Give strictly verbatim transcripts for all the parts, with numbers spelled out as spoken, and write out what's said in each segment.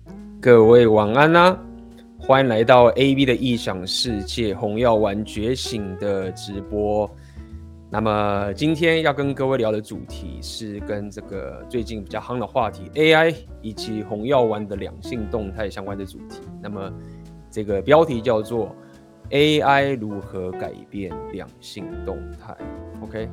各位晚安啊！欢迎来到 A V 的异想世界红药丸觉醒的直播。那么今天要跟各位聊的主题是跟这个最近比较夯的话题 A I 以及红药丸的两性动态相关的主题。那么这个标题叫做 A I 如何改变两性动态。 OK，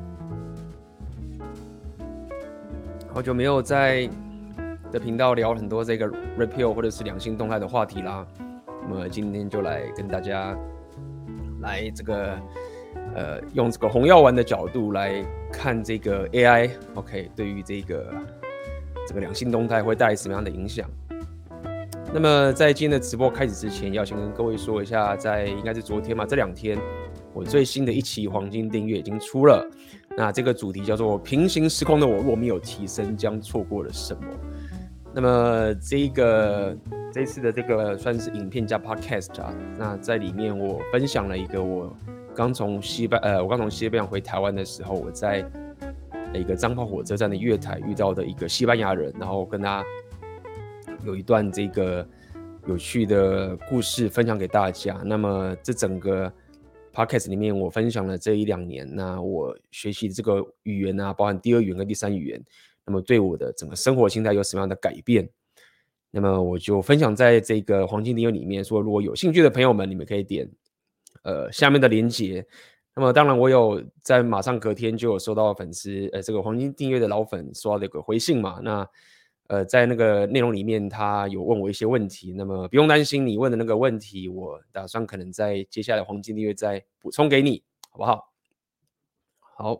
好久没有在的频道聊很多这个 repeal 或者是两性动态的话题啦。那么今天就来跟大家来这个呃用这个红药丸的角度来看这个 A I OK 对于这个这个两性动态会带来什么样的影响。那么在今天的直播开始之前，要先跟各位说一下，在应该是昨天嘛，这两天我最新的一期黄金订阅已经出了。那这个主题叫做平行时空的我若没有提升将错过了什么。那么这个这次的这个算是影片加 podcast 啊，那在里面我分享了一个我刚从西班呃我刚从西班牙回台湾的时候，我在一个彰化火车站的月台遇到的一个西班牙人，然后跟他有一段这个有趣的故事分享给大家。那么这整个 podcast 里面我分享了这一两年，那我学习这个语言啊，包含第二语言跟第三语言，那么对我的整个生活心态有什么样的改变，那么我就分享在这个黄金订阅里面，说如果有兴趣的朋友们，你们可以点呃下面的连结。那么当然我有在马上隔天就有收到粉丝呃这个黄金订阅的老粉收到这个回信嘛，那呃在那个内容里面他有问我一些问题，那么不用担心，你问的那个问题我打算可能在接下来黄金订阅再补充给你，好不好？好，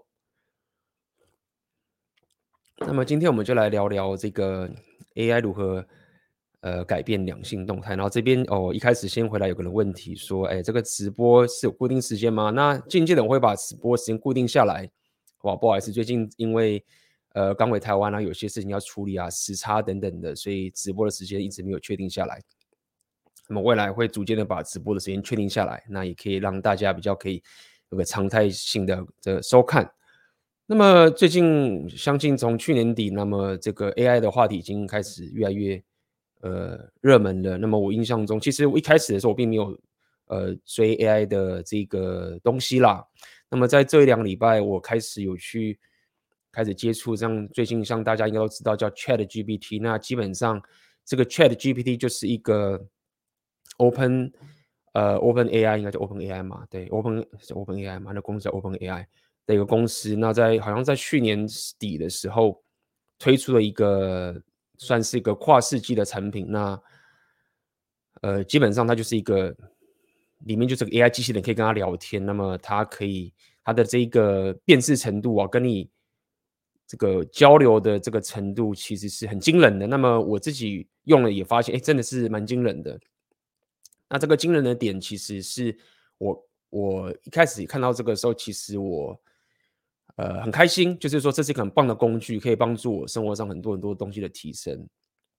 那么今天我们就来聊聊这个 A I 如何呃改变两性动态。然后这边哦，一开始先回来有个人问题说，哎，这个直播是有固定时间吗？那渐渐的我会把直播时间固定下来。哇，不好意思，最近因为呃刚回台湾啊，有些事情要处理啊，时差等等的，所以直播的时间一直没有确定下来。那么未来会逐渐的把直播的时间确定下来，那也可以让大家比较可以有个常态性的的收看。那么最近相信从去年底，那么这个 A I 的话题已经开始越来越呃热门了。那么我印象中，其实我一开始的时候我并没有呃追 A I 的这个东西啦。那么在这一两礼拜，我开始有去开始接触，像最近像大家应该都知道叫 Chat G P T， 那基本上这个 Chat G P T 就是一个 Open 呃 Open A I 应该叫 Open A I 嘛，对 Open Open A I 嘛，那公司叫 Open A I。的一个公司，那在好像在去年底的时候推出了一个算是一个跨世纪的产品，那呃基本上它就是一个里面就是个 A I 机器人可以跟它聊天，那么它可以它的这个辨识程度啊，跟你这个交流的这个程度其实是很惊人的。那么我自己用了也发现，哎，真的是蛮惊人的。那这个惊人的点其实是我我一开始看到这个时候，其实我呃很开心，就是说这是一个很棒的工具，可以帮助我生活上很多很多东西的提升。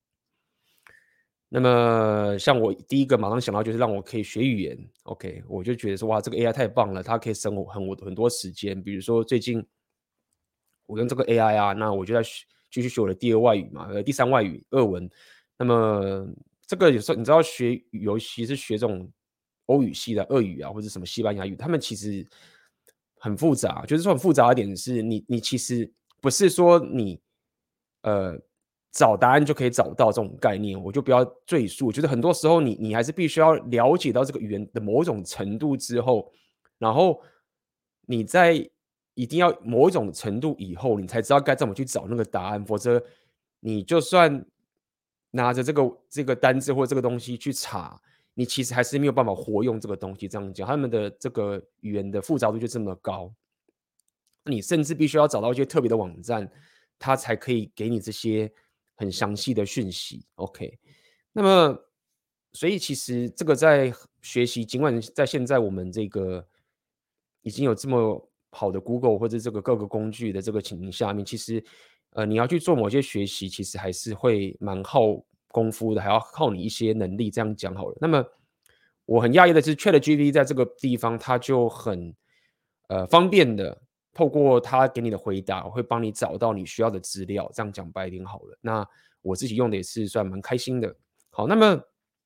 那么像我第一个马上想到就是让我可以学语言 ，OK， 我就觉得说哇，这个 A I 太棒了，它可以省我很我很多时间。比如说最近我用这个 A I 啊，那我就在继续学我的第二外语嘛，呃，第三外语俄文。那么这个有时候你知道学，尤其是学这种欧语系的俄语啊，或者什么西班牙语，他们其实很复杂。就是说很复杂一点是你你其实不是说你呃找答案就可以找到这种概念，我就不要赘述。就是很多时候你你还是必须要了解到这个语言的某种程度之后，然后你在一定要某一种程度以后，你才知道该怎么去找那个答案，否则你就算拿着这个这个单字或这个东西去查，你其实还是没有办法活用这个东西。这样讲，他们的这个语言的复杂度就这么高，你甚至必须要找到一些特别的网站，它才可以给你这些很详细的讯息。OK，那么所以其实这个在学习，尽管在现在我们这个已经有这么好的 Google 或者这个各个工具的这个情形下面，其实呃你要去做某些学习，其实还是会蛮耗功夫的，还要靠你一些能力。这样讲好了。那么我很讶异的是 ，ChatGPT 在这个地方它就很呃方便的透过它给你的回答，会帮你找到你需要的资料。这样讲白一点好了。那我自己用的也是算蛮开心的。 好，那么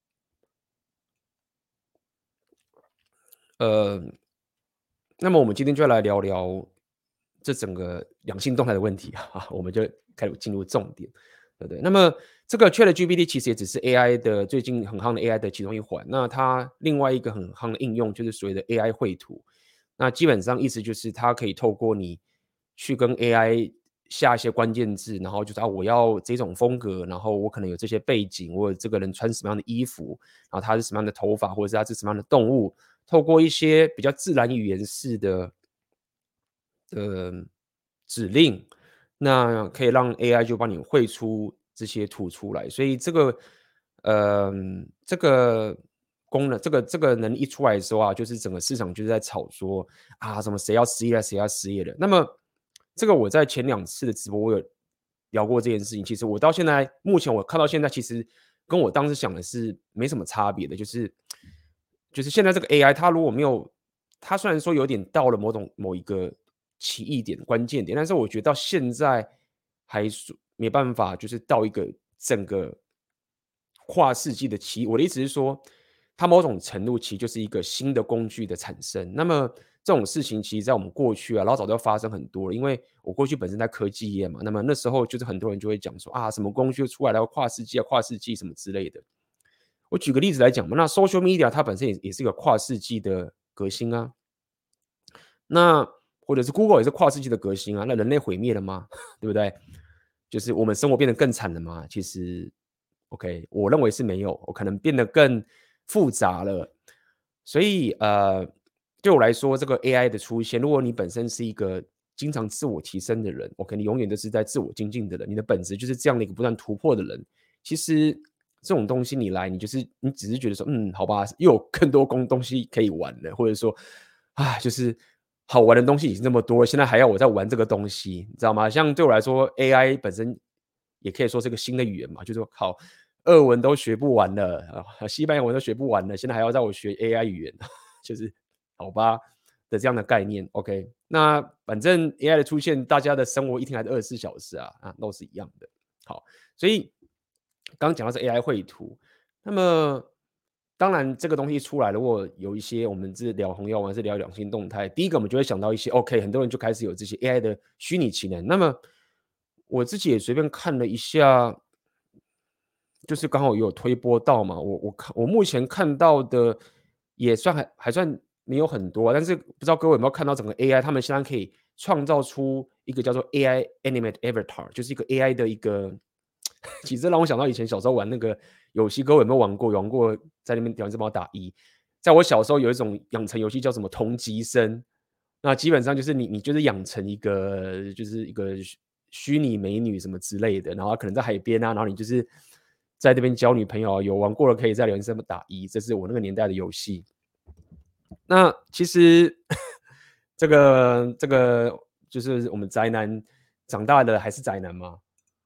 呃，那么我们今天就来聊聊这整个两性动态的问题啊，我们就开始进入重点，对不对？那么这个 ChatGPT 其实也只是 A I 的最近很夯的 A I 的其中一环。那它另外一个很夯的应用就是所谓的 A I 绘图。那基本上意思就是它可以透过你去跟 A I 下一些关键字，然后就是啊，我要这种风格，然后我可能有这些背景，我有这个人穿什么样的衣服，然后他是什么样的头发，或者是他是什么样的动物，透过一些比较自然语言式的的指令，那可以让 A I 就帮你绘出这些图出来。所以这个，呃，这个功能，这个这个能力一出来的时候啊，就是整个市场就是在炒说啊，什么谁要失业了，谁要失业了。那么这个我在前两次的直播我有聊过这件事情。其实我到现在，目前我看到现在，其实跟我当时想的是没什么差别的，就是就是现在这个 A I 它如果没有，它虽然说有点到了某种某一个奇异点、关键点，但是我觉得到现在还是没办法，就是到一个整个跨世纪的奇异。我的意思是说，它某种程度其实就是一个新的工具的产生。那么这种事情，其实在我们过去啊，老早就发生很多了。因为我过去本身在科技业嘛，那么那时候就是很多人就会讲说啊，什么工具出来了，要跨世纪啊，跨世纪什么之类的。我举个例子来讲嘛，那 social media 它本身也也是一个跨世纪的革新啊。那或者是 Google 也是跨世纪的革新啊。那人类毁灭了吗？对不对？就是我们生活变得更惨了吗？其实 OK，我认为是没有，我可能变得更复杂了。所以呃，对我来说，这个 A I 的出现，如果你本身是一个经常自我提升的人，OK，你永远都是在自我精进的人，你的本质就是这样的一个不断突破的人。其实这种东西你来，你就是你只是觉得说，嗯，好吧，又有更多工东西可以玩了，或者说，啊，就是好玩的东西已经这么多了，现在还要我再玩这个东西，你知道吗？像对我来说，A I 本身也可以说是个新的语言嘛，就是说，好，俄文都学不完了啊，西班牙文都学不完了，现在还要让我学 A I 语言，就是好吧的这样的概念。OK，那反正 A I 的出现，大家的生活一天还是二十四小时啊，啊，都是一样的。好，所以刚刚讲到是 A I 绘图，那么当然这个东西出来，如果有一些我们是聊红药丸，是聊两性动态，第一个我们就会想到一些 OK，很多人就开始有这些 A I 的虚拟情人。那么我自己也随便看了一下，就是刚好有推播到嘛，我我看我目前看到的也算还还算没有很多啊，但是不知道各位有没有看到整个 A I，他们现在可以创造出一个叫做 A I Animate Avatar，就是一个 A I 的一个，其实让我想到以前小时候玩那个游戏，各位有没有玩过？有玩过在那边两只猫打一，在我小时候有一种养成游戏叫什么同级生，那基本上就是你你就是养成一个就是一个虚虚拟美女什么之类的，然后可能在海边啊，然后你就是在这边交女朋友啊，有玩过的可以在留言上面打一，这是我那个年代的游戏。那其实这个这个就是我们宅男长大的还是宅男嘛，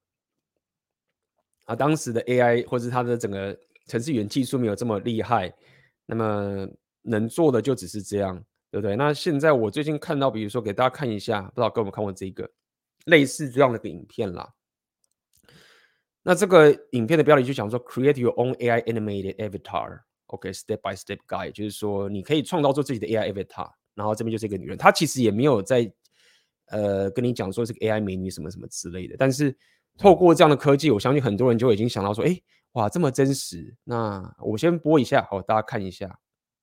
啊，当时的 A I 或是它的整个程式语言技术没有这么厉害，那么能做的就只是这样，对不对？那现在我最近看到，比如说给大家看一下，不知道各位有没有看过这个类似这样的一个影片啦。那这个影片的标题就讲说 "Create your own A I animated avatar"，OK，step by step guide，就是说你可以创造出自己的 A I avatar。然后这边就是一个女人，她其实也没有在呃跟你讲说是个 A I 美女什么什么之类的，但是透过这样的科技，我相信很多人就已经想到说，哎，哇，这么真实。那我先播一下，好，大家看一下。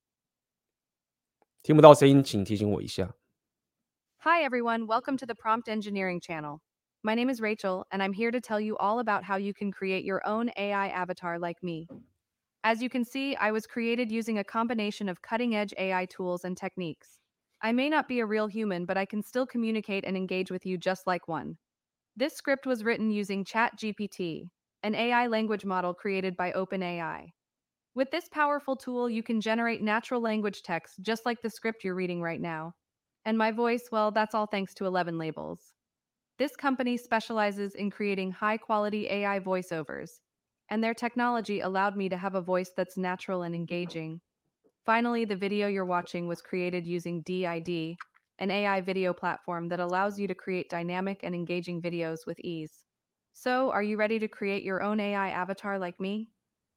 听不到声音，请提醒我一下。 Hi everyone, welcome to the Prompt Engineering channel. My name is Rachel, and I'm here to tell you all about how you can create your own A I avatar like me. As you can see, I was created using a combination of cutting-edge A I tools and techniques. I may not be a real human, but I can still communicate and engage with you just like one. This script was written using ChatGPT, an A I language model created by OpenAI. With this powerful tool, you can generate natural language text just like the script you're reading right now. And my voice, well, that's all thanks to eleven Labels. This company specializes in creating high quality A I voiceovers, and their technology allowed me to have a voice that's natural and engaging. Finally, the video you're watching was created using D I D, an A I video platform that allows you to create dynamic and engaging videos with ease. So, are you ready to create your own A I avatar like me?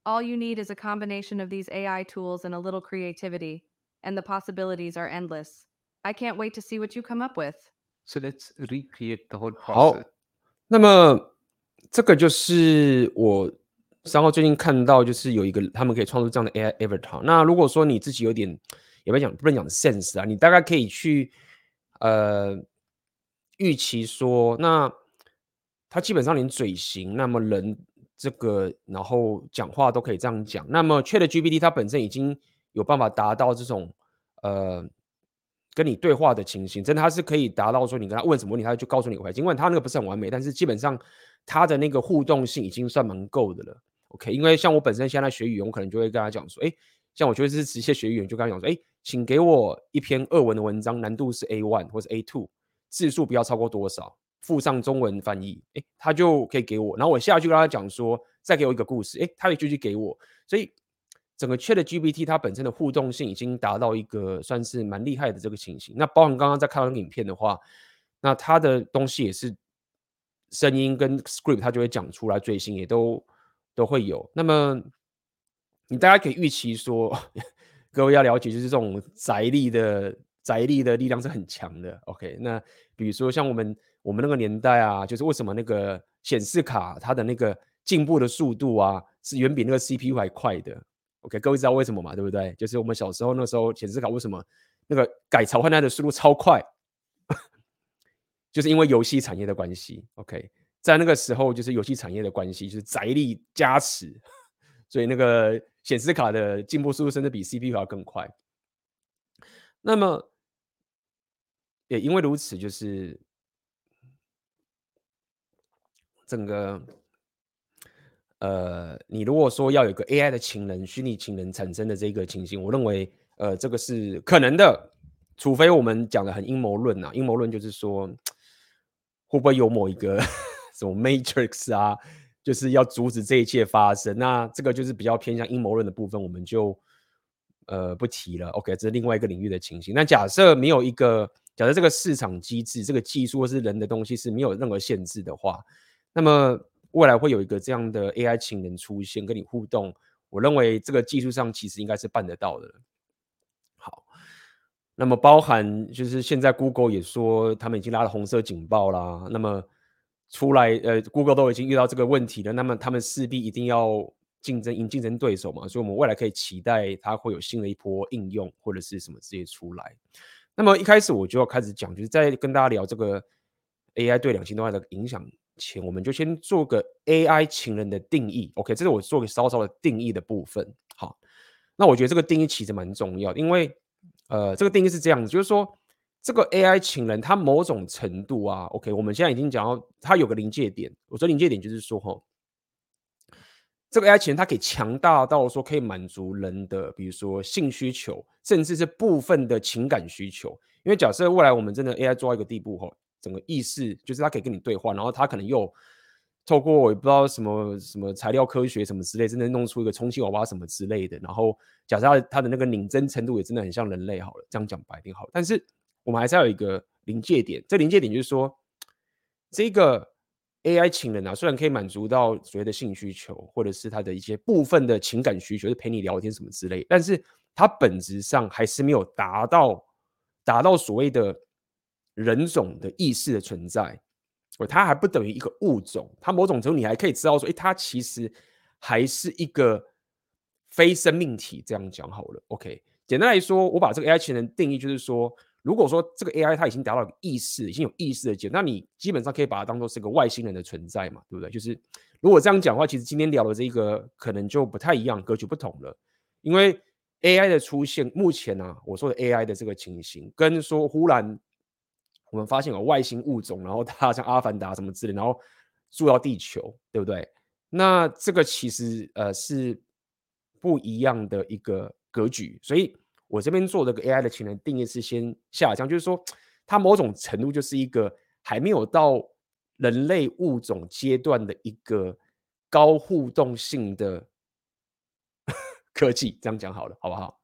All you need is a combination of these A I tools and a little creativity, and the possibilities are endless. I can't wait to see what you come up with. So let's recreate the whole process. 好，那么这个就是我三号最近看到，就是有一个他们可以创作这样的 A I avatar。那如果说你自己有点，也不要讲不能讲 sense 啊，你大概可以去呃预期说，那他基本上连嘴型，那么人这个，然后讲话都可以这样讲。那么 ChatGPT 它本身已经有办法达到这种呃跟你对话的情形，真的它是可以达到说你跟他问什么问题，他就告诉你回来。尽管他那个不是很完美，但是基本上它的那个互动性已经算蛮够的了。OK，因为像我本身现在学语言，我可能就会跟他讲说，哎，像我就是直接学语言，就跟他讲说，哎，请给我一篇俄文的文章，难度是 A one 或者 A two，字数不要超过多少，附上中文翻译，哎，他就可以给我。然后我下去跟他讲说，再给我一个故事，哎，他也继续给我。所以整个 ChatGPT 它本身的互动性已经达到一个算是蛮厉害的这个情形。那包含刚刚在看到那个影片的话，那它的东西也是声音跟 script 它就会讲出来，嘴型也都都会有。那么你大家可以预期说，各位要了解，就是这种宅力的宅力的力量是很强的。OK，那比如说像我们我们那个年代啊，就是为什么那个显示卡它的那个进步的速度啊，是远比那个 C P U 还快的。OK，各位知道为什么嘛？对不对？就是我们小时候那时候显示卡为什么那个改朝换代的速度超快，就是因为游戏产业的关系。OK，在那个时候就是游戏产业的关系，就是宅力加持，所以那个显示卡的进步速度甚至比 C P U 还要更快。那么也因为如此，就是整个呃，你如果说要有一个 A I 的情人、虚拟情人产生的这个情形，我认为呃这个是可能的，除非我们讲的很阴谋论啊，阴谋论就是说会不会有某一个什么 Matrix 啊，就是要阻止这一切发生，那这个就是比较偏向阴谋论的部分，我们就呃不提了。OK，这是另外一个领域的情形。那假设没有一个，假设这个市场机制、这个技术或是人的东西是没有任何限制的话，那么未来会有一个这样的 A I 情人出现，跟你互动，我认为这个技术上其实应该是办得到的。好，那么包含就是现在 Google 也说他们已经拉了红色警报啦，那么出来呃 Google 都已经遇到这个问题了，那么他们势必一定要竞争赢竞争对手嘛，所以我们未来可以期待它会有新的一波应用或者是什么这些出来。那么一开始我就要开始讲，就是在跟大家聊这个 A I 对两性动态的影响前，我们就先做个 A I 情人的定义。OK， 这是我做个稍稍的定义的部分。好，那我觉得这个定义其实蛮重要的，因为呃，这个定义是这样子，就是说这个 A I 情人它某种程度啊，OK，我们现在已经讲到它有个临界点。我说临界点就是说，哈，这个 A I 情人它可以强大到说可以满足人的，比如说性需求，甚至是部分的情感需求。因为假设未来我们真的 A I 做到一个地步，哈，整个意识就是它可以跟你对话，然后它可能又透过我也不知道什么什么材料科学什么之类，真的弄出一个充气娃娃什么之类的。然后假设它它的那个拧针程度也真的很像人类好了，这样讲白一点好了。但是我们还是要有一个临界点，这临界点就是说，这个 A I 情人啊，虽然可以满足到所谓的性需求，或者是他的一些部分的情感需求，就是陪你聊天什么之类，但是它本质上还是没有达到达到所谓的人种的意识的存在。它还不等于一个物种，它某种程度你还可以知道说，诶，它其实还是一个非生命体。这样讲好了 ，OK。简单来说，我把这个 A I 情人定义就是说，如果说这个 A I 它已经达到意识，已经有意识的阶段，那你基本上可以把它当做是个外星人的存在嘛，对不对？就是如果这样讲的话，其实今天聊的这个可能就不太一样，格局不同了。因为 A I 的出现，目前啊，我说的 A I 的这个情形，跟说忽然我们发现有外星物种，然后它像阿凡达什么之类，然后住到地球，对不对？那这个其实呃是不一样的一个格局，所以我这边做这个 A I 的情人定义是先下降，就是说它某种程度就是一个还没有到人类物种阶段的一个高互动性的科技，这样讲好了，好不好？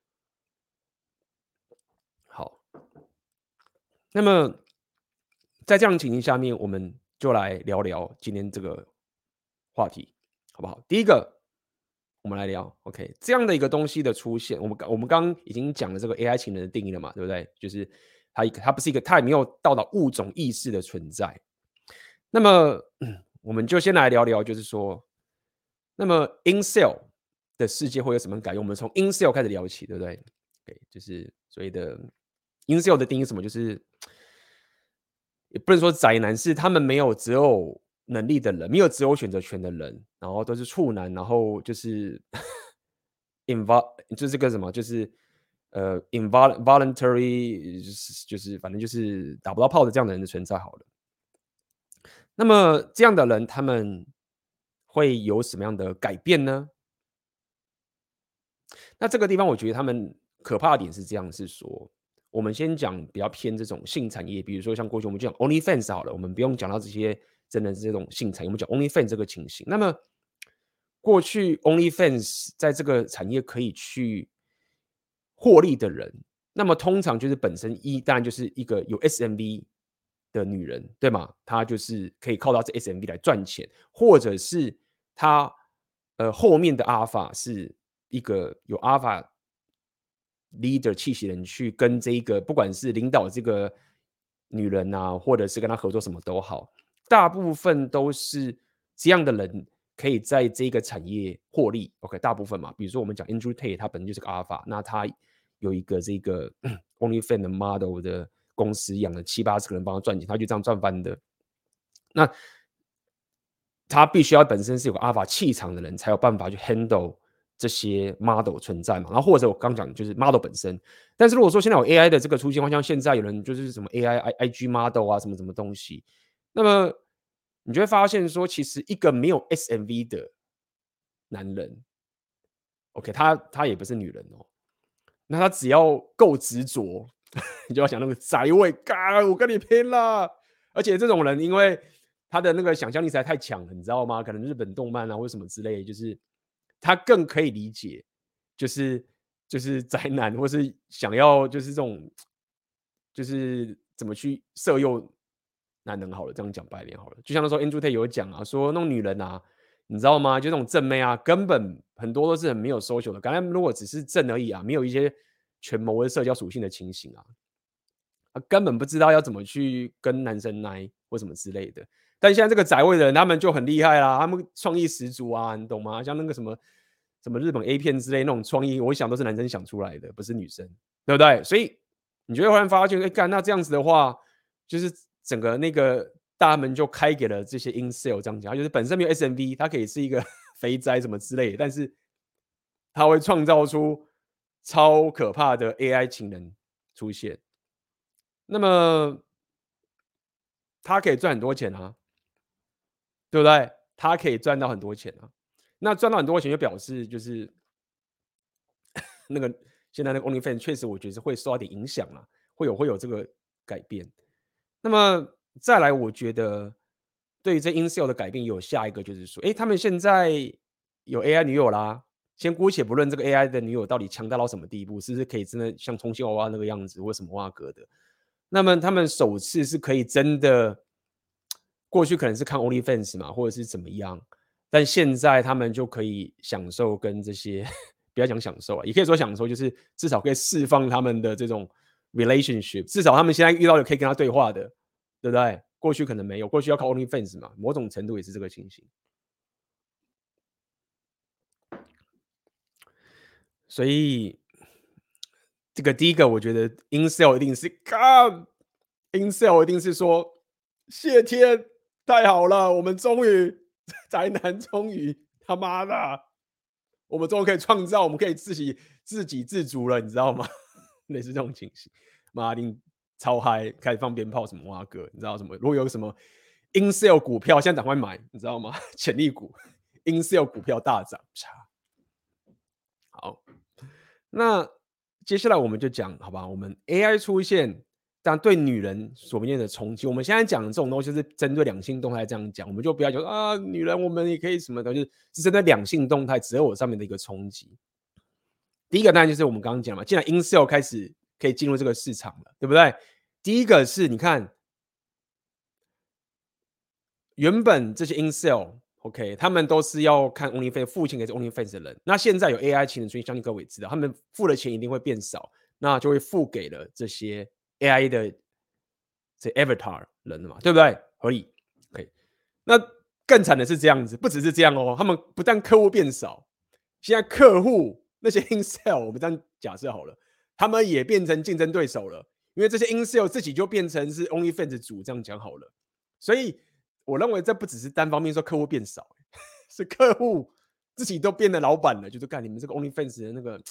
好，那么在这样的情形下面，我们就来聊聊今天这个话题，好不好？第一个， 我们来聊 ，OK， 这样的一个东西的出现，我们我们刚刚已经讲了这个 A I 情人的定义了嘛，对不对？就是它它不是一个，它也没有到达物种意识的存在。那么，嗯，我们就先来聊聊，就是说，那么 Incel 的世界会有什么改变？我们从 Incel 开始聊起，对不对？对，就是所谓的 Incel 的定义是什么？就是也不能说宅男，是他们没有择偶能力的人，没有择偶选择权的人，然后都是处男，然后就是 invol 就是这个什么，就是呃 involuntary 就是就是反正就是打不到炮的这样的人的存在好了。那么这样的人他们会有什么样的改变呢？那这个地方我觉得他们可怕的点是这样，是说我们先讲比较偏这种性产业，比如说像过去我们就讲 OnlyFans 好了，我们不用讲到这些真的是这种性产业，我们讲 OnlyFans 这个情形。那么过去 OnlyFans 在这个产业可以去获利的人，那么通常就是本身一当然就是一个有 S M V 的女人，对吗？她就是可以靠到这 S M V 来赚钱，或者是她呃后面的 Alpha 是一个有 Alpha leader 气息人去跟这个不管是领导这个女人啊，或者是跟她合作什么都好，大部分都是这样的人可以在这个产业获利。OK， 大部分嘛，比如说我们讲 Andrew Tate， 他本身就是个 Alpha， 那他有一个这个 OnlyFans 的 model 的公司，养了七八十个人帮他赚钱，他就这样赚翻的。那他必须要本身是有个 Alpha 气场的人，才有办法去 handle 这些 model 存在嘛。然后或者我刚讲就是 model 本身，但是如果说现在有 A I 的这个出现，像现在有人就是什么 A I I G model 啊，什么什么东西，那么你就会发现说，其实一个没有 S M V 的男人 ，OK， 他他也不是女人哦，那他只要够执着，你就要想那个宅味，干我跟你拼了！而且这种人，因为他的那个想象力实在太强了，你知道吗？可能日本动漫啊或什么之类的，就是他更可以理解，就是就是宅男，或是想要就是这种，就是怎么去色诱男人好了，这样讲白点好了。就像那时候 Andrew Tate 有讲啊，说那种女人啊，你知道吗？就那种正妹啊，根本很多都是很没有 social 的。刚才如果只是正而已啊，没有一些权谋的社交属性的情形啊，他根本不知道要怎么去跟男生奶或什么之类的。但现在这个宅位的人，他们就很厉害啦，他们创意十足啊，你懂吗？像那个什么什么日本 A 片之类那种创意，我想都是男生想出来的，不是女生，对不对？所以你就会忽然发现，哎，干那这样子的话，就是整个那个大门就开给了这些 incel 这样讲，就是本身没有 S M V， 它可以是一个肥宅什么之类的，但是它会创造出超可怕的 A I 情人出现。那么他可以赚很多钱啊，对不对？他可以赚到很多钱啊。那赚到很多钱就表示就是那个现在那个 OnlyFans 确实我觉得会受到点影响啦，会有会有这个改变。那么再来，我觉得对于这 Incel 的改变有下一个就是说，哎，他们现在有 A I 女友啦。先姑且不论这个 A I 的女友到底强大到什么地步，是不是可以真的像充气娃娃那个样子，或什么蛙哥的。那么他们首次是可以真的，过去可能是看 OnlyFans 嘛，或者是怎么样，但现在他们就可以享受跟这些，不要讲享受啊，也可以说享受，就是至少可以释放他们的这种 relationship， 至少他们现在遇到的可以跟他对话的，对不对？过去可能没有，过去要靠 OnlyFans 嘛，某种程度也是这个情形。所以这个第一个，我觉得 Incel 一定是干 ，Incel 一定是说谢天，太好了，我们终于宅男终于他妈的，我们终于可以创造，我们可以自己自给自足了，你知道吗？类似这种情形，妈的超嗨，开始放鞭炮什么哇哥，你知道什么？如果有什么 Incel 股票，现在赶快买，你知道吗？潜力股 Incel 股票大涨，好。那接下来我们就讲，好吧？我们 A I 出现，但对女人所面临的冲击，我们现在讲的这种东西是针对两性动态这样讲，我们就不要讲啊，女人我们也可以什么的，就是是针对两性动态择偶上面的一个冲击。第一个当然就是我们刚刚讲嘛，既然 Incel 开始可以进入这个市场了，对不对？第一个是你看，原本这些 Incel OK， 他们都是要看 OnlyFans 付钱给 OnlyFans 的人。那现在有 A I 情人出现，相信各位也知道，他们付的钱一定会变少，那就会付给了这些 A I 的这 Avatar 人了嘛，对不对？合理。OK， 那更惨的是这样子，不只是这样哦，他们不但客户变少，现在客户那些 Incel， 我们这样假设好了，他们也变成竞争对手了，因为这些 Incel 自己就变成是 OnlyFans 主，这样讲好了，所以。我认为这不只是单方面说客户变少，是客户自己都变得老板了，就是干你们这个 OnlyFans 的那个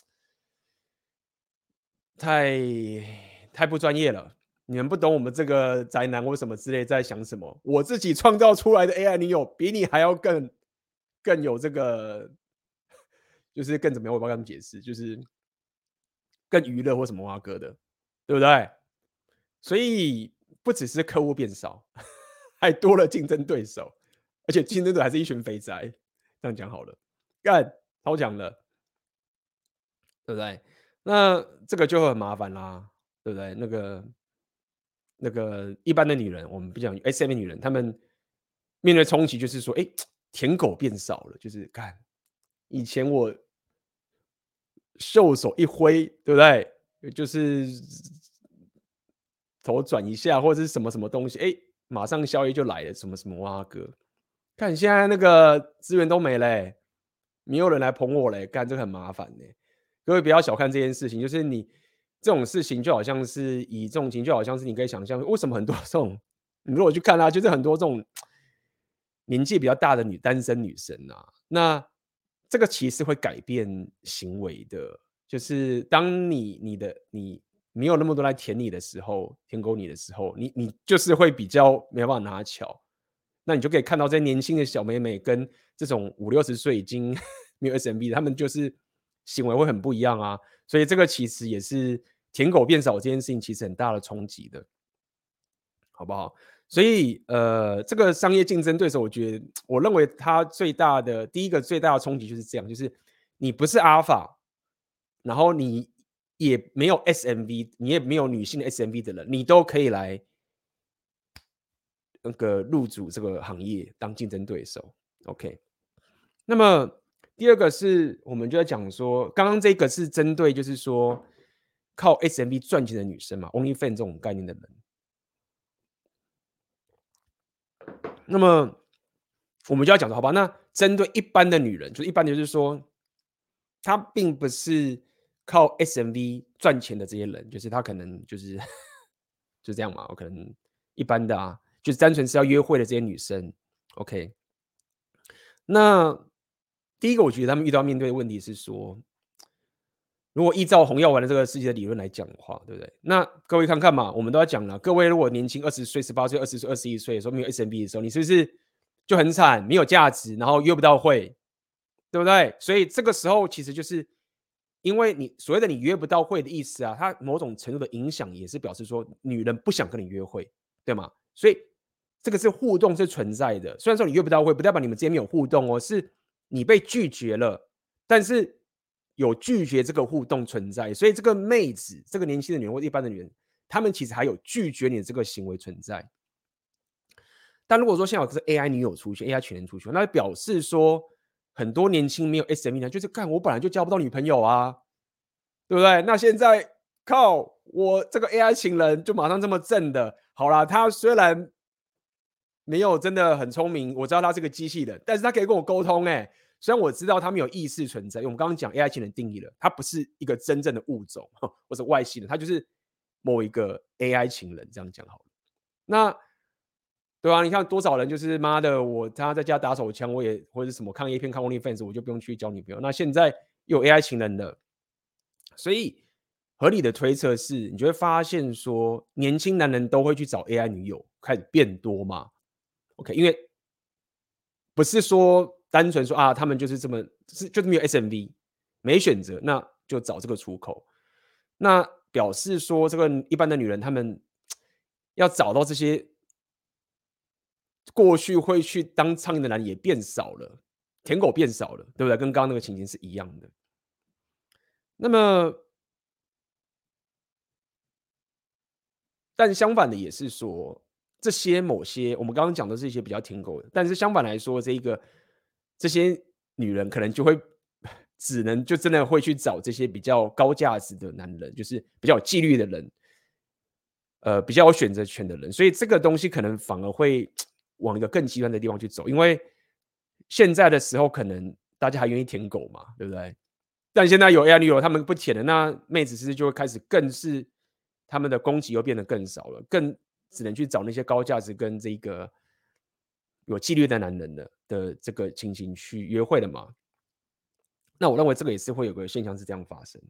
太太不专业了，你们不懂我们这个宅男或什么之类在想什么。我自己创造出来的 A I 女友比你还要更更有这个，就是更怎么样？我不知道跟他们解释，就是更娱乐或什么蛙哥的，对不对？所以不只是客户变少。还多了竞争对手，而且竞争对手还是一群肥宅，这样讲好了，干超强的，对不对？那这个就很麻烦啦，对不对？那个那个一般的女人，我们不讲 S M 女人，她们面对冲击就是说，哎，舔狗变少了，就是干以前我袖手一挥，对不对？就是头转一下或者是什么什么东西，哎。马上消息就来了，什么什么蛙哥，看现在那个资源都没了、欸，没有人来捧我嘞、欸，干这个很麻烦呢、欸。各位不要小看这件事情，就是你这种事情就好像是以这种情，就好像是你可以想象，为什么很多这种，你如果去看啊，就是很多这种年纪比较大的女单身女生啊，那这个其实会改变行为的，就是当你你的你。没有那么多来舔你的时候，舔狗你的时候，你你就是会比较没办法拿巧，那你就可以看到这些年轻的小妹妹跟这种五六十岁已经没有 S M B 的，他们就是行为会很不一样啊。所以这个其实也是舔狗变少这件事情，其实很大的冲击的，好不好？所以呃，这个商业竞争对手，我觉得我认为它最大的第一个最大的冲击就是这样，就是你不是阿尔法，然后你。也没有 S M V， 你也没有女性的 S M V 的人，你都可以来那个入主这个行业当竞争对手。OK， 那么第二个是我们就在讲说，刚刚这个是针对就是说靠 S M V 赚钱的女生嘛 ，OnlyFans 这种概念的人。那么我们就要讲说，好吧，那针对一般的女人，就是一般的就是说，她并不是。靠 S M V 赚钱的这些人，就是他可能就是就这样嘛，我可能一般的啊，就是单纯是要约会的这些女生 ，OK。那第一个，我觉得他们遇到面对的问题是说，如果依照红药丸的这个世界的理论来讲的话，对不对？那各位看看嘛，我们都要讲了，各位如果年轻二十岁、十八岁、二十岁、二十一岁的时候没有 S M V 的时候，你是不是就很惨，没有价值，然后约不到会，对不对？所以这个时候其实就是。因为你所谓的你约不到会的意思啊，它某种程度的影响也是表示说女人不想跟你约会，对吗？所以这个是互动是存在的。虽然说你约不到会，不代表你们之间没有互动哦，是你被拒绝了，但是有拒绝这个互动存在。所以这个妹子，这个年轻的女人或一般的女人，她们其实还有拒绝你的这个行为存在。但如果说现在有个是 A I 女友出现 ，A I 群人出现，那表示说。很多年轻没有 S M V 的，就是看我本来就交不到女朋友啊，对不对？那现在靠我这个 A I 情人就马上这么正的，好啦，他虽然没有真的很聪明，我知道他是个机器人，但是他可以跟我沟通哎、欸。虽然我知道他们有意识存在，因为我们刚刚讲 A I 情人定义了，它不是一个真正的物种或者外星人，它就是某一个 A I 情人，这样讲好了。那对啊，你看多少人就是妈的，我他在家打手枪，我也或者是什么看 A 片看 OnlyFans， 我就不用去交女朋友。那现在又有 A I 情人了，所以合理的推测是，你就会发现说，年轻男人都会去找 A I 女友，开始变多嘛。OK， 因为不是说单纯说啊，他们就是这么是就是没有 S M V， 没选择，那就找这个出口。那表示说，这个一般的女人，她们要找到这些。过去会去当苍蝇的男也变少了，舔狗变少了，对不对？跟刚刚那个情形是一样的。那么，但相反的也是说，这些某些我们刚刚讲的是一些比较舔狗的，但是相反来说，这一个这些女人可能就会只能就真的会去找这些比较高价值的男人，就是比较有纪律的人，呃，比较有选择权的人，所以这个东西可能反而会往一个更极端的地方去走，因为现在的时候可能大家还愿意舔狗嘛，对不对？但现在有 A I 女友，他们不舔了，那妹子是不是就会开始更是他们的供给又变得更少了，更只能去找那些高价值跟这个有纪律的男人的的这个情形去约会了嘛？那我认为这个也是会有个现象是这样发生。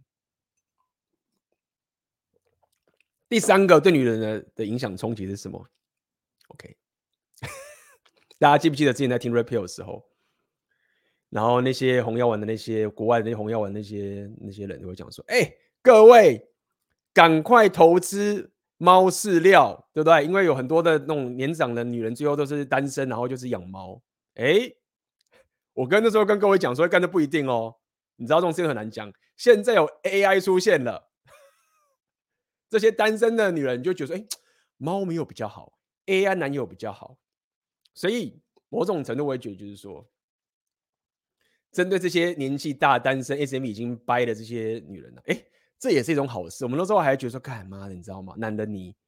第三个对女人 的, 的影响冲击是什么 ？OK， 大家记不记得之前在听 Repeal 的时候，然后那些红药丸的那些国外的那些红药丸那些那些人就会讲说：“哎、欸，各位赶快投资猫饲料，对不对？因为有很多的那种年长的女人最后都是单身，然后就是养猫。哎、欸，我跟那时候跟各位讲说，干的不一定哦。你知道这种事情很难讲。现在有 A I 出现了。”这些单身的女人就觉得说，哎，猫没有比较好 ，A I 男友比较好，所以某种程度我也觉得就是说，针对这些年纪大单身 S M 已经掰的这些女人呢、啊，哎，这也是一种好事。我们那时候还觉得说，干妈的，你知道吗？男人你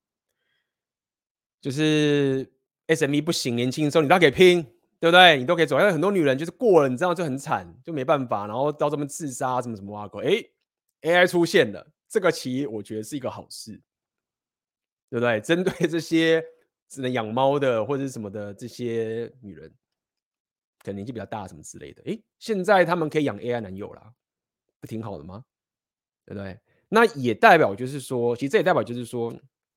就是 S M 不行，年轻的时候你都要给拼，对不对？你都可以走。因为很多女人就是过了，你知道就很惨，就没办法，然后到这么自杀什么什么挖沟，哎 ，A I 出现了。这个其实我觉得是一个好事，对不对？针对这些只能养猫的或者是什么的这些女人，可能年纪比较大什么之类的，诶，现在他们可以养 A I 男友啦，不挺好的吗？对不对？那也代表就是说，其实这也代表就是说，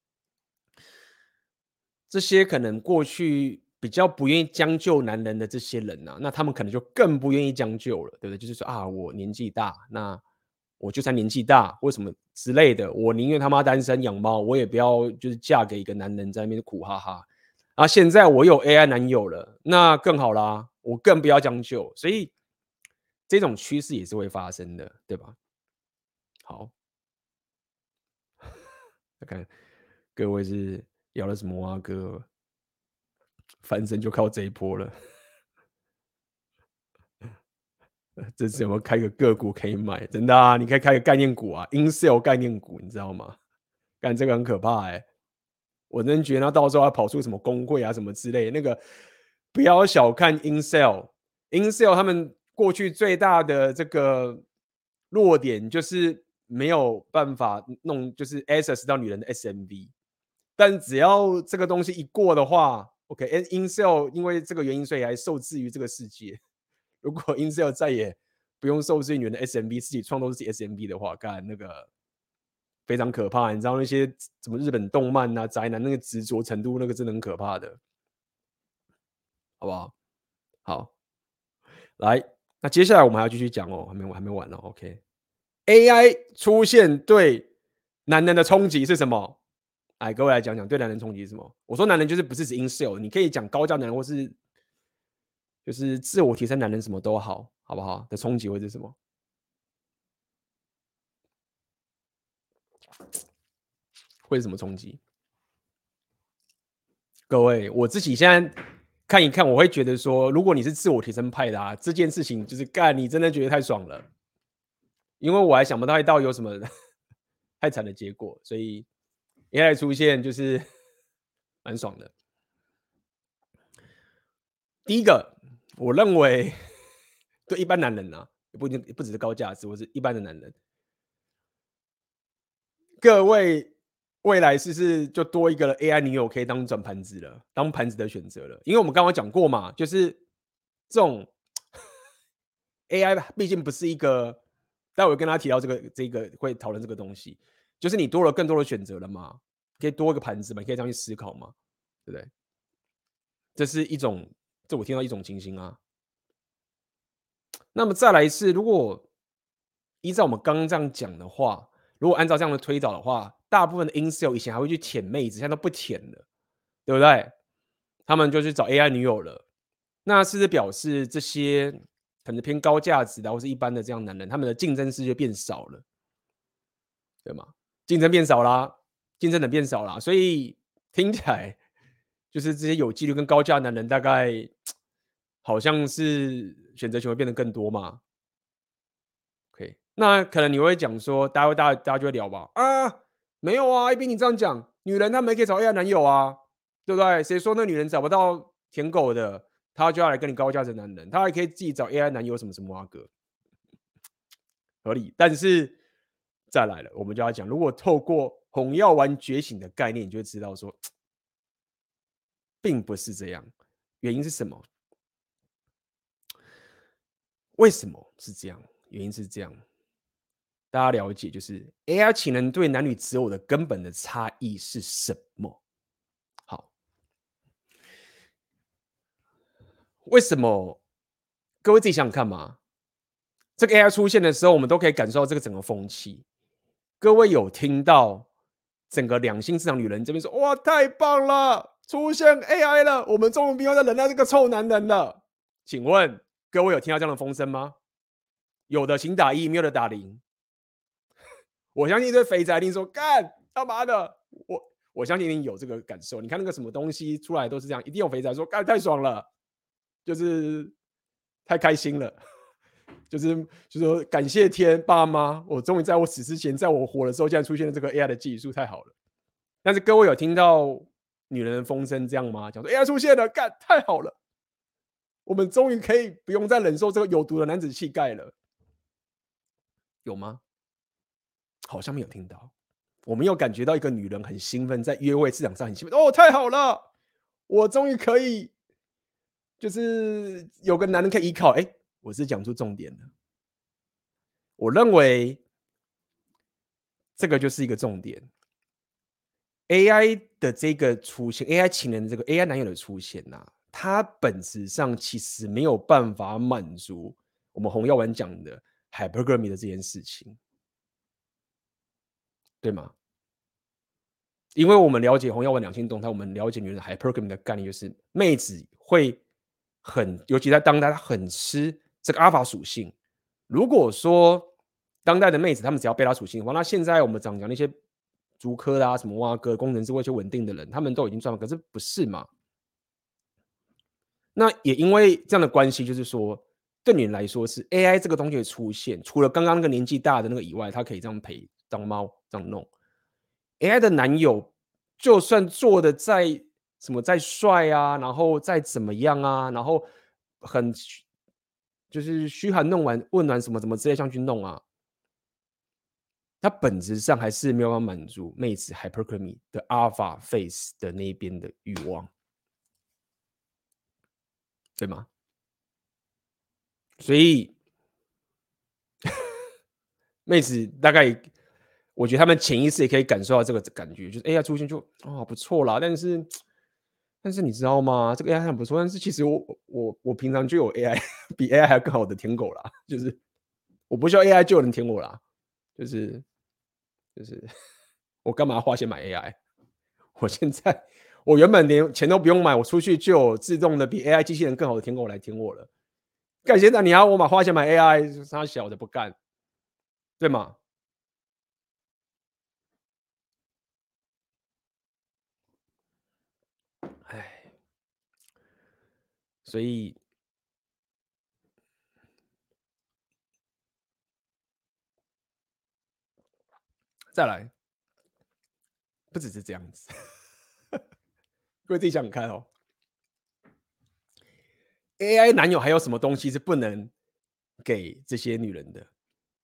这些可能过去比较不愿意将就男人的这些人啊，那他们可能就更不愿意将就了，对不对？就是说啊，我年纪大，那我就算年纪大或什么之类的，我宁愿他妈单身养猫，我也不要就是嫁给一个男人在那边苦哈哈。啊，现在我有 A I 男友了，那更好啦，我更不要将就，所以这种趋势也是会发生的，对吧？好，看各位是咬了什么啊哥？翻身就靠这一波了。这次有没有开个个股可以买？真的啊，你可以开个概念股啊 ，Incel 概念股，你知道吗？干这个很可怕哎、欸，我真觉得他到时候要跑出什么工会啊什么之类的，那个不要小看 Incel，Incel 他们过去最大的这个弱点就是没有办法弄，就是 access 到女人的 S M V， 但只要这个东西一过的话 ，OK，Incel 因为这个原因，所以还受制于这个世界。如果 Incel 再也不用受制于女人的 S M V， 自己创造自己 S M V 的话，干那个非常可怕。你知道那些什么日本动漫啊，宅男那个执着程度，那个真的很可怕的，好不好？好，来，那接下来我们还要继续讲哦，还没还没完哦。OK，A I 出现对男人的冲击是什么？来，各位来讲讲对男人冲击是什么？我说男人就是不是指 Incel， 你可以讲高价男人或是就是自我提升男人什么都好，好不好？的冲击会是什么？会是什么冲击？各位，我自己现在看一看，我会觉得说，如果你是自我提升派的啊，这件事情就是干，你真的觉得太爽了，因为我还想不到到有什么太惨的结果，所以 A I 出现就是蛮爽的。第一个，我认为对一般男人啊，不一定不只是高价值，或是一般的男人，各位未来是不是就多一个 A I 女友可以当转盘子了，当盘子的选择了？因为我们刚刚讲过嘛，就是这种 A I 毕竟不是一个，待会跟他提到这个这个会讨论这个东西，就是你多了更多的选择了嘛，可以多一个盘子嘛，你可以这样去思考嘛，对不对？这是一种，这我听到一种情形啊。那么再来是，如果依照我们刚刚这样讲的话，如果按照这样的推导的话，大部分的 Incel 以前还会去舔妹子，现在都不舔了，对不对？他们就去找 A I 女友了。那是不是表示这些可能偏高价值的或是一般的这样男人，他们的竞争势就变少了，对吗？竞争变少啦，竞争的变少啦，所以听起来就是这些有纪律跟高价男人大概好像是选择权会变得更多嘛。OK， 那可能你会讲说，大家会大家大家就会聊吧，啊，没有啊，A B 你这样讲，女人她们也可以找 A I 男友啊，对不对？谁说那女人找不到舔狗的，她就要来跟你高价值男人，她还可以自己找 A I 男友什么什么啊哥，合理。但是再来了，我们就要讲，如果透过红药丸觉醒的概念，你就会知道说，并不是这样。原因是什么？为什么是这样？原因是这样，大家了解，就是 A I 情人对男女择偶的根本的差异是什么？好，为什么？各位自己想想看嘛。这个 A I 出现的时候，我们都可以感受到这个整个风气。各位有听到整个两性市场女人这边说：“哇，太棒了，出现 A I 了，我们终于不用再忍耐这个臭男人了。”请问各位有听到这样的风声吗？有的请打一，没有的打零。我相信一堆肥宅一定说：“干他妈的！”我我相信一定有这个感受。你看那个什么东西出来都是这样，一定有肥宅说：“干太爽了，就是太开心了。”就是就是说感谢天爸妈，我终于在我死之前，在我活的时候，竟然出现了这个 A I 的技术，太好了。但是各位有听到女人的风声这样吗？讲说 A I 出现了，干太好了，我们终于可以不用再忍受这个有毒的男子气概了，有吗？好像没有听到。我们有感觉到一个女人很兴奋，在约会市场上很兴奋，哦，太好了，我终于可以，就是有个男人可以依靠。哎，我是讲出重点了。我认为这个就是一个重点。A I 的这个出现 ，A I 情人这个 A I 男友的出现呐、啊，它本质上其实没有办法满足我们红药丸讲的 hypergamy 的这件事情，对吗？因为我们了解红药丸两性动态，我们了解女人 hypergamy 的概念，就是妹子会很，尤其在当代，她很吃这个阿法属性。如果说当代的妹子她们只要贝塔属性的话，那现在我们讲讲那些竹科啦、什么蛙哥、工程师或一些稳定的人，他们都已经赚了，可是不是嘛？那也因为这样的关系，就是说对女人来说是 A I 这个东西的出现，除了刚刚那个年纪大的那个以外，它可以这样陪当猫这样弄。A I 的男友就算做的再什么再帅啊，然后再怎么样啊，然后很就是嘘寒弄暖、问暖什么什么之类，像去弄啊，它本质上还是没有办法满足妹子 hypergamy 的 alpha face 的那边的欲望，对吗？所以妹子大概，我觉得他们潜意识也可以感受到这个感觉，就是 A I 出现就哦不错啦，但是但是你知道吗？这个 A I 很不错，但是其实我我我平常就有 A I 比 A I 还要更好的舔狗啦，就是我不需要 A I 就有人舔我啦，就是就是我干嘛花钱买 A I？我现在我原本连钱都不用买，我出去就有自动的比 A I 机器人更好的舔狗来舔我了。干现在你要我买花钱买 A I， 他小的不干，对吗？哎，所以再来，不只是这样子，各位自己想想看哦。A I 男友还有什么东西是不能给这些女人的？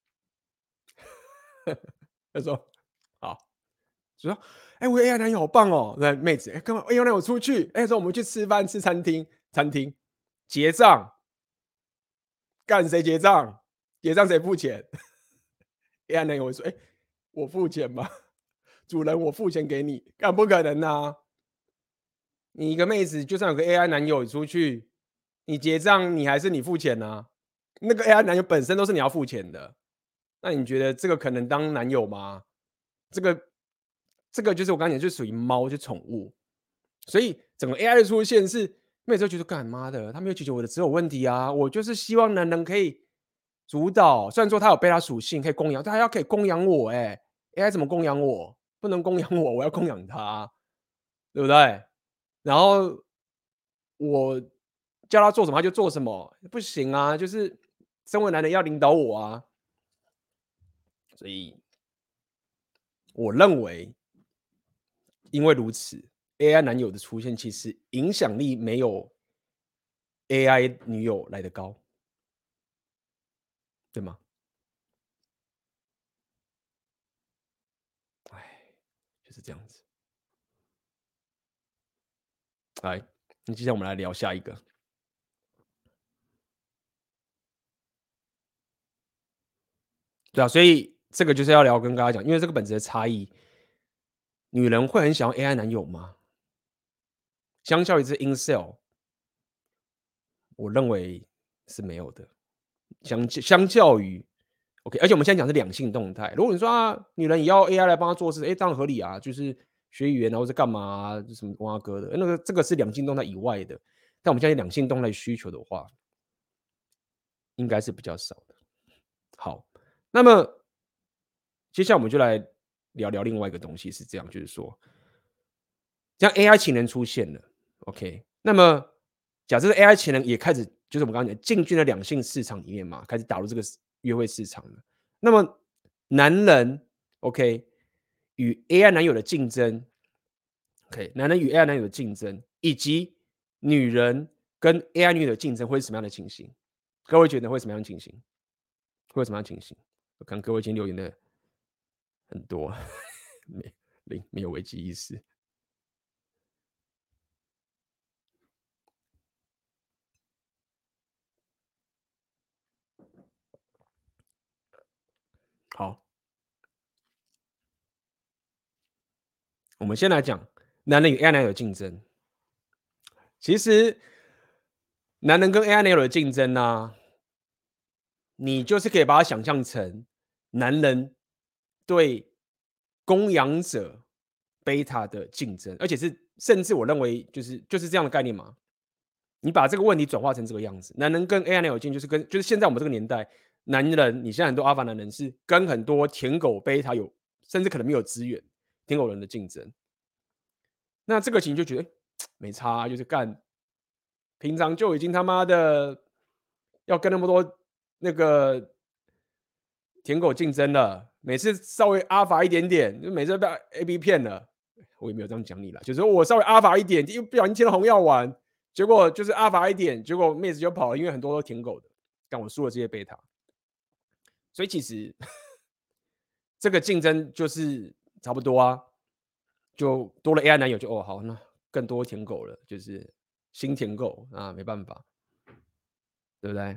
他说：“好，就说，哎、欸，我 A I 男友好棒哦，那妹子，哎、欸，干嘛 A I 男友出去？哎、欸，说我们去吃饭，吃餐厅，餐厅结账，干谁结账？结账谁付钱？A I 男友会说，哎、欸，我付钱吗？主人，我付钱给你，干不可能啊！你一个妹子，就算有个 A I 男友出去，你结账，你还是你付钱啊？那个 A I 男友本身都是你要付钱的。”那你觉得这个可能当男友吗？这个这个就是我刚才讲，就属于猫，就宠物。所以整个 A I 的出现是妹子觉得干妈的，他没有解决我的择偶问题啊！我就是希望男人可以主导，虽然说他有贝塔属性可以供养，但他要可以供养我哎、欸、，A I 怎么供养我？不能供养我，我要供养他，对不对？然后我叫他做什么他就做什么，不行啊！就是身为男人要领导我啊。所以我认为，因为如此 ，A I 男友的出现其实影响力没有 A I 女友来得高，对吗？哎，就是这样子。来，那接下来我们来聊下一个。对啊，所以这个就是要聊跟大家讲，因为这个本质的差异，女人会很想要 A I 男友吗？相较于这 incel，我认为是没有的。相相较于 OK，而且我们现在讲是两性动态。如果你说啊，女人也要 A I 来帮她做事，哎，当然合理啊，就是学语言然后是干嘛啊，什么挖哥的，那个这个是两性动态以外的。但我们现在两性动态需求的话，应该是比较少的。好，那么接下来我们就来聊聊另外一个东西，是这样，就是说，像 A I 情人出现了 ，OK，那么假设 A I 情人也开始，就是我们刚刚讲进军了两性市场里面嘛，开始打入这个约会市场了。那么男人 OK 与 A I 男友的竞争 ，OK， 男人与 A I 男友的竞争，以及女人跟 A I 女友的竞争会是什么样的情形？各位觉得会什么样的情形？会有什么样的情形？我看各位今天留言的很多，没没没有危机意识。好，我们先来讲男人与 A I 男友的竞争。其实，男人跟 A I 男友的竞争呢、啊，你就是可以把它想象成男人对供养者贝塔的竞争，而且是甚至我认为就是就是这样的概念嘛。你把这个问题转化成这个样子，男人跟 A I 男友竞争，就是跟就是现在我们这个年代，男人你现在很多阿法男人是跟很多舔狗贝塔有，甚至可能没有资源舔狗人的竞争。那这个情就觉得没差、啊，就是干，平常就已经他妈的要跟那么多那个舔狗竞争了，每次稍微阿法一点点，就每次被 A B 骗了。我也没有这样讲你了，就是说我稍微阿法一点，又不小心贴了红药丸，结果就是阿法一点，结果妹子就跑了，因为很多都舔狗的，但我输了这些贝塔。所以其实这个竞争就是差不多啊，就多了 A I 男友就哦好，那更多舔狗了，就是新舔狗啊，没办法，对不对？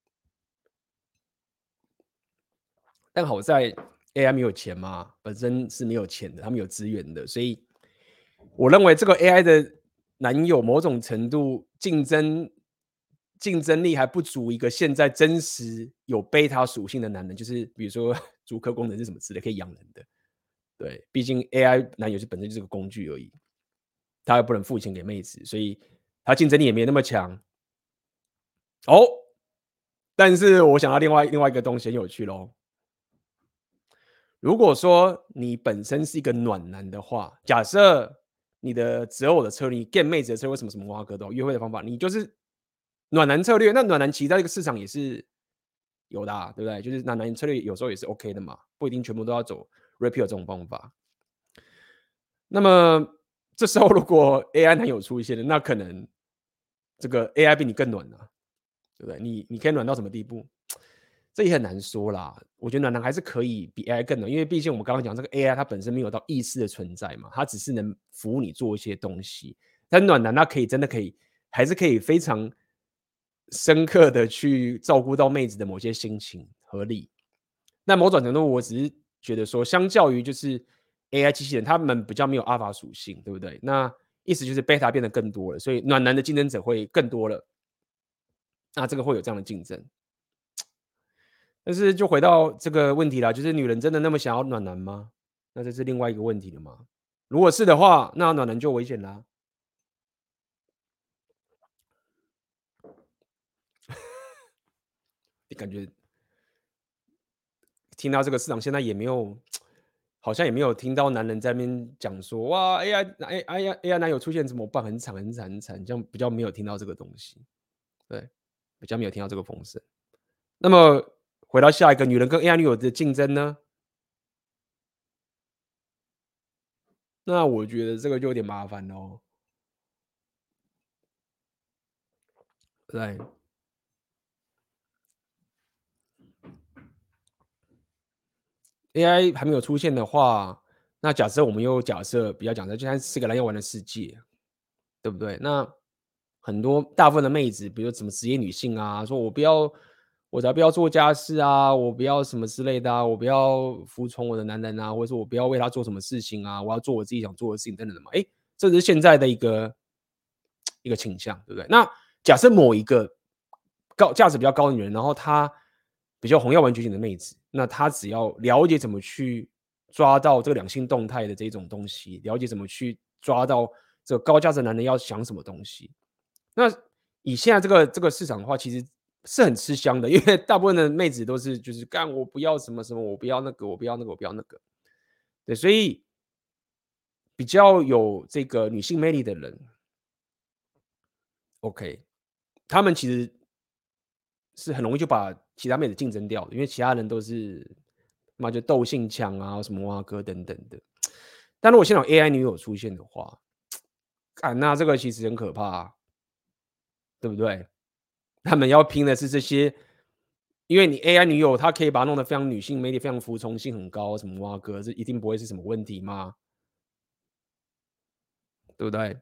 但好在 A I 没有钱嘛，本身是没有钱的，他们有资源的，所以我认为这个 A I 的男友某种程度竞争竞争力还不足一个现在真实有贝塔属性的男人，就是比如说主科功能是什么之类可以养人的。对，毕竟 A I 男友是本身就是个工具而已，他又不能付钱给妹子，所以他竞争力也没那么强。哦，但是我想到另外另外一个东西很有趣咯。如果说你本身是一个暖男的话，假设你的择偶的策略 ，get 妹子的策略，什么什么挖哥的约会的方法，你就是暖男策略。那暖男其实在这个市场也是有的、啊，对不对？就是暖男策略有时候也是 OK 的嘛，不一定全部都要走 repeal 这种方法。那么这时候如果 A I 男友出现了，那可能这个 A I 比你更暖啊，对不对？你你可以暖到什么地步？这也很难说啦。我觉得暖男还是可以比 A I 更暖，因为毕竟我们刚刚讲这个 A I 它本身没有到意识的存在嘛，它只是能服务你做一些东西。但暖男它可以真的可以，还是可以非常深刻的去照顾到妹子的某些心情，合理。那某种程度，我只是觉得说，相较于就是 A I 机器人，他们比较没有阿法属性，对不对？那意思就是贝塔变得更多了，所以暖男的竞争者会更多了。那这个会有这样的竞争。但是就回到这个问题啦，就是女人真的那么想要暖男吗？那这是另外一个问题了嘛？如果是的话，那暖男就危险啦。你感觉听到这个市场现在也没有，好像也没有听到男人在那边讲说，哇 A I A I A I 男友出现怎么办？很惨很惨很惨，这样比较没有听到这个东西。 对，比较没有听到这个风声。那么回到下一个，女人跟 A I 女友的竞争呢？那我觉得这个就有点麻烦哦。对。A I 还没有出现的话，那假设我们又假设比较讲的，就像是个蓝药丸的世界，对不对？那很多大部分的妹子，比如什么职业女性啊，说我不要，我才不要做家事啊，我不要什么之类的啊，我不要服从我的男人啊，或者说我不要为他做什么事情啊，我要做我自己想做的事情等等的嘛。诶，这是现在的一个一个倾向，对不对？那假设某一个高价值比较高的女人，然后她比较红药丸觉醒的妹子，那她只要了解怎么去抓到这个两性动态的这种东西，了解怎么去抓到这个高价值男人要想什么东西。那以现在这个这个市场的话，其实是很吃香的，因为大部分的妹子都是就是干我不要什么什么，我不要那个，我不要那个，我不要那个。对，所以比较有这个女性魅力的人，OK，他们其实是很容易就把其他妹子竞争掉的，因为其他人都是嘛就斗性强啊，什么蛙哥等等的。但如果现在有 A I 女友出现的话，看那这个其实很可怕啊，对不对？他们要拼的是这些，因为你 A I 女友，她可以把它弄得非常女性魅力，非常服从性很高，什么蛙哥，这一定不会是什么问题吗？对不对？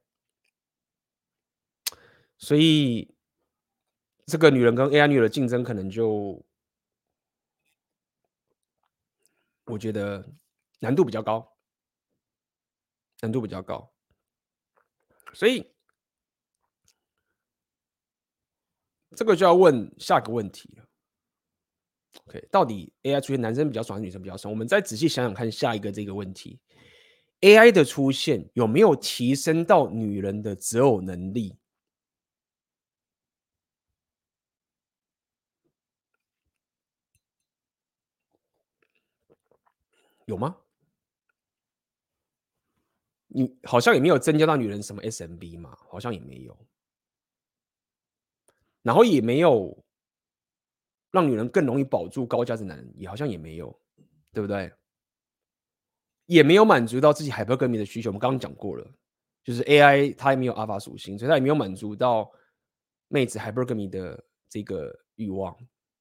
所以这个女人跟 A I 女友的竞争，可能就我觉得难度比较高，难度比较高。所以这个就要问下个问题了。OK，到底 A I 出现男生比较爽，还是女生比较爽？我们再仔细想想看下一个这个问题：A I 的出现有没有提升到女人的择偶能力？有吗？你好像也没有增加到女人什么 S M B 嘛，好像也没有，然后也没有让女人更容易保住高价值男人，也好像也没有，对不对？也没有满足到自己 hypergamy 的需求。我们刚刚讲过了，就是 A I 它也没有 alpha 属性，所以它也没有满足到妹子 hypergamy 的这个欲望，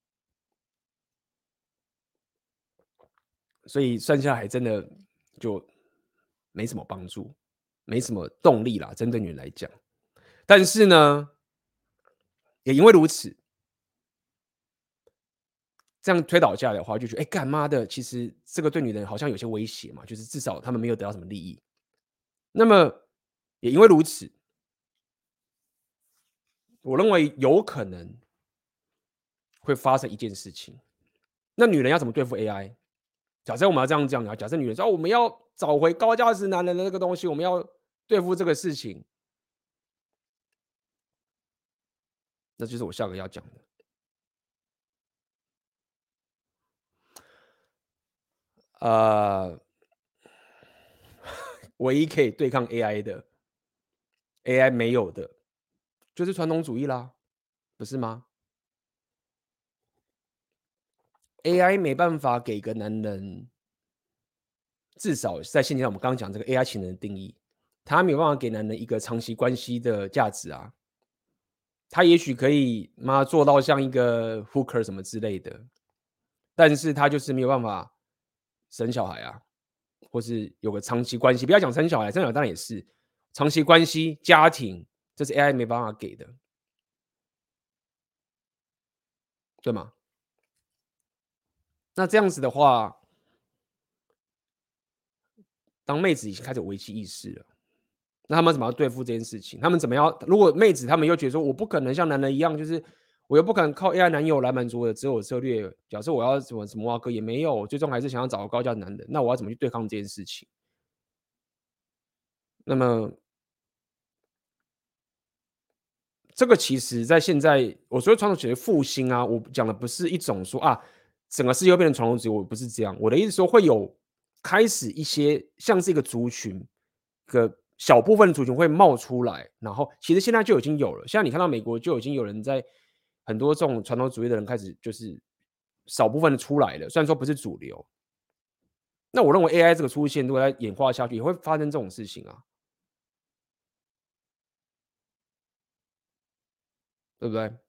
所以算下来真的就没什么帮助，没什么动力啦，针对女人来讲。但是呢，也因为如此，这样推导下来的话，就觉得哎，干妈的，其实这个对女人好像有些威胁嘛，就是至少他们没有得到什么利益。那么也因为如此，我认为有可能会发生一件事情。那女人要怎么对付 A I？假设我们要这样讲啊，假设女人说、哦、我们要找回高价值男人的那个东西，我们要对付这个事情，那就是我下个要讲的。呃，唯一可以对抗 A I 的 ，A I 没有的，就是传统主义啦，不是吗？A I 没办法给一个男人，至少在现阶段我们刚刚讲这个 A I 情人的定义，他没有办法给男人一个长期关系的价值啊。他也许可以妈做到像一个 hooker 什么之类的，但是他就是没有办法生小孩啊，或是有个长期关系。不要讲生小孩，生小孩当然也是长期关系、家庭，这是 A I 没办法给的，对吗？那这样子的话，当妹子已经开始有危机意识了，那他们怎么样对付这件事情？他们怎么样？如果妹子他们又觉得说，我不可能像男人一样，就是我又不可能靠 A I 男友来满足我的择偶策略。假设我要什么什么蛙哥也没有，最终还是想要找个高价的男人，那我要怎么去对抗这件事情？那么这个其实在现在，我说传统企业复兴啊，我讲的不是一种说啊，整个世界会变成传统主义，我不是这样。我的意思说，会有开始一些像是一个族群，个小部分的族群会冒出来，然后其实现在就已经有了。现在你看到美国就已经有人在很多这种传统主义的人开始就是少部分的出来了，虽然说不是主流。那我认为 A I 这个出现，如果再演化下去，也会发生这种事情啊，对不对？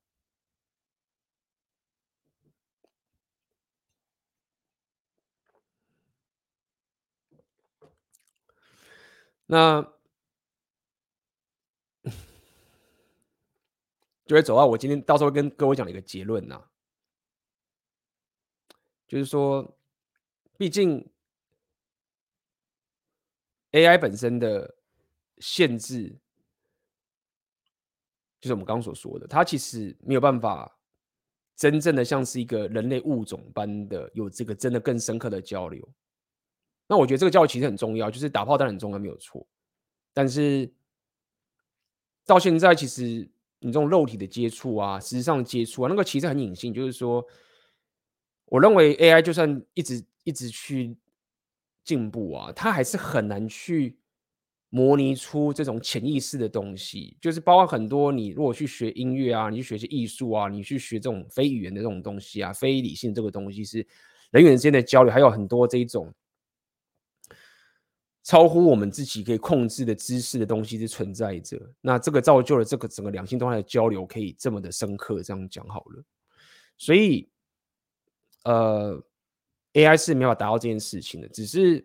那就会走到我今天到时候会跟各位讲的一个结论呐、就是说，毕竟 A I 本身的限制，就是我们刚刚所说的，它其实没有办法真正的像是一个人类物种般的有这个真的更深刻的交流。那我觉得这个交流其实很重要，就是打炮当然很重要，没有错。但是到现在，其实你这种肉体的接触啊，实质上的接触啊，那个其实很隐性。就是说，我认为 A I 就算一直一直去进步啊，它还是很难去模拟出这种潜意识的东西。就是包括很多你如果去学音乐啊，你去学些艺术啊，你去学这种非语言的这种东西啊，非理性这个东西是人与人之间的交流，还有很多这一种超乎我们自己可以控制的知识的东西是存在着。那这个造就了这个整个两性动态的交流可以这么的深刻，这样讲好了。所以，呃，A I 是没法达到这件事情的，只是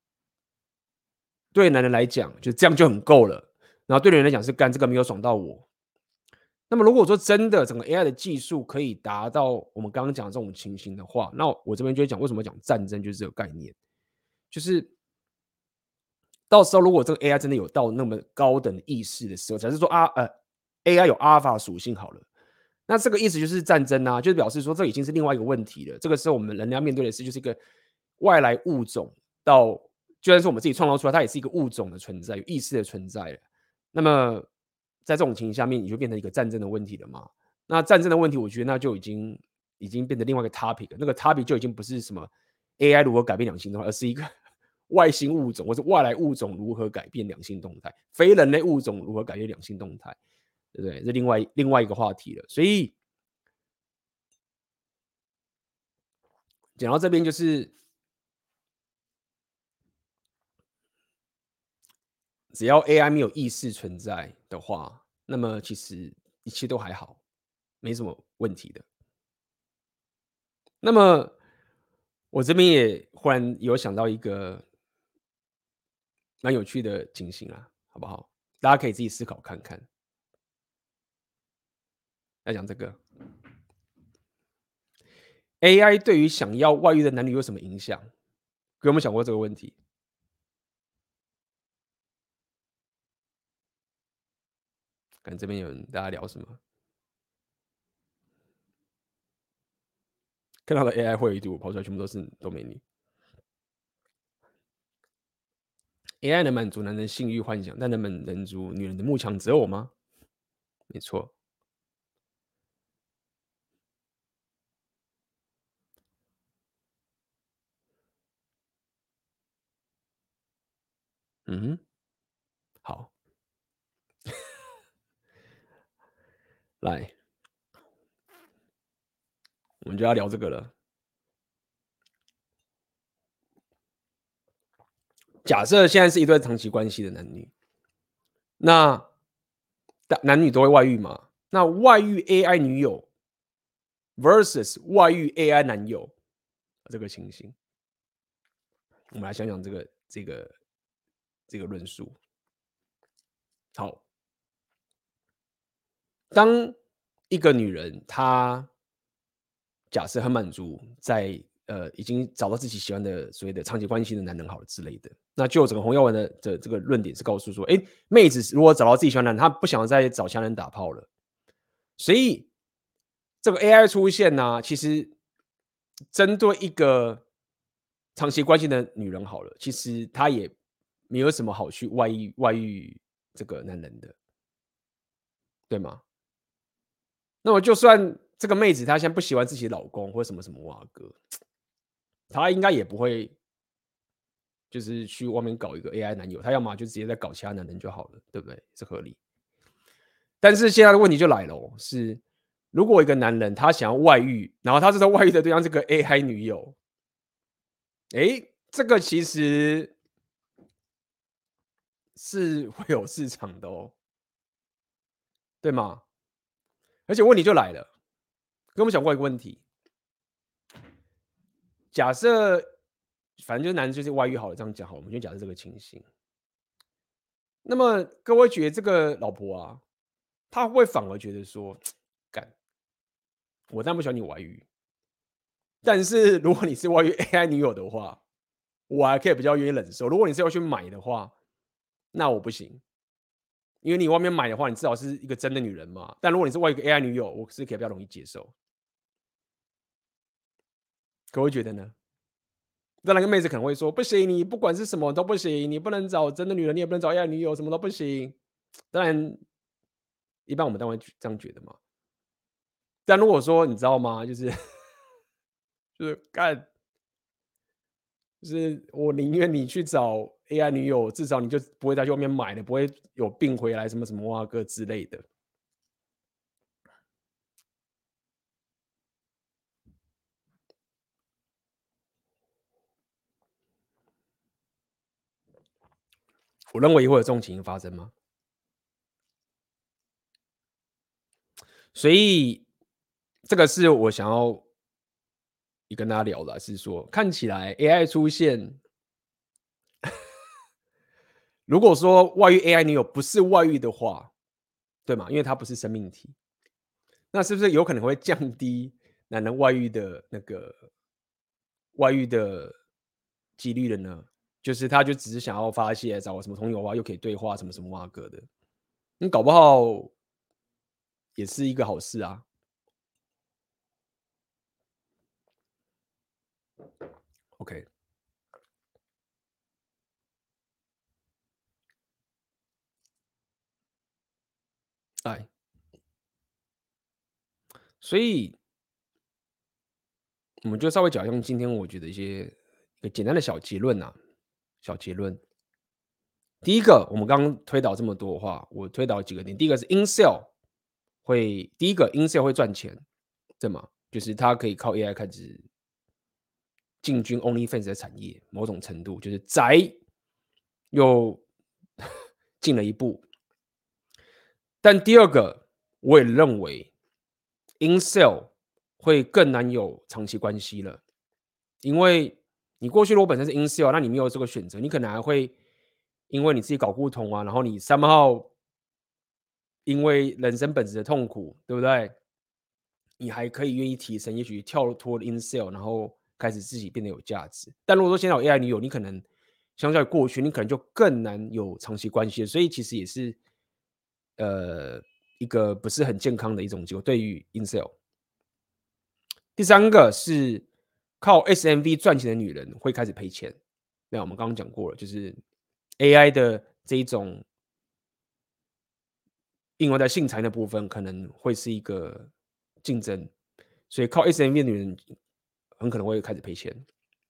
对男人来讲，就这样就很够了。然后对女人来讲是干这个没有爽到我。那么如果说真的整个 A I 的技术可以达到我们刚刚讲的这种情形的话，那我这边就会讲为什么讲战争就是这个概念，就是到时候如果这个 A I 真的有到那么高等的意识的时候，假设说啊呃 A I 有阿尔法属性好了，那这个意思就是战争啊，就是表示说这已经是另外一个问题了。这个时候我们人类要面对的是就是一个外来物种到，就算是我们自己创造出来，它也是一个物种的存在，有意识的存在了。那么在这种情形下面，你就变成一个战争的问题了嘛？那战争的问题，我觉得那就已经已经变成另外一个 topic 了。那个 topic 就已经不是什么 A I 如何改变两性动态，而是一个外星物种或是外来物种如何改变两性动态，非人类物种如何改变两性动态，对不对？这另外另外一个话题了。所以讲到这边，就是只要 A I 没有意识存在的话，那么其实一切都还好，没什么问题的。那么我这边也忽然有想到一个蛮有趣的情形啊，好不好？大家可以自己思考看看。来讲这个 A I 对于想要外遇的男女有什么影响？有没有想过这个问题？看这边有人大家聊什么？看到的 A I 会议图跑出来，全部都是都美女。A I 能满足男人性欲幻想，但能满足女人的慕强择偶吗？没错。嗯哼，好，来，我们就要聊这个了。假设现在是一对长期关系的男女，那男女都会外遇嘛？那外遇 A I 女友 versus 外遇 A I 男友这个情形，我们来想想这个这个这个论述。好，当一个女人她假设很满足在呃已经找到自己喜欢的所谓的长期关系的男人好了之类的，那就整个洪耀文的的这个论点是告诉说，哎，妹子如果找到自己喜欢的男人，她不想再找其他人打炮了，所以这个 A I 出现呢、啊，其实针对一个长期关系的女人好了，其实她也没有什么好去外遇外遇这个男人的，对吗？那么就算这个妹子她现在不喜欢自己的老公或什么什么哇哥，她应该也不会就是去外面搞一个 A I 男友，他要么就直接再搞其他男人就好了，对不对？是合理。但是现在的问题就来了、哦，是如果一个男人他想要外遇，然后他这个外遇的对象是个 A I 女友，哎，这个其实是会有市场的哦，对吗？而且问题就来了，跟我们讲过一个问题，假设反正就是男人就是外遇好了，这样讲好了，我们就假设这个情形。那么各位觉得这个老婆啊，她会不会反而觉得说，干，我当然不喜欢你外遇，但是如果你是外遇 A I 女友的话，我还可以比较愿意忍受。如果你是要去买的话，那我不行，因为你外面买的话，你至少是一个真的女人嘛。但如果你是外遇一个 A I 女友，我是可以比较容易接受。各位觉得呢？当然，个妹子可能会说：“不行，你不管是什么都不行，你不能找真的女人，你也不能找 A I 女友，什么都不行。”当然，一般我们当然会这样觉得嘛。但如果说你知道吗？就是就是干，就是我宁愿你去找 A I 女友，至少你就不会再去外面买了，不会有病回来，什么什么哇哥之类的。我认为也会有这种情形发生吗？所以这个是我想要也跟大家聊的，是说看起来 A I 出现，如果说外遇 A I 女友不是外遇的话，对吗？因为它不是生命体，那是不是有可能会降低男人外遇的那个外遇的几率了呢？就是他就只是想要发泄，找个什么同友啊，又可以对话什么什么哇哥的，你搞不好也是一个好事啊。OK，哎，所以我们就稍微讲用今天我觉得一些一个简单的小结论啊，小结论。第一个，我们刚刚推导这么多的话，我推导几个点。第一个是 Incel 会，第一个 Incel 会赚钱，对吗？就是它可以靠 A I 开始进军 OnlyFans 的产业，某种程度就是宅又进了一步。但第二个，我也认为 Incel 会更难有长期关系了，因为你过去如果本身是 Incel，那你没有这个选择，你可能还会因为你自己搞不同啊，然后你 somehow 因为人生本质的痛苦，对不对？你还可以愿意提升，也许跳脱 Incel， 然后开始自己变得有价值。但如果说现在有 A I 女友，你可能相较于过去，你可能就更难有长期关系了。所以其实也是呃一个不是很健康的一种结果对于 Incel。第三个是靠 S M V 赚钱的女人会开始赔钱。那我们刚刚讲过了，就是 A I 的这一种应用在性材的部分，可能会是一个竞争，所以靠 S M V 的女人很可能会开始赔钱。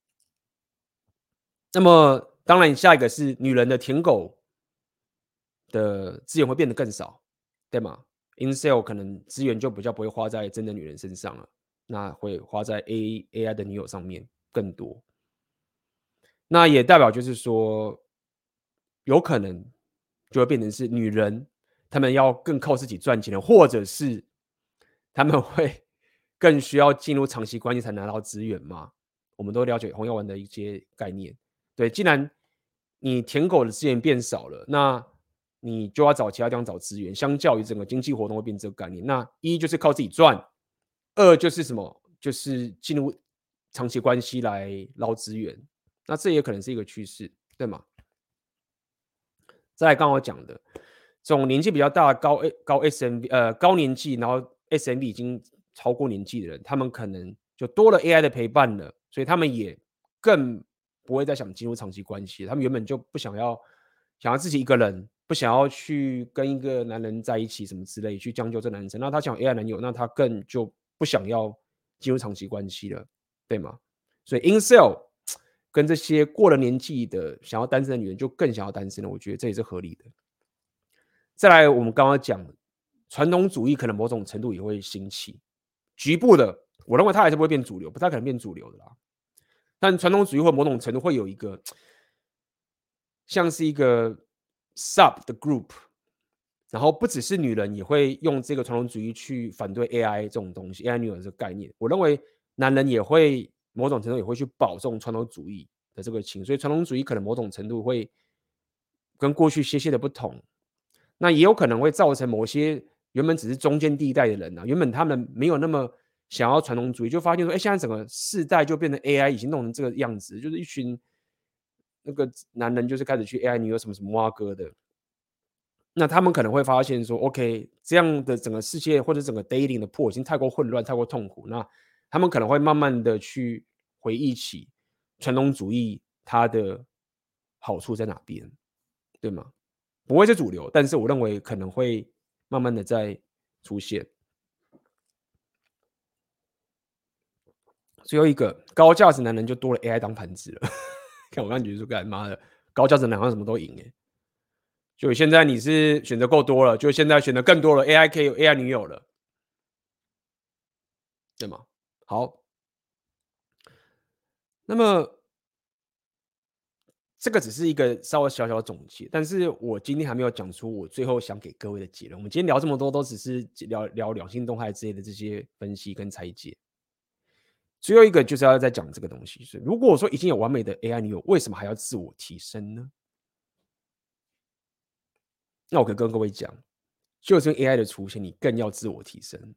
那么，当然下一个是女人的舔狗的资源会变得更少，对吗 ？Incel 可能资源就比较不会花在真的女人身上了，那会花在 A AI 的女友上面更多。那也代表就是说，有可能就会变成是女人，她们要更靠自己赚钱了，或者是他们会更需要进入长期关系才拿到资源嘛？我们都了解红药丸的一些概念。对，既然你舔狗的资源变少了，那你就要找其他地方找资源。相较于整个经济活动会变这个概念，那一就是靠自己赚，二就是什么？就是进入长期关系来捞资源。那这也可能是一个趋势，对吗？再来刚刚我讲的，这种年纪比较大、高高 S M V 呃高年纪，然后 S M V 已经超过年纪的人，他们可能就多了 A I 的陪伴了，所以他们也更不会再想进入长期关系。他们原本就不想要，想要自己一个人，不想要去跟一个男人在一起什么之类，去将就这男生。那他想 A I 男友，那他更就不想要进入长期关系了，对吗？所以 Incel 跟这些过了年纪的想要单身的女人就更想要单身了，我觉得这也是合理的。再来，我们刚刚讲传统主义可能某种程度也会兴起，局部的，我认为它还是不会变主流，不太可能变主流的啦。但传统主义或某种程度会有一个像是一个 sub 的 group， 然后不只是女人也会用这个传统主义去反对 A I 这种东西 ，A I 女友这个概念。我认为男人也会某种程度也会去保这种传统主义的这个情，所以传统主义可能某种程度会跟过去些些的不同。那也有可能会造成某些原本只是中间地带的人啊，原本他们没有那么想要传统主义，就发现说，哎，现在整个世代就变成 A I 已经弄成这个样子，就是一群那个男人就是开始去 A I 女友什么什么挖哥的。那他们可能会发现说 ，OK， 这样的整个世界或者整个 dating 的破已经太过混乱、太过痛苦。那他们可能会慢慢的去回忆起传统主义它的好处在哪边，对吗？不会是主流，但是我认为可能会慢慢的在出现。最后一个高价值男人就多了 A I 当盘子了。看我刚觉得说，干妈的高价值男好像什么都赢哎。就现在你是选择够多了，就现在选择更多了 ，A I 可以有 A I 女友了，对吗？好，那么这个只是一个稍微小小的总结，但是我今天还没有讲出我最后想给各位的结论。我们今天聊这么多，都只是聊聊两性动态之类的这些分析跟拆解。最后一个就是要再讲这个东西，是如果说已经有完美的 A I 女友，为什么还要自我提升呢？那我可以跟各位讲，就是因为 A I 的出现，你更要自我提升。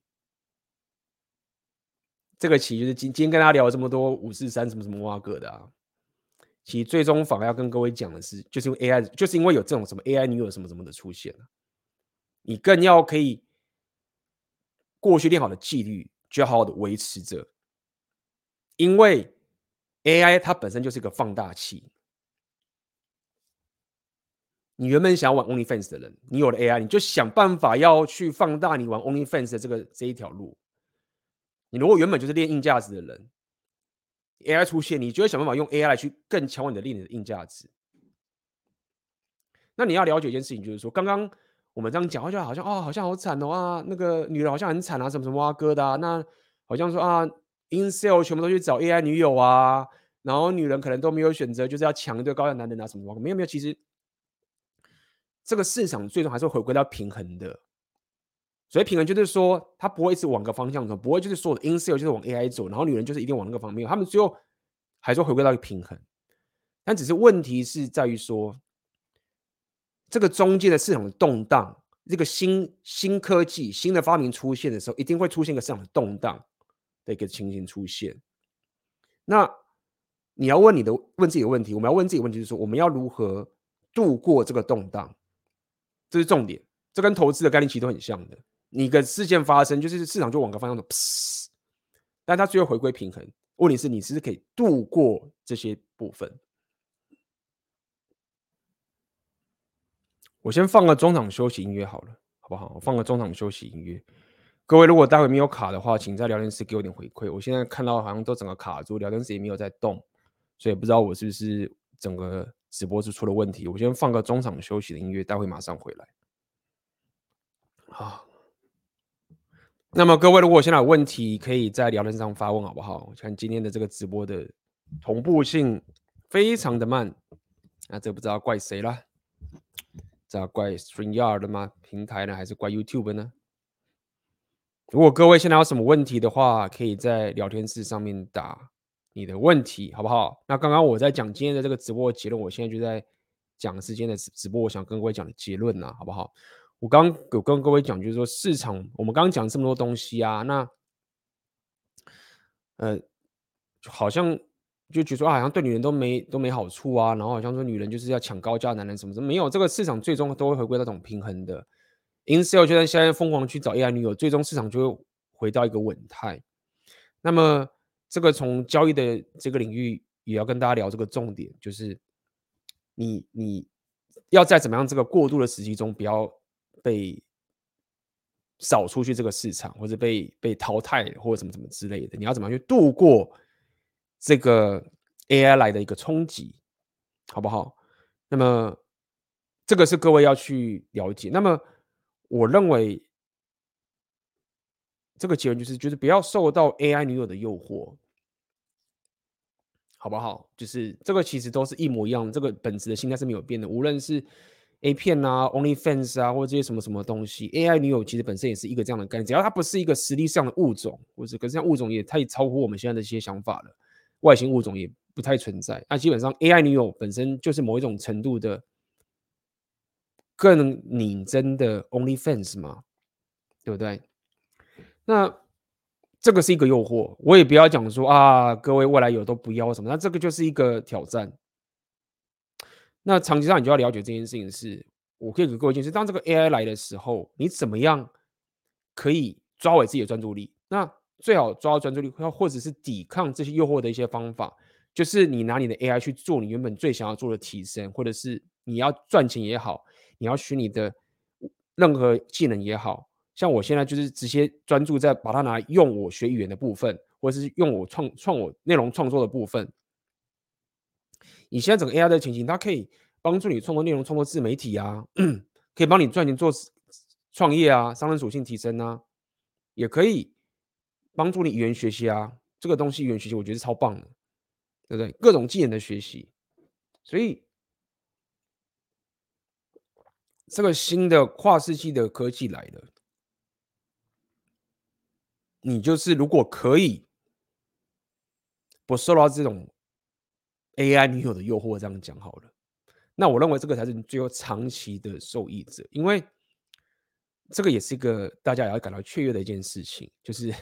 这个其实就是今今天跟大家聊了这么多五四三什么什么挖个的啊，其实最终反而要跟各位讲的是，就是因为 A I， 就是因为有这种什么 A I 女友什么什么的出现了，你更要可以过去练好的纪律，就要好好的维持着，因为 A I 它本身就是一个放大器。你原本想要玩 OnlyFans 的人，你有了 A I， 你就想办法要去放大你玩 OnlyFans 的这个这一条路。你如果原本就是练硬价值的人 ，A I 出现，你就会想办法用 A I 来去更强化你的练你的硬价值。那你要了解一件事情，就是说，刚刚我们这样讲，就好像哦，好像好惨哦啊，那个女人好像很惨啊，什么什么啊哥的啊，那好像说啊 ，incel 全部都去找 A I 女友啊，然后女人可能都没有选择，就是要抢一对高价男人啊，什么什么，没有没有，其实这个市场最终还是会回归到平衡的。所以平衡就是说，它不会一直往个方向走，不会就是所有的 incel 就是往 A I 走，然后女人就是一定往那个方面，他们最后还是会回归到一个平衡。但只是问题是在于说，这个中间的市场的动荡，这个新新科技、新的发明出现的时候，一定会出现一个市场的动荡的一个情形出现。那你要问你的问自己的问题，我们要问自己的问题，就是说，我们要如何度过这个动荡？这是重点。这跟投资的概念其实都很像的。你的事件发生，就是市场就往个方向走，但它最后回归平衡。问题是你是不是可以度过这些部分？我先放个中场休息音乐好了，好不好？我放个中场休息音乐。各位如果待会没有卡的话，请在聊天室给我点回馈。我现在看到好像都整个卡住，聊天室也没有在动，所以不知道我是不是整个直播是出了问题。我先放个中场休息的音乐，待会马上回来。好。那么各位，如果现在有问题，可以在聊天上发问，好不好？我看今天的这个直播的同步性非常的慢，那这不知道怪谁了？知道怪 StreamYard 吗？平台呢，还是怪 YouTube 呢？如果各位现在有什么问题的话，可以在聊天室上面打你的问题，好不好？那刚刚我在讲今天的这个直播的结论，我现在就在讲时间的直播，我想跟各位讲的结论呢，好不好？我刚刚有跟各位讲，就是说市场，我们刚刚讲这么多东西啊，那呃，好像就觉得说、啊、好像对女人都没都没好处啊，然后好像说女人就是要抢高价男人什么的，没有，这个市场最终都会回归到这种平衡的。incel 就算现在疯狂去找 A I 女友，最终市场就会回到一个稳态。那么这个从交易的这个领域也要跟大家聊这个重点，就是你你要在怎么样这个过渡的时期中，不要被扫出去这个市场，或者被被淘汰，或者什么什么之类的。你要怎么样去度过这个 A I 来的一个冲击，好不好？那么这个是各位要去了解。那么我认为这个结论就是，就是不要受到 A I 女友的诱惑，好不好？就是这个其实都是一模一样的，这个本质的心态是没有变的。无论是 A 片啊、OnlyFans 啊，或者这些什么什么东西，A I 女友其实本身也是一个这样的概念。只要它不是一个实力上的物种，或者可是像物种也太超乎我们现在的一些想法了，外星物种也不太存在。那基本上 A I 女友本身就是某一种程度的更拟真的 OnlyFans 嘛，对不对？那这个是一个诱惑，我也不要讲说啊，各位未来有都不要什么，那这个就是一个挑战。那长期上你就要了解这件事情是，我可以给各位一件事，当这个 A I 来的时候，你怎么样可以抓回自己的专注力？那最好抓到专注力，或者是抵抗这些诱惑的一些方法，就是你拿你的 A I 去做你原本最想要做的提升，或者是你要赚钱也好，你要学你的任何技能也好，像我现在就是直接专注在把它拿来用我学语言的部分，或者是用我创创我内容创作的部分。你现在整个 A I 的情形，它可以帮助你创作内容、创作自媒体啊，可以帮你赚钱做创业啊，商人属性提升啊，也可以帮助你语言学习啊。这个东西语言学习我觉得是超棒的，对不对？各种技能的学习，所以这个新的跨世纪的科技来了，你就是如果可以不受到这种 A I 女友的诱惑，这样讲好了。那我认为这个才是你最后长期的受益者，因为这个也是一个大家也要感到雀跃的一件事情，就是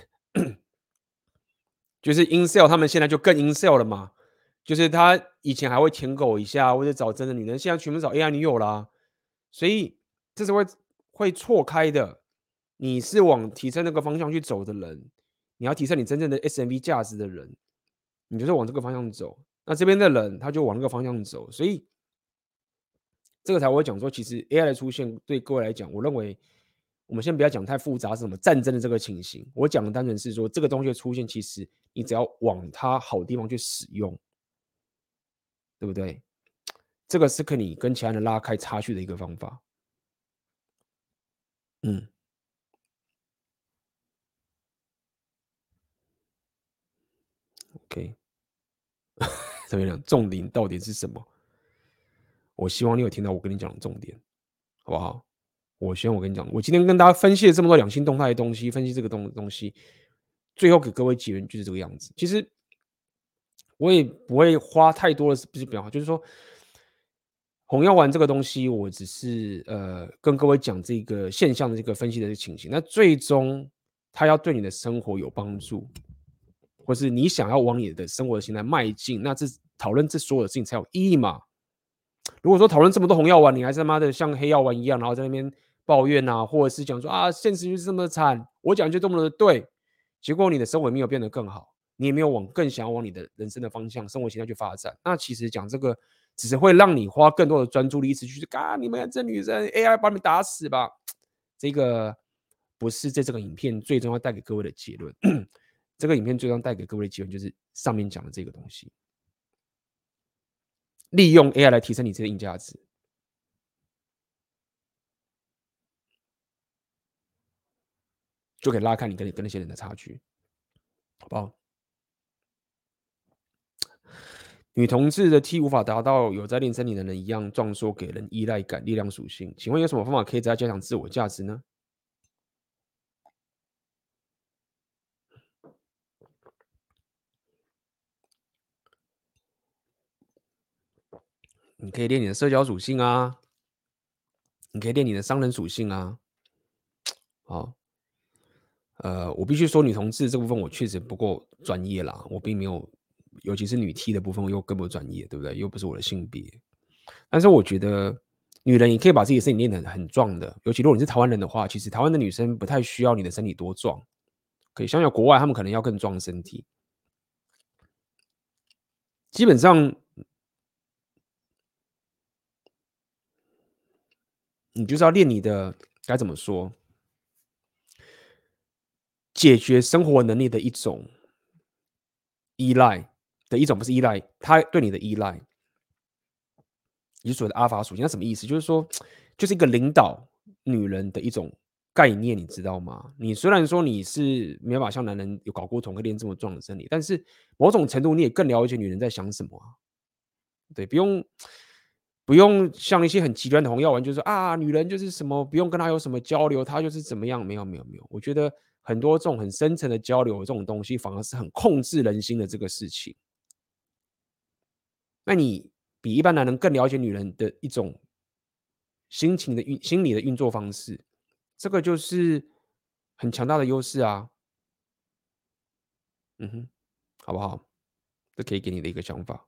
就是 Incel 他们现在就更 Incel 了嘛，就是他以前还会舔狗一下或者找真的女人，现在全部找 A I 女友啦，所以这是会会错开的。你是往提升那个方向去走的人，你要提升你真正的 S M V 价值的人，你就是往这个方向走。那这边的人他就往那个方向走，所以这个才会讲说，其实 A I 的出现对各位来讲，我认为我们先不要讲太复杂，是什么战争的这个情形。我讲的单纯是说，这个东西的出现，其实你只要往它好的地方去使用，对不对？这个是可以跟其他人拉开差距的一个方法。嗯，OK，怎么讲？重点到底是什么？我希望你有听到我跟你讲的重点，好不好？我希望我跟你讲，我今天跟大家分析了这么多两性动态的东西，分析这个东东西，最后给各位结论就是这个样子。其实我也不会花太多的，不是比较好，就是说红药丸这个东西，我只是呃跟各位讲这个现象的这个分析的这个情形。那最终它要对你的生活有帮助，或是你想要往你的生活的形态迈进，那这讨论这所有的事情才有意义嘛。如果说讨论这么多红药丸，你还是他妈的像黑药丸一样，然后在那边抱怨啊，或者是讲说啊，现实就是这么惨，我讲就这么的对，结果你的生活没有变得更好，你也没有往更想要往你的人生的方向、生活形态去发展。那其实讲这个，只是会让你花更多的专注力，一直去啊，你们这女生 A I 把你们打死吧。这个不是在这个影片最终要带给各位的结论。这个影片最终带给各位的结论就是上面讲的这个东西。利用 A I 来提升你这个硬价值，就可以拉开你跟你跟那些人的差距，好不好？女同志的 T 无法达到有在练身体的人一样壮硕，给人依赖感、力量属性。请问有什么方法可以在加强自我价值呢？你可以练你的社交属性啊，你可以练你的商人属性啊。好，呃，我必须说，女同志这部分我确实不够专业啦，我并没有，尤其是女 T 的部分，我又更不专业，对不对？又不是我的性别。但是我觉得，女人也可以把自己的身体练得很很壮的，尤其如果你是台湾人的话，其实台湾的女生不太需要你的身体多壮，可以相较国外，他们可能要更壮的身体。基本上，你就是要练你的该怎么说，解决生活能力的一种依赖， 的一种，不是依赖，他对你的依赖，也就是所谓的阿法属性。那什么意思？就是说，就是一个领导女人的一种概念，你知道吗？你虽然说你是没办法像男人有睾固酮可以练这么壮的身体，但是某种程度你也更了解女人在想什么啊。对，不用不用像一些很极端的红药丸，就是说啊，女人就是什么，不用跟她有什么交流，她就是怎么样。没有没有没有，我觉得很多这种很深层的交流，这种东西反而是很控制人心的这个事情。那你比一般男人更了解女人的一种心情的运、心理的运作方式，这个就是很强大的优势啊。嗯哼，好不好？这可以给你的一个想法。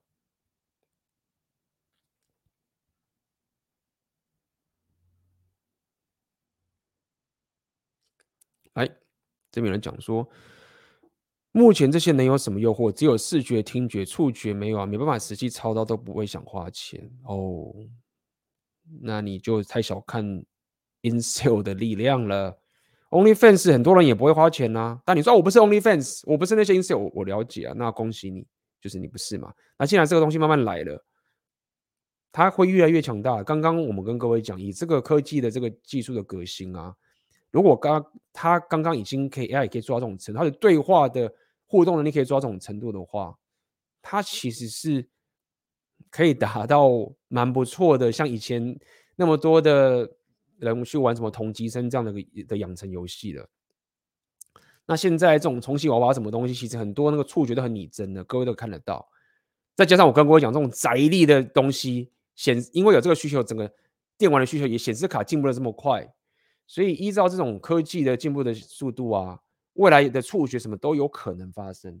来，这边有人讲说，目前这些能有什么诱惑？只有视觉、听觉、触觉没有啊，没办法实际操刀，都不会想花钱哦。那你就太小看 Incel 的力量了。OnlyFans 很多人也不会花钱呐、啊，但你说、哦、我不是 OnlyFans，我不是那些 Incel， 我, 我了解啊，那恭喜你，就是你不是嘛。那既然这个东西慢慢来了，它会越来越强大。刚刚我们跟各位讲，以这个科技的这个技术的革新啊，如果刚它刚刚已经可以 A I 可以做到这种程度，它的对话的互动能力可以做到这种程度的话，它其实是可以达到蛮不错的，像以前那么多的人去玩什么同级生这样的的养成游戏了。那现在这种充气娃娃什么东西，其实很多那个触觉都很拟真的，各位都看得到。再加上我跟各位讲这种宅力的东西，显因为有这个需求，整个电玩的需求也显示卡进步的这么快，所以依照这种科技的进步的速度啊，未来的触觉什么都有可能发生。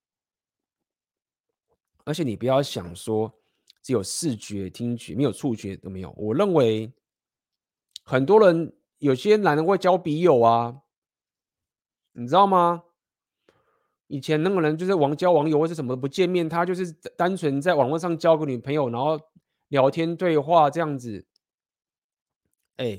而且你不要想说只有视觉、听觉，没有触觉都没有。我认为很多人有些男人会交笔友啊，你知道吗？以前那个人就是网交网友或是什么不见面，他就是单纯在网络上交个女朋友，然后聊天对话这样子。哎，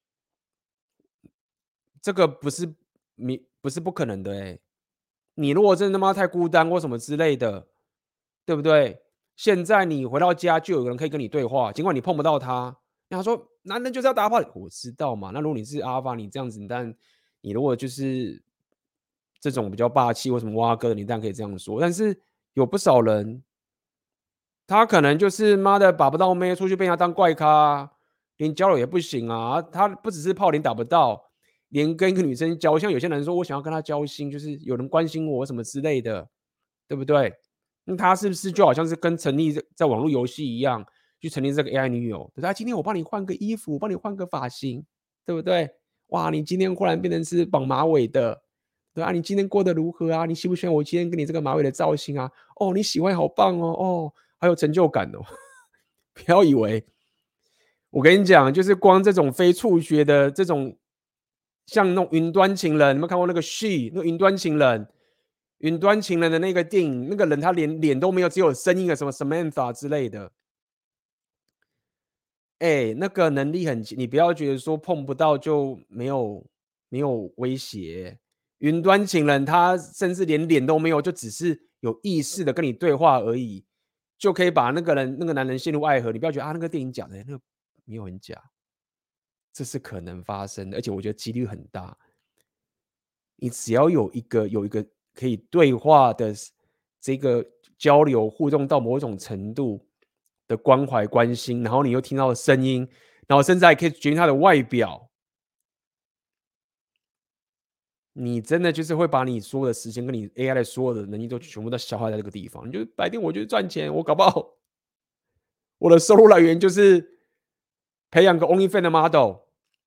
这个不是你不是不可能的哎。你如果真的他妈太孤单或什么之类的，对不对？现在你回到家就有人可以跟你对话，尽管你碰不到他。那他说男人就是要打炮，我知道嘛。那如果你是阿法，你这样子，但你如果就是这种比较霸气或什么蛙哥的，你当然可以这样说。但是有不少人，他可能就是妈的把不到妹，出去被人家当怪咖啊，连交流也不行啊。他不只是炮连打不到，连跟一个女生交，像有些人说我想要跟她交心，就是有人关心我什么之类的，对不对？那他是不是就好像是跟成立在网络游戏一样，去成立这个 A I 女友？对啊，今天我帮你换个衣服，我帮你换个发型，对不对？哇，你今天忽然变成是绑马尾的，对啊，你今天过得如何啊？你喜不喜欢我今天跟你这个马尾的造型啊？哦，你喜欢，好棒哦，哦，好有成就感哦。不要以为，我跟你讲，就是光这种非触觉的这种，像那种云端情人，你们看过那个 She 那个云端情人？云端情人的那个电影，那个人他连脸都没有，只有声音的，什么 Samantha 之类的。哎，那个能力很强，你不要觉得说碰不到就没有没有威胁。云端情人他甚至连脸都没有，就只是有意识的跟你对话而已，就可以把那个人那个男人陷入爱河。你不要觉得啊，那个电影假的，那个没有很假，这是可能发生的，而且我觉得几率很大。你只要有一个有一个可以对话的这个交流互动到某种程度的关怀关心，然后你又听到的声音，然后甚至还可以决定他的外表，你真的就是会把你所有的时间跟你 A I 的所有的能力都全部都消耗在这个地方。你就白天我就是赚钱，我搞不好我的收入来源就是培养个 OnlyFans 的 model，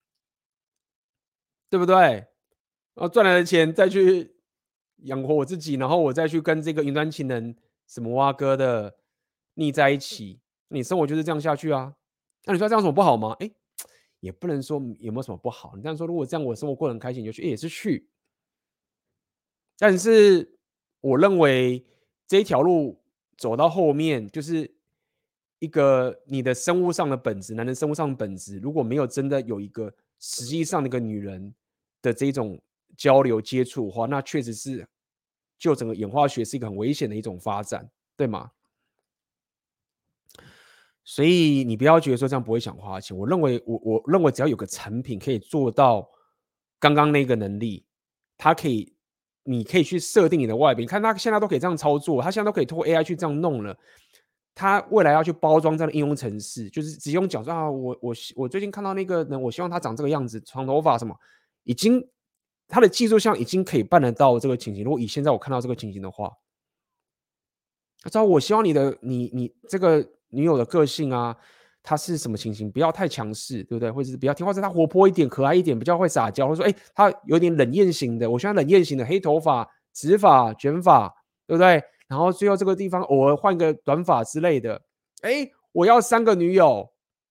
对不对？然后赚来的钱再去养活我自己，然后我再去跟这个云端情人什么蛙哥的腻在一起，你生活就是这样下去啊。那你说这样有什么不好吗？哎，也不能说有没有什么不好。你这样说，如果这样我生活过得很开心，你就去，也是去。但是我认为这一条路走到后面，就是一个你的生物上的本质，男人生物上的本质，如果没有真的有一个实际上的一个女人的这种交流接触的话，那确实是就整个演化学是一个很危险的一种发展。 对吗？所以你不要觉得说这样不会想花钱。我认为我我认为只要有个产品可以做到刚刚那个能力，它可以，你可以去设定你的外表，你看它现在都可以这样操作，它现在都可以通过 A I 去这样弄了。它未来要去包装这样的应用程式，就是直接用讲说啊，我我我最近看到那个人，我希望他长这个样子，长头发什么，已经它的技术上已经可以办得到这个情形。如果以现在我看到这个情形的话，他说我希望你的你你这个女友的个性啊，她是什么情形？不要太强势，对不对？或者是比较听话，或者她活泼一点、可爱一点，比较会撒娇，或者说，哎，她有点冷艳型的，我喜欢冷艳型的，黑头发、直发、卷发，对不对？然后最后这个地方偶尔换个短发之类的，哎，我要三个女友，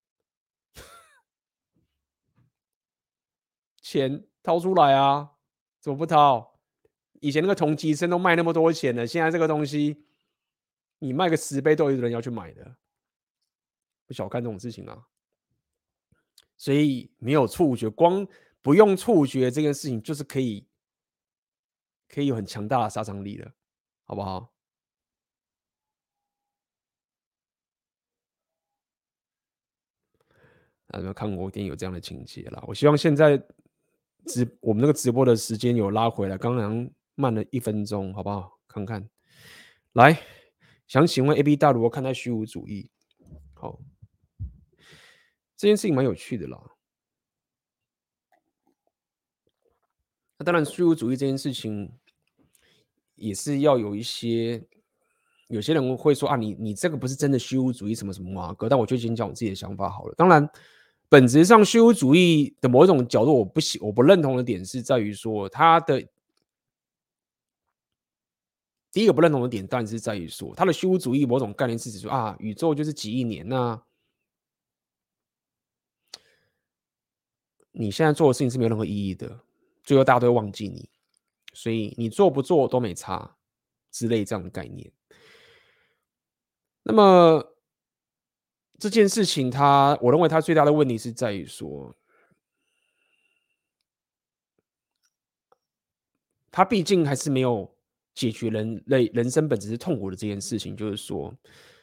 钱掏出来啊，怎么不掏？以前那个同级生都卖那么多钱了，现在这个东西你卖个十倍都有人要去买的，不小看这种事情啊。所以没有触觉，光不用触觉这件事情，就是可以可以有很强大的杀伤力的，好不好？有没有看过电影有这样的情节啦？我希望现在直我们那个直播的时间有拉回来，刚刚慢了一分钟，好不好？看看，来，想请问 A B 大如何看待虚无主义？好，这件事情蛮有趣的啦。那当然，虚无主义这件事情也是要有一些，有些人会说啊，你你这个不是真的虚无主义什么什么马哥，但我就先讲我自己的想法好了。当然，本质上虚无主义的某一种角度，我不喜我不认同的点是在于说，它的第一个不认同的点，当然是在于说，它的虚无主义某种概念是指说啊，宇宙就是几亿年，那你现在做的事情是没有任何意义的，最后大家都会忘记你，所以你做不做都没差之类这样的概念。那么这件事情它，我认为它最大的问题是在于说，它毕竟还是没有解决人类人生本质是痛苦的这件事情。就是说，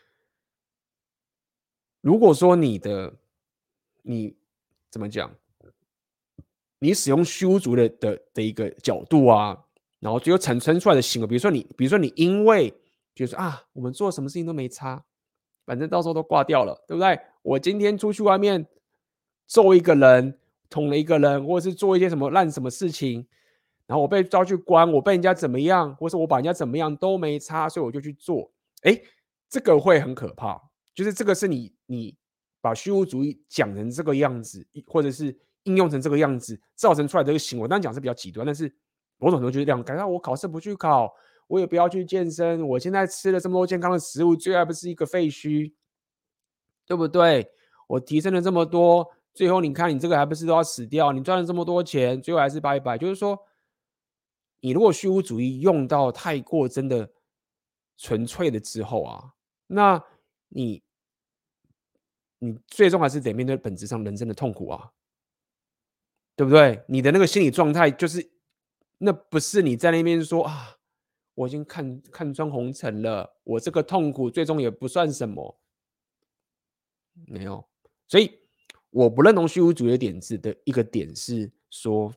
如果说你的你怎么讲，你使用虚无主义的的的一个角度啊，然后最后产生出来的行为，比如说你，比如说你因为觉得说啊，我们做什么事情都没差，反正到时候都挂掉了，对不对？我今天出去外面揍一个人，捅了一个人，或者是做一些什么烂什么事情，然后我被抓去关，我被人家怎么样，或是我把人家怎么样都没差，所以我就去做。哎，这个会很可怕，就是这个是你你把虚无主义讲成这个样子，或者是应用成这个样子，造成出来的这个行为，当然讲是比较极端，但是某种程度就是这样。感觉我考试不去考，我也不要去健身，我现在吃了这么多健康的食物，最后还不是一个废墟，对不对？我提升了这么多，最后你看你这个还不是都要死掉？你赚了这么多钱，最后还是拜拜。就是说，你如果虚无主义用到太过真的纯粹的之后啊，那你你最终还是得面对本质上人生的痛苦啊，对不对？你的那个心理状态就是，那不是你在那边说啊，我已经看看穿红尘了，我这个痛苦最终也不算什么，没有。所以我不认同虚无主义的点子的一个点是说，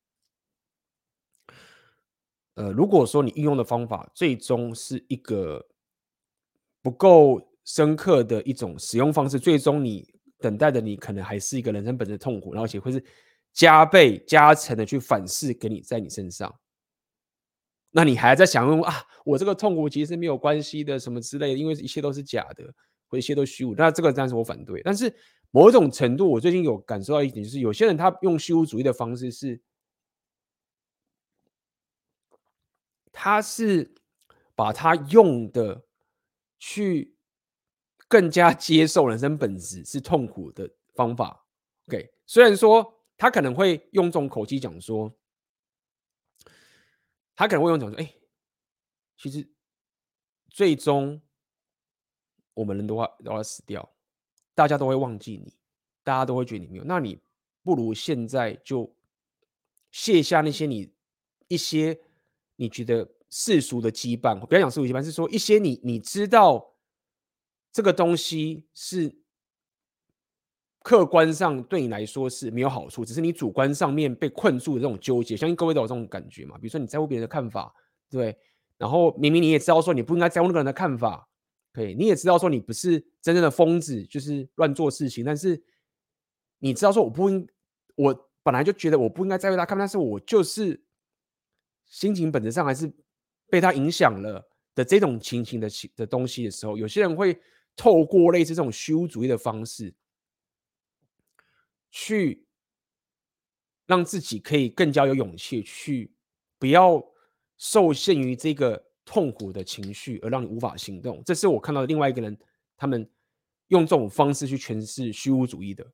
呃，如果说你运用的方法最终是一个不够深刻的一种使用方式，最终你等待的你可能还是一个人生本身的痛苦，然后且会是加倍加成的去反噬给你在你身上。那你还在想用啊，我这个痛苦其实是没有关系的，什么之类的，因为一切都是假的，或一切都虚无。那这个当然是我反对。但是某种程度，我最近有感受到一点，就是有些人他用虚无主义的方式是，他是把他用的去更加接受人生本质是痛苦的方法。OK，虽然说他可能会用这种口气讲说，他可能会用讲说，哎、欸其实最终我们人都要都要死掉，大家都会忘记你，大家都会觉得你没有。那你不如现在就卸下那些你一些你觉得世俗的羁绊，不要讲世俗羁绊，是说一些你你知道这个东西是客观上对你来说是没有好处，只是你主观上面被困住的这种纠结，相信各位都有这种感觉嘛。比如说你在乎别人的看法，对，然后明明你也知道说你不应该在乎那个人的看法，对，你也知道说你不是真正的疯子，就是乱做事情，但是你知道说我不应，我本来就觉得我不应该在乎他看法，但是我就是心情本质上还是被他影响了的这种情形的的东西的时候，有些人会透过类似这种虚无主义的方式，去让自己可以更加有勇气去不要受限于这个痛苦的情绪，而让你无法行动。这是我看到的另外一个人，他们用这种方式去诠释虚无主义的。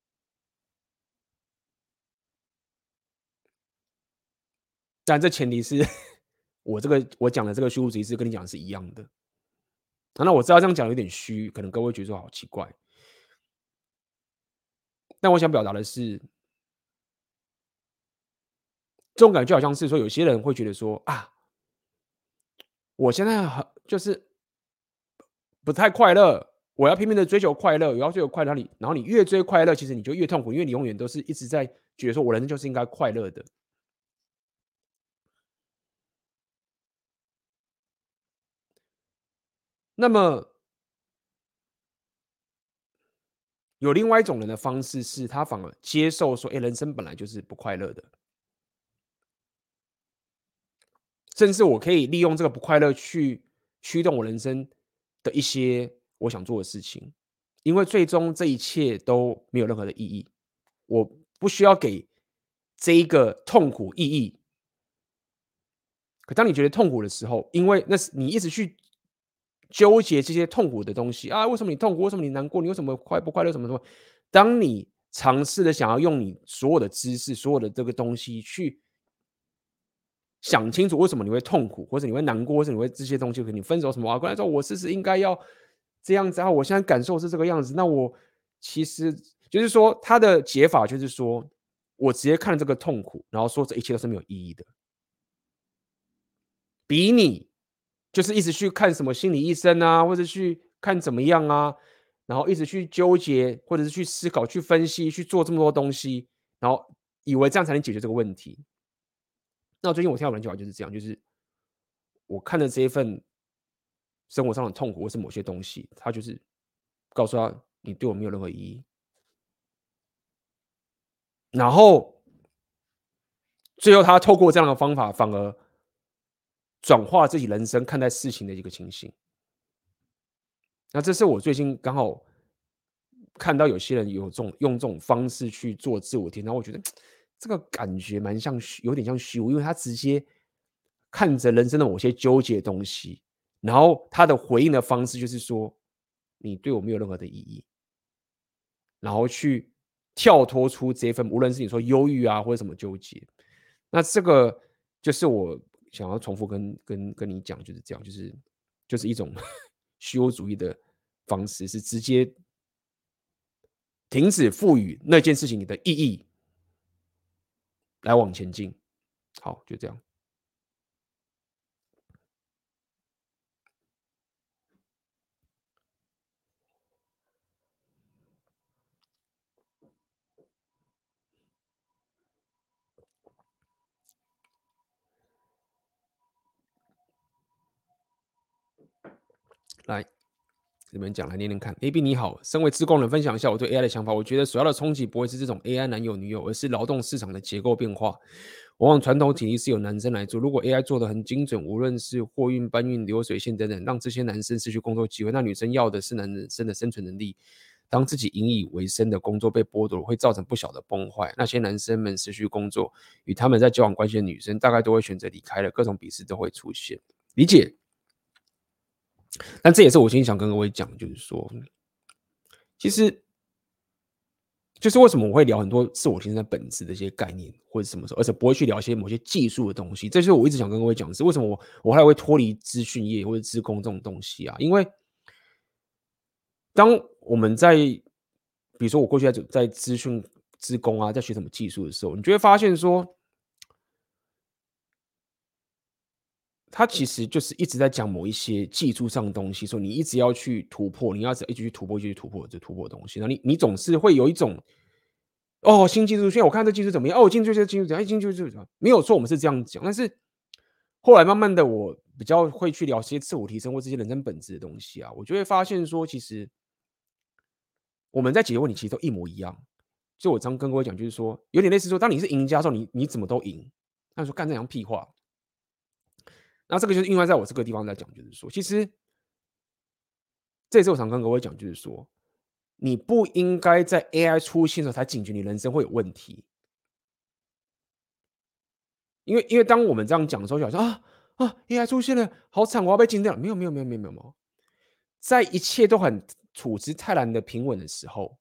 但这前提是我这个我讲的这个虚无主义是跟你讲的是一样的。啊那我知道这样讲有点虚，可能各位觉得说好奇怪。但我想表达的是，这种感觉就好像是说，有些人会觉得说啊，我现在很就是不太快乐，我要拼命的追求快乐，我要追求快乐，然后你然后你越追快乐，其实你就越痛苦，因为你永远都是一直在觉得说，我人生就是应该快乐的。那么有另外一种人的方式是，他反而接受说，哎，人生本来就是不快乐的，甚至我可以利用这个不快乐去驱动我人生的一些我想做的事情，因为最终这一切都没有任何的意义，我不需要给这一个痛苦意义。可当你觉得痛苦的时候，因为那是你一直去纠结这些痛苦的东西啊，为什么你痛苦？为什么你难过？你为什么快不快乐？什么什么？当你尝试的想要用你所有的知识、所有的这个东西去想清楚为什么你会痛苦，或者你会难过，或者你会这些东西，可能你分手什么啊？过来说我是不是应该要这样子啊？我现在感受是这个样子，那我其实就是说他的解法就是说我直接看这个痛苦，然后说这一切都是没有意义的。比你就是一直去看什么心理医生啊，或者去看怎么样啊，然后一直去纠结，或者是去思考、去分析、去做这么多东西，然后以为这样才能解决这个问题。那最近我听到有人讲法就是这样，就是我看的这一份生活上的痛苦，或是某些东西，他就是告诉他你对我没有任何意义，然后最后他透过这样的方法，反而转化自己人生看待事情的一个情形。那这是我最近刚好看到有些人有这种用这种方式去做自我提升，然后我觉得这个感觉蛮像虚有点像虚无，因为他直接看着人生的某些纠结的东西，然后他的回应的方式就是说，你对我没有任何的意义，然后去跳脱出这份无论是你说忧郁啊或者什么纠结，那这个就是我想要重复跟跟跟你讲，就是这样，就是就是一种虚无主义的方式，是直接停止赋予那件事情的意义，来往前进。好，就这样。来，这边讲来念念看。A B 你好，身为自工人分享一下我对 A I 的想法。我觉得首要的冲击不会是这种 A I 男友女友，而是劳动市场的结构变化。往往传统体力是由男生来做，如果 A I 做的很精准，无论是货运、搬运、流水线等等，让这些男生失去工作机会，那女生要的是男生的生存能力。当自己引以为生的工作被剥夺，会造成不小的崩坏。那些男生们失去工作，与他们在交往关系的女生，大概都会选择离开了，各种鄙视都会出现。理解。但这也是我今天想跟各位讲，就是说，其实就是为什么我会聊很多自我提升的本质的一些概念，或者什么时候，而且不会去聊一些某些技术的东西。这就是我一直想跟各位讲的是，为什么我我后来会脱离资讯业或者资工这种东西啊？因为当我们在比如说我过去在在资讯资工啊，在学什么技术的时候，你就会发现说， 它其实就是一直在讲某一些技术上的东西，说你一直要去突破，你要一直去突破，一直去突破这突破的东西。那你你总是会有一种，哦，新技术，现在我看这技术怎么样？哦，进去这技术怎样？进去就怎样？没有错，我们是这样讲。但是后来慢慢的，我比较会去聊些自我提升或这些人生本质的东西啊，我就会发现说，其实我们在解决问题其实都一模一样。所以我常跟各位讲，就是说，有点类似说，当你是赢家的时候，你你怎么都赢。那你说干这样屁话。那这个就是应该在我这个地方在讲，就是说，其实这也是我常跟各位讲，就是说，你不应该在 A I 出现的时候才警觉你人生会有问题。因为因为当我们这样讲的时候，就好像啊啊 A I 出现了，好惨，我要被禁掉了。没有没有没有没有没有，在一切都很处之泰然的平稳的时候，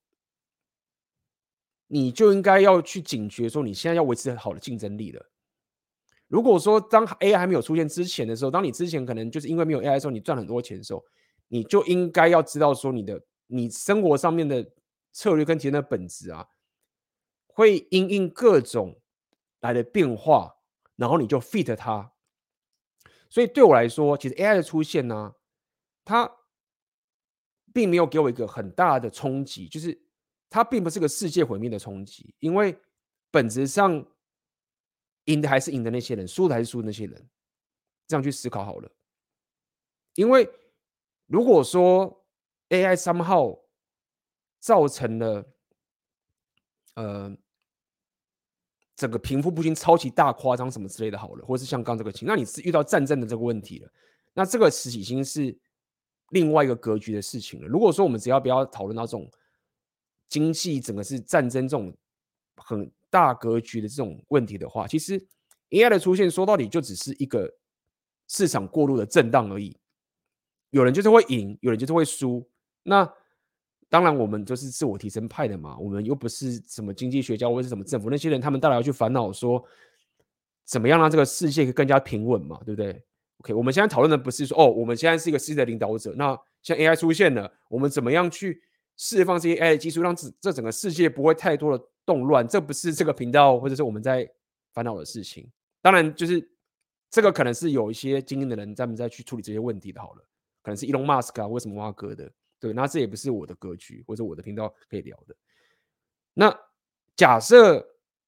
你就应该要去警觉，说你现在要维持好的竞争力了。如果说当 A I 还没有出现之前的时候，当你之前可能就是因为没有 A I 的时候，你赚很多钱的时候，你就应该要知道说你的你生活上面的策略跟提升的本质啊，会因应各种来的变化，然后你就 fit 它。所以对我来说，其实 A I 的出现呢，它并没有给我一个很大的冲击，就是它并不是个世界毁灭的冲击，因为本质上赢的还是赢的那些人，输的还是输的那些人。这样去思考好了。因为如果说 A I somehow 造成了呃整个贫富不均超级大夸张什么之类的好了，或是像刚这个情，那你是遇到战争的这个问题了，那这个其实已经是另外一个格局的事情了。如果说我们只要不要讨论到这种经济整个是战争这种很大格局的这种问题的话，其实 A I 的出现说到底就只是一个市场过度的震荡而已。有人就是会赢，有人就是会输。那当然，我们就是自我提升派的嘛，我们又不是什么经济学家或是什么政府，那些人他们当然要去烦恼说，怎么样让这个世界更加平稳嘛，对不对 ？OK， 我们现在讨论的不是说，哦，我们现在是一个世界的领导者，那像 A I 出现了，我们怎么样去释放这些 A I 的技术，让这整个世界不会太多的动乱？这不是这个频道或者是我们在烦恼的事情。当然，就是这个可能是有一些经验的人他们在去处理这些问题的，好了，可能是 Elon Musk 啊，或什么挖哥的。对，那这也不是我的格局，或者我的频道可以聊的。那假设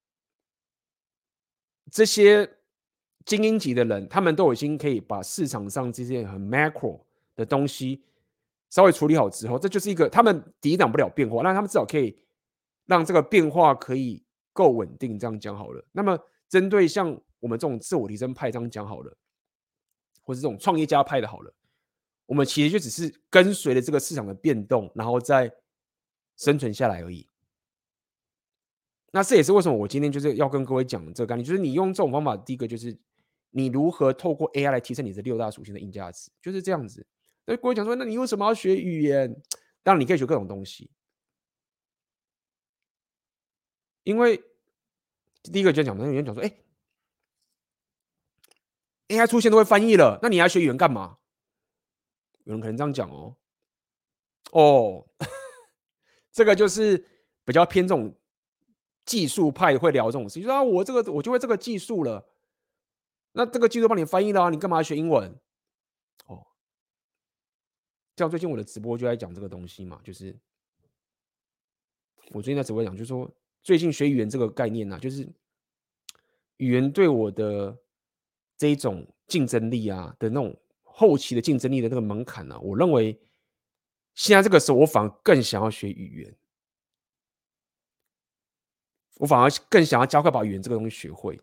这些精英级的人，他们都已经可以把市场上这些很 macro 的东西稍微处理好之后，这就是一个他们抵挡不了变化，那他们至少可以让这个变化可以够稳定。这样讲好了。那么针对像我们这种自我提升派这样讲好了，或是这种创业家派的好了。我们其实就只是跟随着这个市场的变动，然后再生存下来而已。那这也是为什么我今天就是要跟各位讲这个概念，就是你用这种方法，第一个就是你如何透过 A I 来提升你的六大属性的硬价值，就是这样子。那各位讲说，那你为什么要学语言？当然你可以学各种东西，因为第一个就讲，有人讲说，哎、欸、，A I 出现都会翻译了，那你还学语言干嘛？有人可能这样讲哦，哦。这个就是比较偏这种技术派会聊这种事，就说啊，我这个我就会这个技术了，那这个技术帮你翻译了、啊，你干嘛学英文？哦，像最近我的直播就在讲这个东西嘛，就是我最近在直播讲，就是说最近学语言这个概念啊，就是语言对我的这一种竞争力啊的那种后期的竞争力的那个门槛啊，我认为现在这个时候我反而更想要学语言。我反而更想要加快把语言这个东西学会，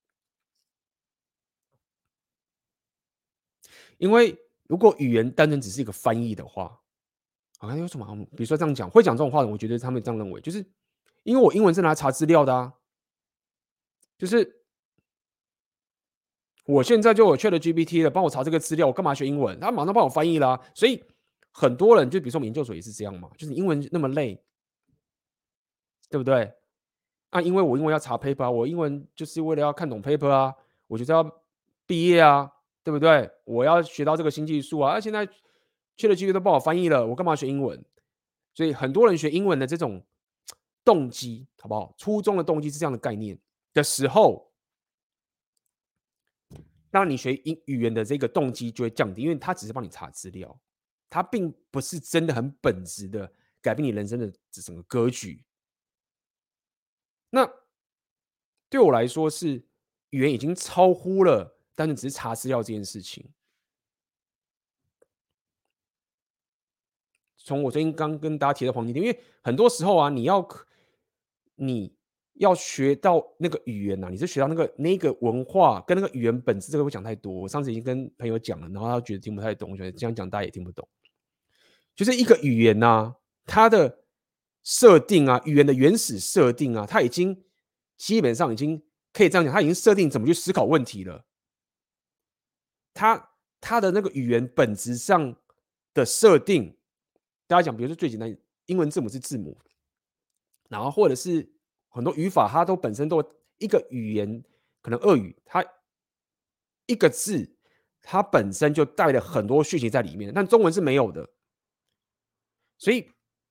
因为如果语言单纯只是一个翻译的话，好像有什么？比如说这样讲，会讲这种话的，我觉得他们这样认为，就是因为我英文是拿来查资料的啊，就是我现在就有 ChatGPT 了，帮我查这个资料，我干嘛学英文？他马上帮我翻译啦、啊。所以很多人就比如说我们研究所也是这样嘛，就是英文那么累，对不对？啊，因为我英文要查 paper， 我英文就是为了要看懂 paper 啊，我就是要毕业啊，对不对？我要学到这个新技术啊，啊现在 ChatGPT 都帮我翻译了，我干嘛学英文？所以很多人学英文的这种动机，好不好？初衷的动机是这样的概念的时候， 当然你学英语言的这个动机就会降低，因为它只是帮你查资料，它并不是真的很本质的改变你人生的整个格局。那对我来说是语言已经超乎了单纯只是查资料这件事情。从我最近刚跟大家提的黄金点，因为很多时候啊，你要你要学到那个语言啊，你是学到那个那个文化跟那个语言本质，这个会讲太多。我上次已经跟朋友讲了，然后他觉得听不太懂，我觉得这样讲大家也听不懂。就是一个语言啊，它的设定啊，语言的原始设定啊，它已经基本上已经可以这样讲，它已经设定怎么去思考问题了。它它的那个语言本质上的设定。大家讲，比如说最简单，英文字母是字母，然后或者是很多语法，它都本身都一个语言，可能俄语，它一个字，它本身就带了很多讯息在里面，但中文是没有的。所以，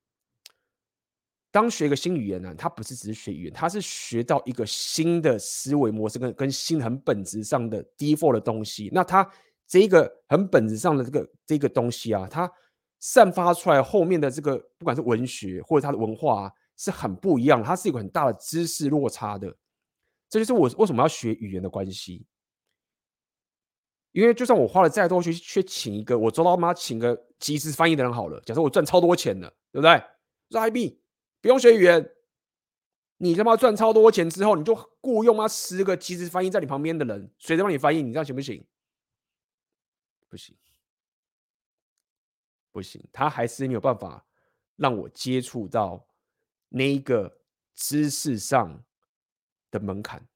当学一个新语言呢，它不是只是学语言，它是学到一个新的思维模式跟跟新很本质上的 default 的东西。那它这一个很本质上的这个这个东西啊，它散发出来后面的这个，不管是文学或者它的文化、啊、是很不一样的，它是一个很大的知识落差的。这就是我为什么要学语言的关系。因为就算我花了再多去去请一个我周到妈请个即时翻译的人好了，假设我赚超多钱了，对不对？说 I B 不用学语言，你他妈赚超多钱之后，你就雇佣妈十个即时翻译在你旁边的人，随着帮你翻译，你这样行不行？不行。不行，他还是没有办法让我接触到那一个知识上的门槛。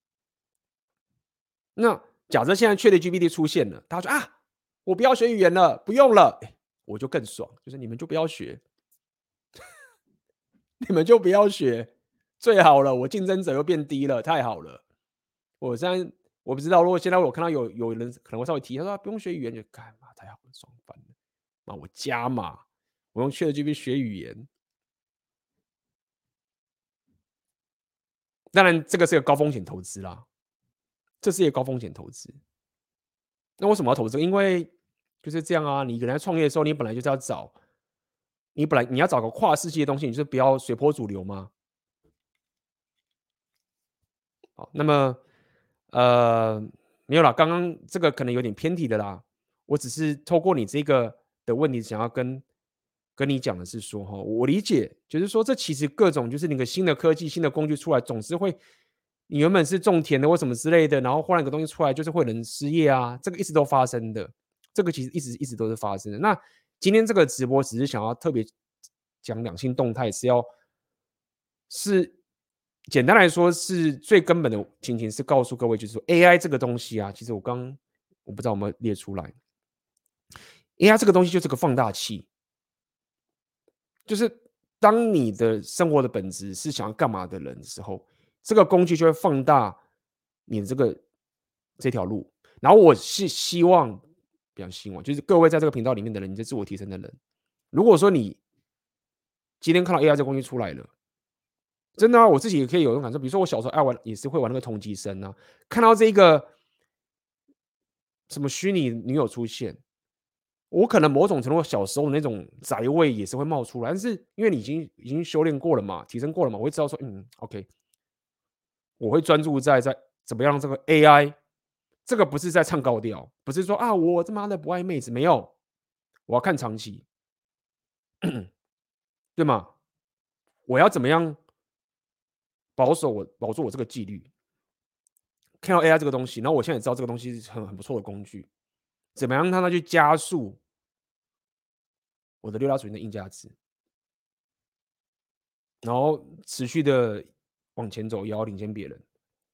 那假设现在 ChatGPT 出现了，他说啊，我不要学语言了，不用了，我就更爽，就是你们就不要学，你们就不要学，最好了，我竞争者又变低了，太好了。我现在我不知道，如果现在我看到有有人可能会稍微提，他说、啊、不用学语言，就干嘛太好了，爽翻了。那我加码，我用 ChatGPT 学语言。当然，这个是个高风险投资啦，这是一个高风险投资。那为什么要投资？因为就是这样啊，你原来创业的时候，你本来就是要找，你本来你要找个跨世纪的东西，你就是不要随波逐流吗？好，那么呃没有啦，刚刚这个可能有点偏题的啦。我只是透过你这个的问题，想要跟跟你讲的是说，哈，我理解，就是说这其实各种就是那个新的科技、新的工具出来，总是会，你原本是种田的或什么之类的，然后换了一个东西出来，就是会有人失业啊，这个一直都发生的，这个其实一直一直都是发生的。那今天这个直播只是想要特别讲两性动态，是要是。简单来说，是最根本的情形是告诉各位，就是说 A I 这个东西啊，其实我刚我不知道有没有列出来 ，A I 这个东西就是个放大器，就是当你的生活的本质是想要干嘛的人的时候，这个工具就会放大你的这个这条路。然后我是希望，比较希望，就是各位在这个频道里面的人，你在自我提升的人，如果说你今天看到 A I 这个工具出来了。真的啊，我自己也可以有种感受。比如说，我小时候爱玩，也是会玩那个同级生啊。看到这个什么虚拟女友出现，我可能某种程度小时候的那种宅味也是会冒出来。但是因为你已经已经修炼过了嘛，提升过了嘛，我会知道说，嗯 ，OK， 我会专注在在怎么样让这个 A I， 这个不是在唱高调，不是说啊我他妈的不爱妹子，没有，我要看长期，对吗？我要怎么样？保守我保住我这个纪律，看到 A I 这个东西，然后我现在也知道这个东西是很很不错的工具，怎么样让它去加速我的六大属性的硬价值，然后持续的往前走，也要领先别人，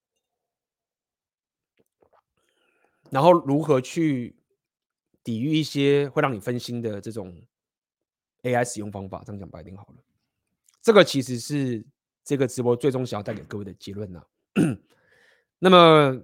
然后如何去抵御一些会让你分心的这种 A I 使用方法，这样讲白一点好了。这个其实是这个直播最终想要带给各位的结论呐、啊。那么，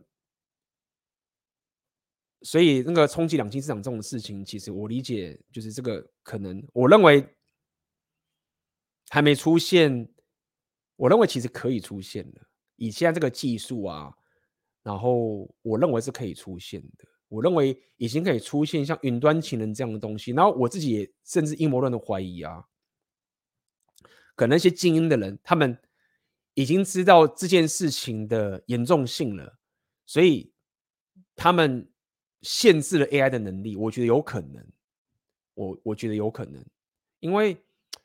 所以那个冲击两性市场这种事情，其实我理解，就是这个可能，我认为还没出现，我认为其实可以出现的。以现在这个技术啊， 然后我认为是可以出现的，我认为已经可以出现像云端情人这样的东西。然后我自己也甚至阴谋论的怀疑啊，可能那些精英的人，他们已经知道这件事情的严重性了，所以他们限制了 A I 的能力。我觉得有可能，我我觉得有可能，因为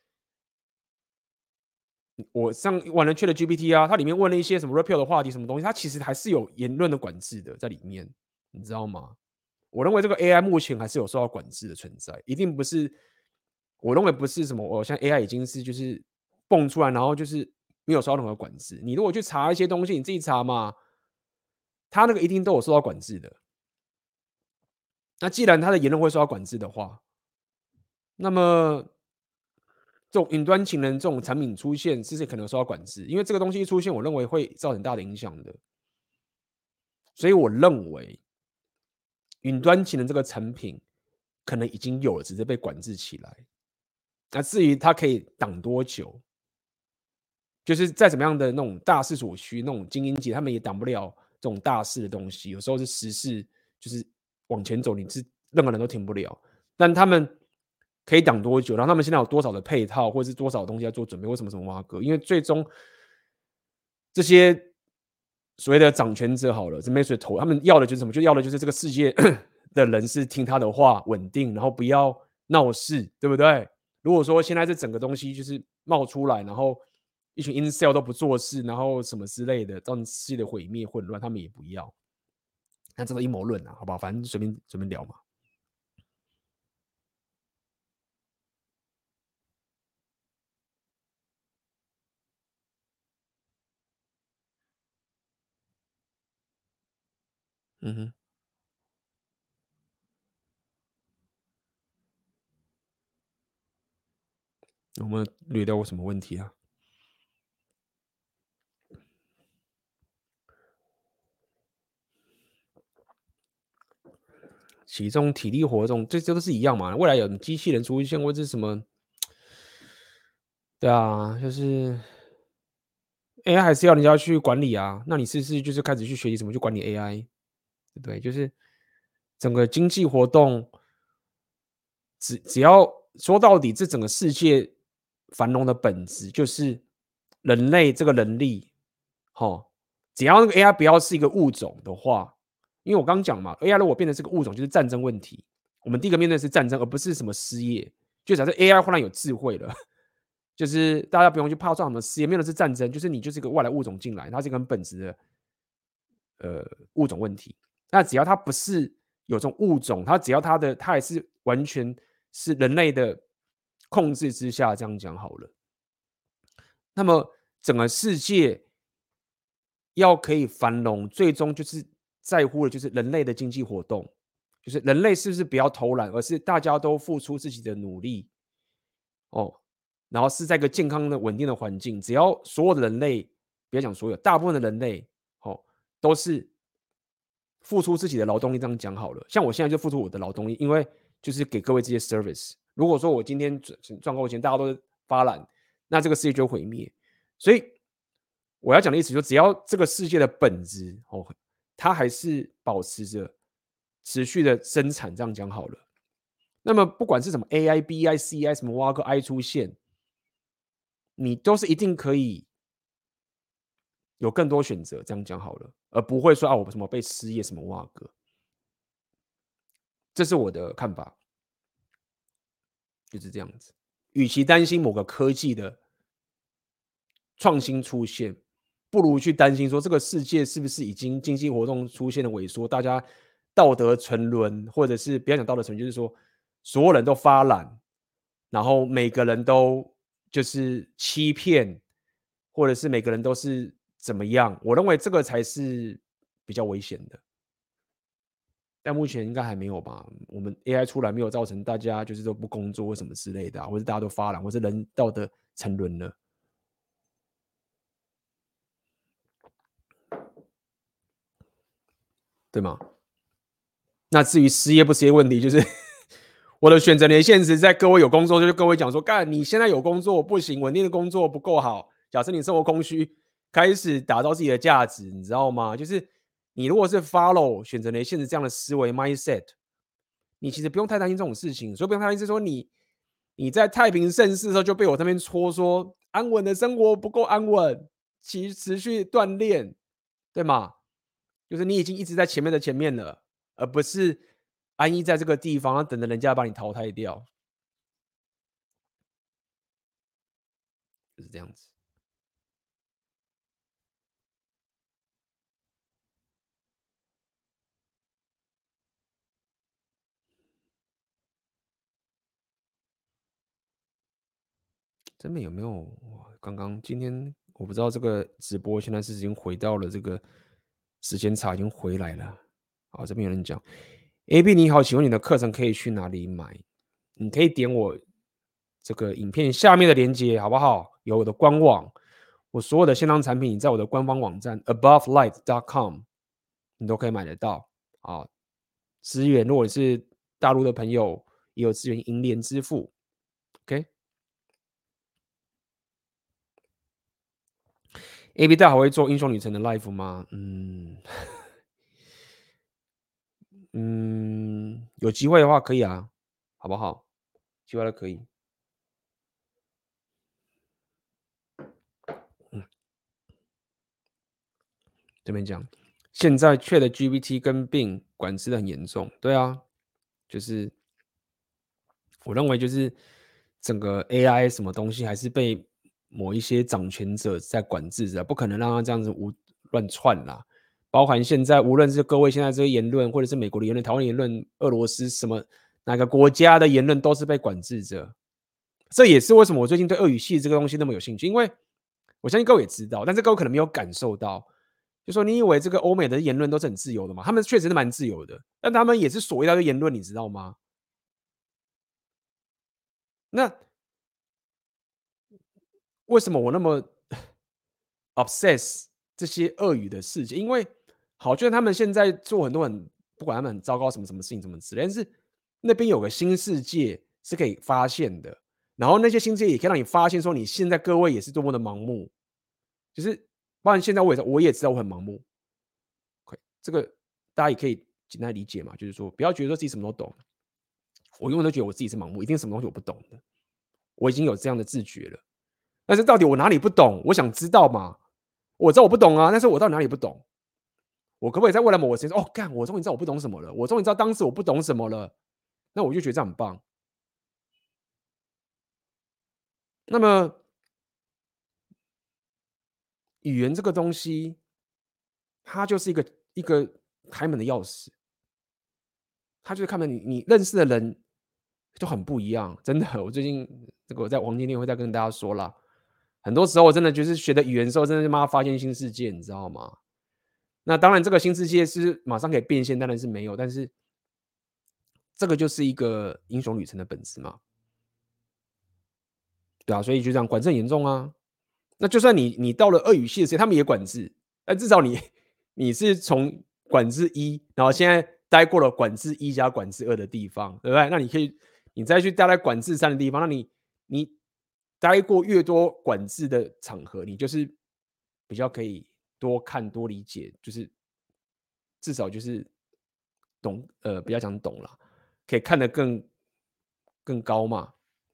我上玩了 ChatGPT 啊，它里面问了一些什么 repeal 的话题，什么东西，它其实还是有言论的管制的在里面，你知道吗？我认为这个 A I 目前还是有受到管制的存在，一定不是，我认为不是什么，我、哦、像 A I 已经是就是蹦出来，然后就是没有受到任何管制。你如果去查一些东西，你自己查嘛，它那个一定都有受到管制的。那既然它的言论会受到管制的话，那么这种云端情人这种产品出现，是不是可能受到管制？因为这个东西一出现，我认为会造成很大的影响的。所以我认为，云端情人这个产品可能已经有了，只是被管制起来。那至于它可以挡多久，就是在怎么样的那种大势所趋，那种精英级，他们也挡不了这种大势的东西。有时候是时势，就是往前走，你是任何人都停不了。但他们可以挡多久？然后他们现在有多少的配套，或者是多少东西要做准备？为什么什么挖哥？因为最终这些所谓的掌权者好了，这没水头，他们要的就是什么？就要的就是这个世界的人是听他的话，稳定，然后不要闹事，对不对？如果说现在这整个东西就是冒出来，然后一群 incel 都不做事，然后什么之类的，造成世界的毁灭混乱，他们也不要。那这个阴谋论啊，好不好？反正随便随便聊嘛。嗯哼，我们略掉过什么问题啊？起这种体力活动，这这都是一样嘛。未来有机器人出现，或者是什么，对啊，就是 A I 还是要人家去管理啊。那你是不是就是开始去学习怎么去管理 A I，对不对？就是整个经济活动，只只要说到底，这整个世界繁荣的本质就是人类这个能力，哦，只要那个 A I 不要是一个物种的话，因为我刚讲嘛 ，A I 如果变成是个物种，就是战争问题。我们第一个面对的是战争，而不是什么失业。就假设 A I 忽然有智慧了，就是大家不用去怕撞什么失业，没有的是战争，就是你就是一个外来物种进来，它是一个很本质的呃物种问题。那只要它不是有这种物种，它只要它的它还是完全是人类的控制之下，这样讲好了。那么整个世界要可以繁荣，最终就是在乎的就是人类的经济活动，就是人类是不是不要偷懒，而是大家都付出自己的努力，哦，然后是在一个健康的、稳定的环境。只要所有的人类，不要讲所有，大部分的人类，哦，都是付出自己的劳动力。这样讲好了，像我现在就付出我的劳动力，因为就是给各位这些 service。如果说我今天赚够钱，大家都发懒，那这个世界就毁灭。所以我要讲的意思就是，只要这个世界的本质哦，它还是保持着持续的生产，这样讲好了。那么不管是什么 A I、B I、C I 什么挖个 I 出现，你都是一定可以有更多选择，这样讲好了，而不会说啊我什么被失业什么挖个，这是我的看法，就是这样子。与其担心某个科技的创新出现，不如去担心说这个世界是不是已经经济活动出现了萎缩，大家道德沉沦，或者是不要讲道德沉沦，就是说所有人都发懒，然后每个人都就是欺骗，或者是每个人都是怎么样？我认为这个才是比较危险的。但目前应该还没有吧？我们 A I 出来没有造成大家就是都不工作或什么之类的、啊，或者大家都发懒，或者人道德沉沦了。对吗？那至于失业不失业问题，就是我的选择年限是在各位有工作，就跟各位讲说，干你现在有工作不行，稳定的工作不够好。假设你生活空虚，开始打造自己的价值，你知道吗？就是你如果是 follow 选择雷现的这样的思维 mindset， 你其实不用太担心这种事情，所以不用太担心是说你你在太平盛世的时候就被我这边戳说安稳的生活不够安稳，其持续锻炼，对吗？就是你已经一直在前面的前面了，而不是安逸在这个地方，等着人家把你淘汰掉，就是这样子。这边有没有？刚刚今天我不知道这个直播现在是已经回到了这个时间差，已经回来了。好，这边有人讲 ，A B 你好，请问你的课程可以去哪里买？你可以点我这个影片下面的链接，好不好？有我的官网，我所有的线上产品，你在我的官方网站 above light dot com， 你都可以买得到。啊，资源如果是大陆的朋友，也有资源银联支付 ，OK。A B 大还会做英雄旅程的 live 吗？嗯嗯，有机会的话可以啊，好不好？机会的可以。嗯，这边讲，现在 ChatGPT 跟 Bing 管制的很严重，对啊，就是我认为就是整个 A I 什么东西还是被某一些掌权者在管制着，不可能让它这样子无乱窜啦。包含现在无论是各位现在这些言论，或者是美国的言论、台湾言论、俄罗斯什么哪个国家的言论，都是被管制着。这也是为什么我最近对俄语系这个东西那么有兴趣，因为我相信各位也知道，但是各位可能没有感受到，就说你以为这个欧美的言论都是很自由的嘛？他们确实是蛮自由的，但他们也是所谓的言论，你知道吗？那为什么我那么 obsess 这些俄语的事情？因为好，就算他们现在做很多很不管他们很糟糕什么什么事情什么之类，但是那边有个新世界是可以发现的，然后那些新世界也可以让你发现说你现在各位也是多么的盲目，就是包含现在我也我也知道我很盲目，这个大家也可以简单理解嘛，就是说不要觉得说自己什么都懂，我永远都觉得我自己是盲目，一定什么东西我不懂的，我已经有这样的自觉了。但是到底我哪里不懂？我想知道嘛？我知道我不懂啊，但是我到底哪里不懂？我可不可以在未来某个时间说，哦，干，我终于知道我不懂什么了，我终于知道当时我不懂什么了，那我就觉得这样很棒。那么语言这个东西，它就是一个一个开门的钥匙，它就是开门，你你认识的人就很不一样，真的。我最近这个我在王金店会再跟大家说啦，很多时候我真的就是学的语言的时候，真的他妈发现新世界，你知道吗？那当然，这个新世界是马上可以变现，当然是没有，但是这个就是一个英雄旅程的本质嘛，对啊，所以就这样管制很严重啊。那就算你你到了俄语系的时候，他们也管制，但至少你你是从管制一，然后现在待过了管制一加管制二的地方，对不对？那你可以你再去待在管制三的地方，那你你待过越多管制的场合，你就是比较可以多看多理解，就是至少就是懂，呃，不要讲懂了，可以看得更更高嘛。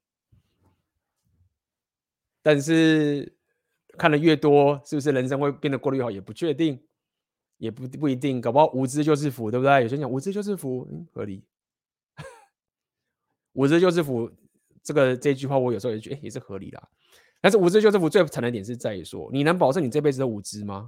但是看的越多，是不是人生会变得过得越好，也不确定，也不不一定，搞不好无知就是福，对不对？有些人讲无知就是福，嗯，合理。无知就是福，这个这句话我有时候也觉得、欸、也是合理啦。但是无知就是福最惨的点是在于说，你能保证你这辈子都无知吗？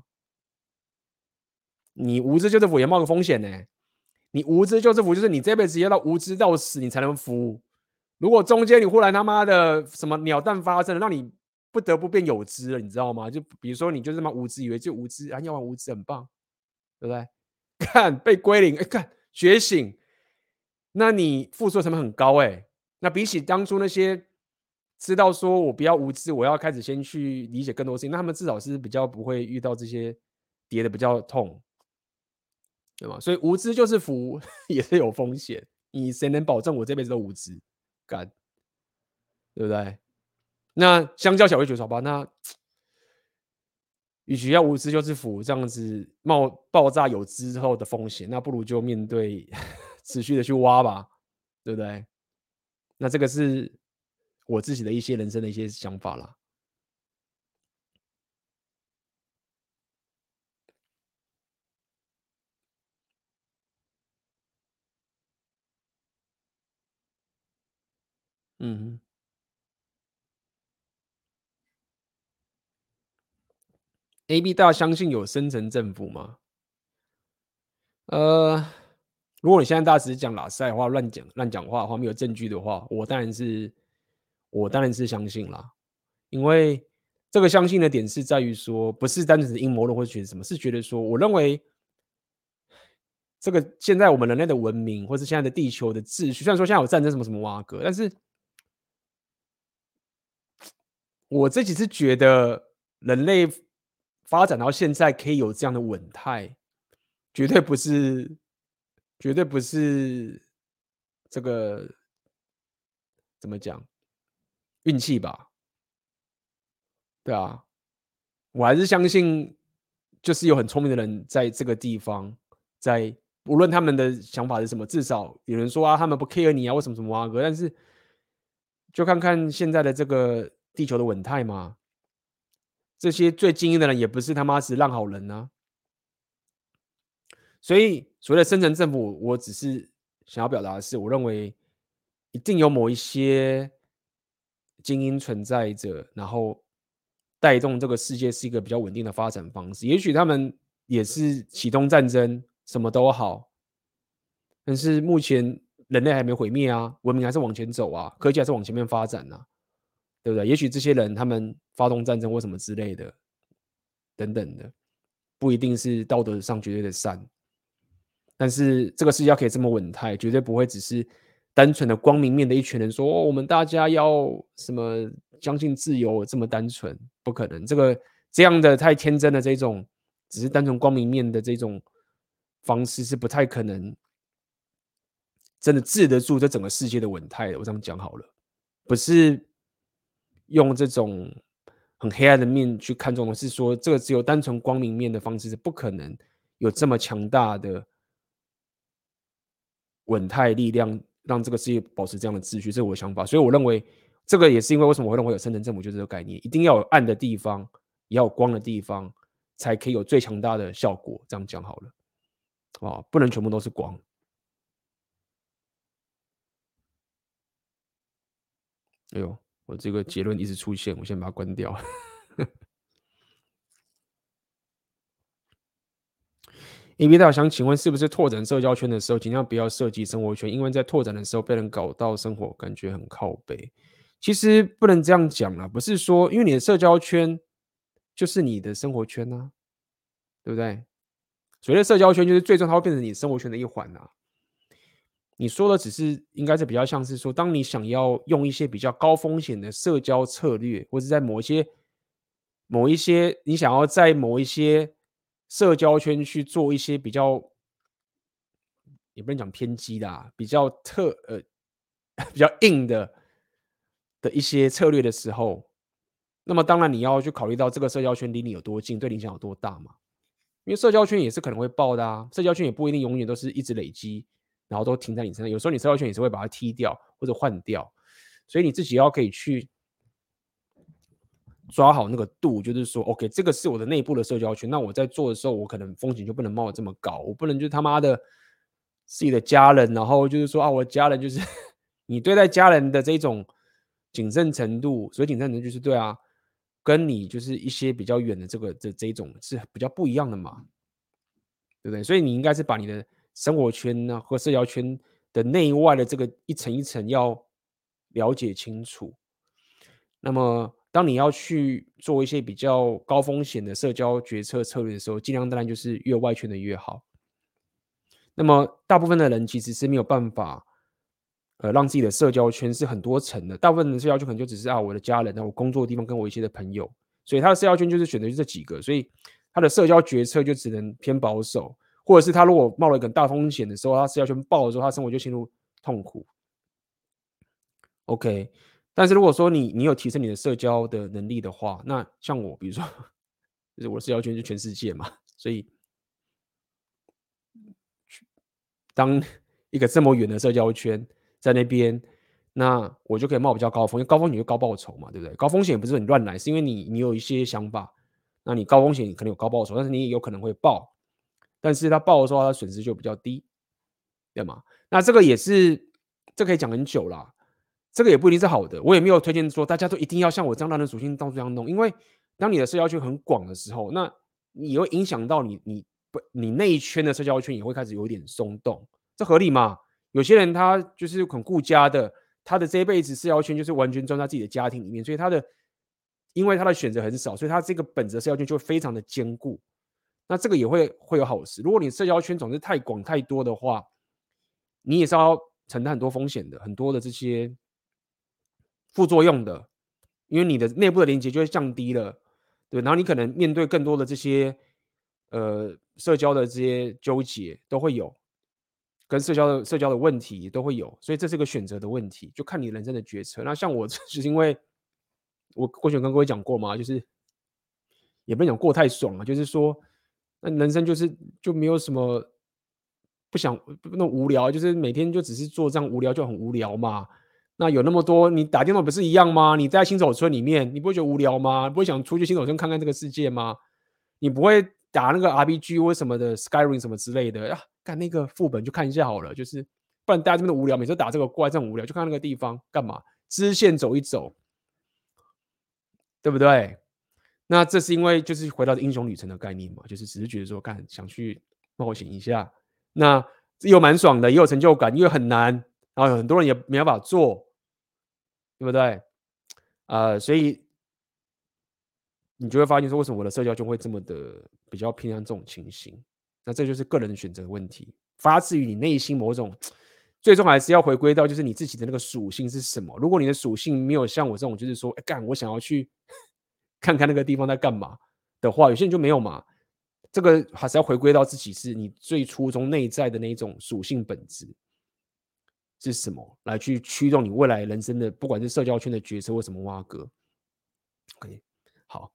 你无知就是福也冒个风险呢、欸。你无知就是福，就是你这辈子要到无知到死，你才能福。如果中间你忽然他妈的什么鸟蛋发生了，让你不得不变有知了，你知道吗？就比如说你就是他妈无知，以为就无知啊，要玩无知很棒，对不对？看被归零，哎，看觉醒，那你付出的成本很高哎、欸。那比起当初那些知道说我不要无知，我要开始先去理解更多事情，那他们至少是比较不会遇到这些跌的比较痛，对吗？所以无知就是福，也是有风险。你谁能保证我这辈子都无知？干，对不对？那相较小会觉得好吧，那与其要无知就是福这样子冒爆炸有之后的风险，那不如就面对持续的去挖吧，对不对？那这个是我自己的一些人生的一些想法啦。嗯，A B 大相信有深层政府吗？呃，如果你现在大只是讲拉塞的话，乱讲乱讲话的话，没有证据的话，我当然是我当然是相信啦。因为这个相信的点是在于说，不是单纯的阴谋论或者觉得什么，是觉得说，我认为这个现在我们人类的文明，或是现在的地球的秩序，虽然说现在有战争什么什么挖格，但是我自己是觉得人类发展到现在可以有这样的稳态，绝对不是，绝对不是这个怎么讲运气吧？对啊，我还是相信，就是有很聪明的人在这个地方，在无论他们的想法是什么，至少有人说啊，他们不 care 你啊，为什么什么啊哥，但是就看看现在的这个地球的稳态嘛，这些最精英的人也不是他妈是烂好人啊。所以所谓的深层政府，我只是想要表达的是，我认为一定有某一些精英存在着，然后带动这个世界是一个比较稳定的发展方式。也许他们也是启动战争，什么都好，但是目前人类还没毁灭啊，文明还是往前走啊，科技还是往前面发展啊，对不对？也许这些人他们发动战争或什么之类的，等等的，不一定是道德上绝对的善。但是这个世界要可以这么稳态，绝对不会只是单纯的光明面的一群人说，哦，我们大家要什么相信自由这么单纯，不可能。这个这样的太天真的这种，只是单纯光明面的这种方式是不太可能真的治得住这整个世界的稳态的。我这样讲好了，不是用这种很黑暗的面去看重的，是说这个只有单纯光明面的方式是不可能有这么强大的稳态力量，让这个世界保持这样的秩序，这是我的想法。所以我认为，这个也是因为为什么我会认为有深层政府就是这个概念，一定要有暗的地方，也要有光的地方，才可以有最强大的效果。这样讲好了，哦，不能全部都是光。哎呦，我这个结论一直出现，我先把它关掉。A B 大想请问，是不是拓展社交圈的时候，尽量不要涉及生活圈，因为在拓展的时候被人搞到生活，感觉很靠背。其实不能这样讲啦，不是说因为你的社交圈就是你的生活圈啊，对不对？所谓的社交圈就是最终它会变成你生活圈的一环啊。你说的只是应该是比较像是说，当你想要用一些比较高风险的社交策略，或者在某一些某一些你想要在某一些社交圈去做一些比较，也不能讲偏激的啊，比较特呃比较硬的的一些策略的时候，那么当然你要去考虑到这个社交圈离你有多近，对你影响有多大嘛。因为社交圈也是可能会爆的啊，社交圈也不一定永远都是一直累积，然后都停在你身上。有时候你社交圈也是会把它踢掉或者换掉，所以你自己要可以去抓好那个度，就是说，OK，这个是我的内部的社交圈，那我在做的时候，我可能风险就不能冒得这么高，我不能就他妈的自己的家人，然后就是说啊，我家人就是你对待家人的这种谨慎程度，所以谨慎程度就是对啊，跟你就是一些比较远的这个这这一种是比较不一样的嘛。对不对？所以你应该是把你的生活圈呢和社交圈的内外的这个一层一层要了解清楚。那么，当你要去做一些比较高风险的社交决策策略的时候，尽量当然就是越外圈的越好。那么，大部分的人其实是没有办法，呃，让自己的社交圈是很多层的。大部分的社交圈可能就只是啊，我的家人啊，我工作的地方跟我一些的朋友，所以他的社交圈就是选择就这几个，所以他的社交决策就只能偏保守，或者是他如果冒了一个大风险的时候，他社交圈爆的时候，他生活就陷入痛苦。OK，但是如果说你你有提升你的社交的能力的话，那像我，比如说就是我的社交圈就全世界嘛，所以当一个这么远的社交圈在那边，那我就可以冒比较高风险，高风险就高报酬嘛，对不对？高风险不是你乱来，是因为你你有一些想法，那你高风险可能有高报酬，但是你也有可能会爆，但是它爆的时候它损失就比较低，对吗？那这个也是，这可以讲很久啦，这个也不一定是好的，我也没有推荐说大家都一定要像我这样烂人属性到处这样弄，因为当你的社交圈很广的时候，那你会影响到你你不你那一圈的社交圈也会开始有点松动，这合理吗？有些人他就是很顾家的，他的这一辈子社交圈就是完全装在自己的家庭里面，所以他的因为他的选择很少，所以他这个本质社交圈就会非常的坚固。那这个也会会有好事。如果你社交圈总是太广太多的话，你也是要承担很多风险的，很多的这些副作用的，因为你的内部的连接就会降低了，对，然后你可能面对更多的这些呃社交的这些纠结都会有，跟社交的社交的问题都会有，所以这是个选择的问题，就看你人生的决策。那像我就是因为我过去跟各位讲过嘛，就是也不能讲过太爽了，就是说那人生就是就没有什么不想那种无聊，就是每天就只是做这样无聊就很无聊嘛。那有那么多，你打电话不是一样吗？你在新手村里面，你不会觉得无聊吗？不会想出去新手村看看这个世界吗？你不会打那个 R P G 或什么的 Skyrim 什么之类的啊？看那个副本就看一下好了，就是不然大家这边的无聊，每次打这个怪这种无聊，就看那个地方干嘛？支线走一走，对不对？那这是因为就是回到英雄旅程的概念嘛，就是只是觉得说，干想去冒险一下，那又蛮爽的，也有成就感，因为很难，然后很多人也没办法做，对不对？呃，所以你就会发现说，为什么我的社交圈会这么的比较偏向这种情形？那这就是个人的选择问题，发自于你内心某种，最终还是要回归到就是你自己的那个属性是什么。如果你的属性没有像我这种，就是说，哎干，我想要去看看那个地方在干嘛的话，有些人就没有嘛。这个还是要回归到自己是你最初中内在的那种属性本质是什么，来去驱动你未来人生的，不管是社交圈的决策或什么挖哥。OK，好。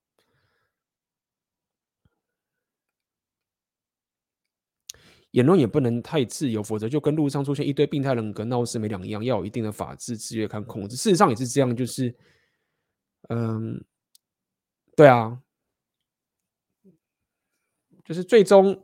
言论也不能太自由，否则就跟路上出现一堆病态人格闹事没两样，要有一定的法治、制约看控制。事实上也是这样，就是，嗯，对啊，就是最终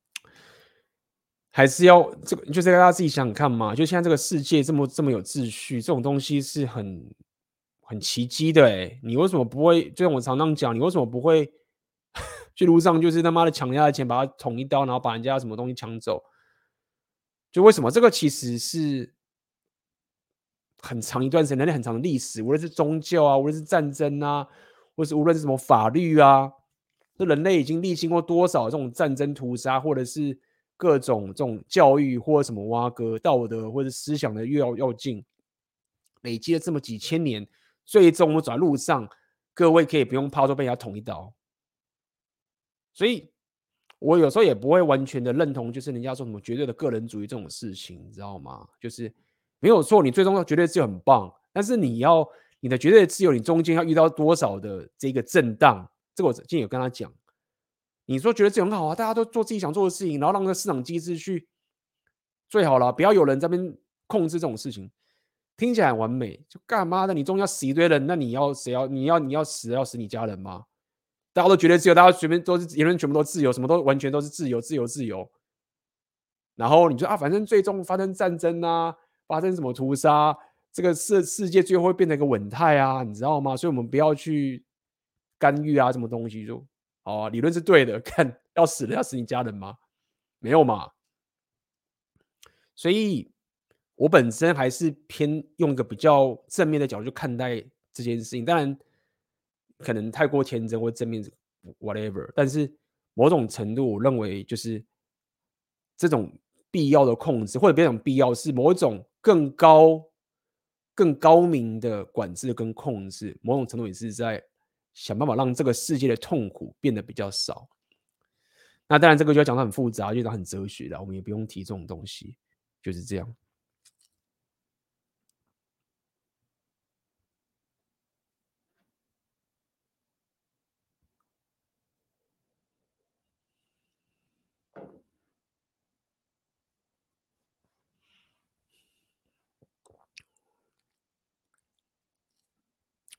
还是要这个，就是大家自己想想看嘛。就现在这个世界这么这么有秩序，这种东西是很很奇迹的哎。你为什么不会？就像我常常讲，你为什么不会去路上就是他妈的抢人家的钱，把他捅一刀，然后把人家什么东西抢走？就为什么这个其实是很长一段时间，人类很长的历史，无论是宗教啊，无论是战争啊，或是无论是什么法律啊，这人类已经历经过多少这种战争屠杀，或者是各种这种教育或者什么挖割道德或者思想的要要进，累积了这么几千年，最终我们走在路上，各位可以不用怕说被人家捅一刀。所以我有时候也不会完全的认同，就是人家说什么绝对的个人主义这种事情，你知道吗？就是没有错，你最终要绝对自由很棒，但是你要你的绝对自由，你中间要遇到多少的这个震荡？这个我今天有跟他讲。你说觉得自由很好啊，大家都做自己想做的事情，然后让这个市场机制去最好了，不要有人在那边控制这种事情，听起来很完美，就干嘛的？你中间要死一堆人，那你要谁要你要你要死要死你家人吗？大家都觉得自由，大家随便都是言论全部都自由，什么都完全都是自由，自由，自由。然后你说啊，反正最终发生战争啊，发生什么屠杀，这个世世界最后会变成一个稳态啊，你知道吗？所以我们不要去干预啊，什么东西就好啊，理论是对的，看要死了要死你家人吗？没有嘛。所以我本身还是偏用一个比较正面的角度去看待这件事情，当然可能太过天真或正面 whatever，但是某种程度我认为就是这种必要的控制，或者别讲必要，是某一种更高、更高明的管制跟控制，某种程度也是在想办法让这个世界的痛苦变得比较少。那当然，这个就要讲到很复杂，就讲很哲学的，我们也不用提这种东西，就是这样。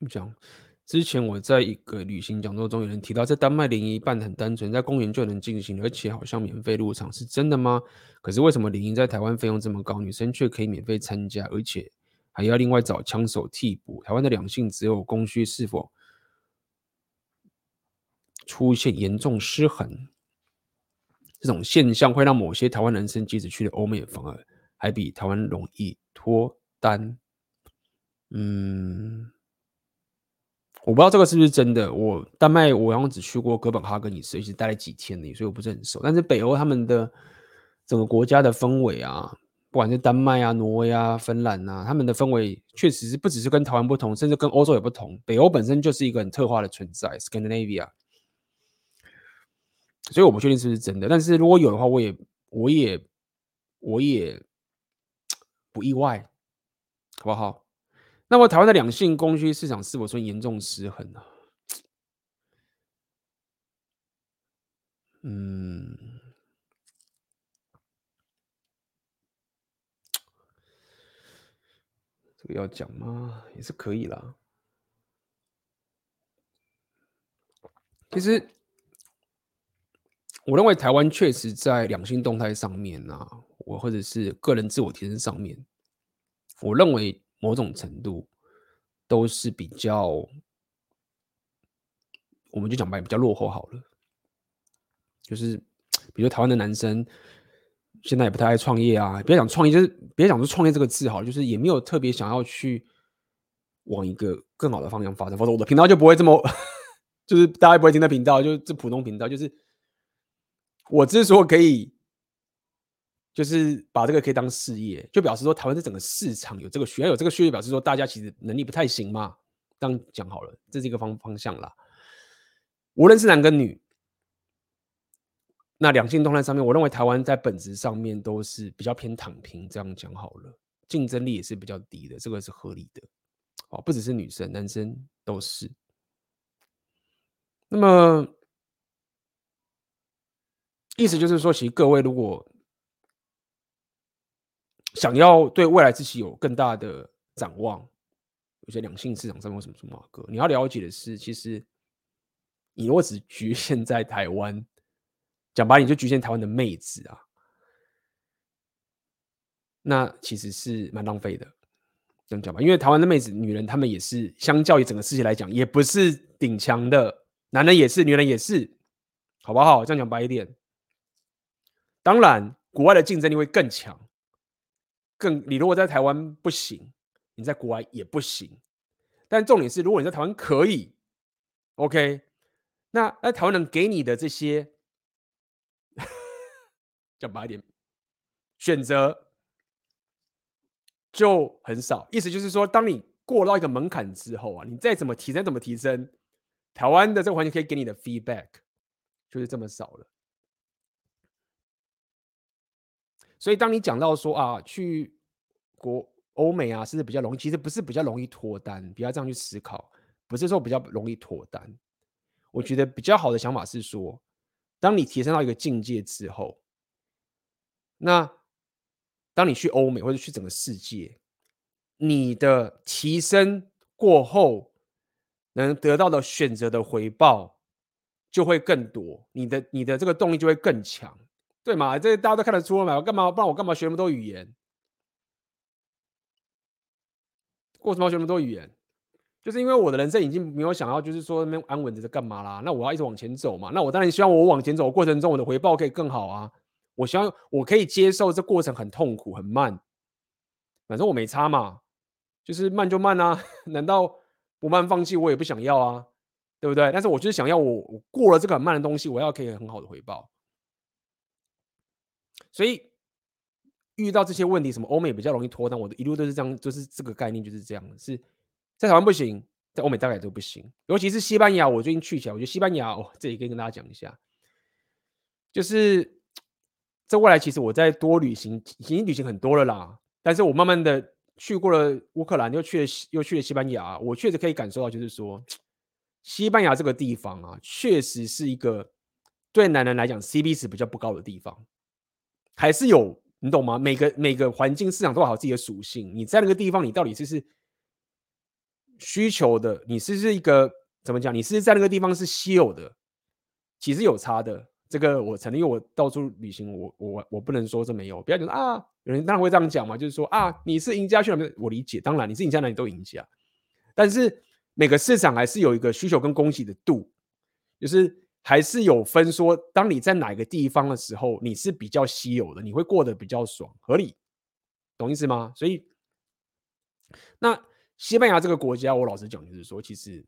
讲，之前我在一个旅行讲座中，有人提到，在丹麦联谊办很单纯，在公园就能进行，而且好像免费入场，是真的吗？可是为什么联谊在台湾费用这么高，女生却可以免费参加，而且还要另外找枪手替补？台湾的两性只有供需是否出现严重失衡？这种现象会让某些台湾男生即使去了欧美，反而还比台湾容易脱单。嗯，我不知道这个是不是真的。我丹麦我好像只去过哥本哈根一次，一直待了几天而已，所以我不是很熟。但是北欧他们的整个国家的氛围啊，不管是丹麦啊、挪威啊、芬兰啊，他们的氛围确实是不只是跟台湾不同，甚至跟欧洲也不同。北欧本身就是一个很特化的存在 ，Scandinavia。所以我不确定是不是真的，但是如果有的话，我也我也我也不意外，好不好？那么台湾的两性供需市场是否算严重失衡呢、啊？嗯，这个要讲吗？也是可以啦。其实，我认为台湾确实在两性动态上面啊，我或者是个人自我提升上面，我认为某种程度都是比较，我们就讲白比较落后好了。就是比如台湾的男生现在也不太爱创业啊，别讲创业，就是别讲说创业这个字好，就是也没有特别想要去往一个更好的方向发展，否则我的频道就不会这么，就是大家不会听的频道，就是这普通频道，就是我之所以可以。就是把这个可以当事业，就表示说台湾这整个市场有这个需要，有这个需要，表示说大家其实能力不太行嘛。这样讲好了，这是一个方方向啦。无论是男跟女，那两性动态上面，我认为台湾在本质上面都是比较偏躺平，这样讲好了，竞争力也是比较低的，这个是合理的。哦，不只是女生，男生都是。那么，意思就是说，其实各位如果想要对未来自己有更大的展望，有些两性市场上面有什么什么歌，你要了解的是，其实你如果只局限在台湾，讲白你就局限台湾的妹子啊，那其实是蛮浪费的。这样讲吧，因为台湾的妹子、女人，她们也是相较于整个世界来讲，也不是顶强的，男人也是，女人也是，好不好？这样讲白一点。当然，国外的竞争力会更强，更你如果在台湾不行，你在国外也不行。但重点是，如果你在台湾可以 ，OK， 那那台湾人给你的这些，讲白一点，选择就很少。意思就是说，当你过到一个门槛之后啊，你再怎么提升，怎么提升，台湾的这个环境可以给你的 feedback 就是这么少了。所以当你讲到说啊，去国欧美啊，是不是比较容易？其实不是比较容易脱单，不要这样去思考，不是说比较容易脱单。我觉得比较好的想法是说，当你提升到一个境界之后，那当你去欧美或者去整个世界，你的提升过后，能得到的选择的回报就会更多，你的你的这个动力就会更强。对嘛？这大家都看得出来嘛？我干嘛？不然我干嘛学那么多语言？为什么要学那么多语言？就是因为我的人生已经没有想要，就是说那边安稳着在干嘛啦？那我要一直往前走嘛？那我当然希望我往前走的过程中，我的回报可以更好啊！我希望我可以接受这过程很痛苦、很慢，反正我没差嘛，就是慢就慢啊，难道不慢放弃我也不想要啊？对不对？但是我就是想要我我过了这个很慢的东西，我要可以很好的回报。所以遇到这些问题，什么欧美比较容易脱单，我的一路都是这样，就是这个概念就是这样，是在台湾不行，在欧美大概都不行。尤其是西班牙，我最近去起来，我觉得西班牙哦，这里可以跟大家讲一下，就是这未来其实我在多旅行，已经旅行很多了啦，但是我慢慢的去过了乌克兰，又去了又去了西班牙，我确实可以感受到，就是说西班牙这个地方啊，确实是一个对男人来讲 C P 值比较不高的地方，还是有你懂吗？每个每个环境市场都有好自己的属性，你在那个地方，你到底就是需求的，你是不是一个怎么讲？你是在那个地方是稀有的，其实有差的。这个我承认，因为我到处旅行，我我我不能说这没有。不要讲啊，有人当然会这样讲嘛，就是说啊，你是赢家去哪边？我理解，当然你是赢家哪里都赢家，但是每个市场还是有一个需求跟供给的度，就是还是有分说，当你在哪个地方的时候，你是比较稀有的，你会过得比较爽，合理，懂意思吗？所以，那西班牙这个国家，我老实讲，就是说，其实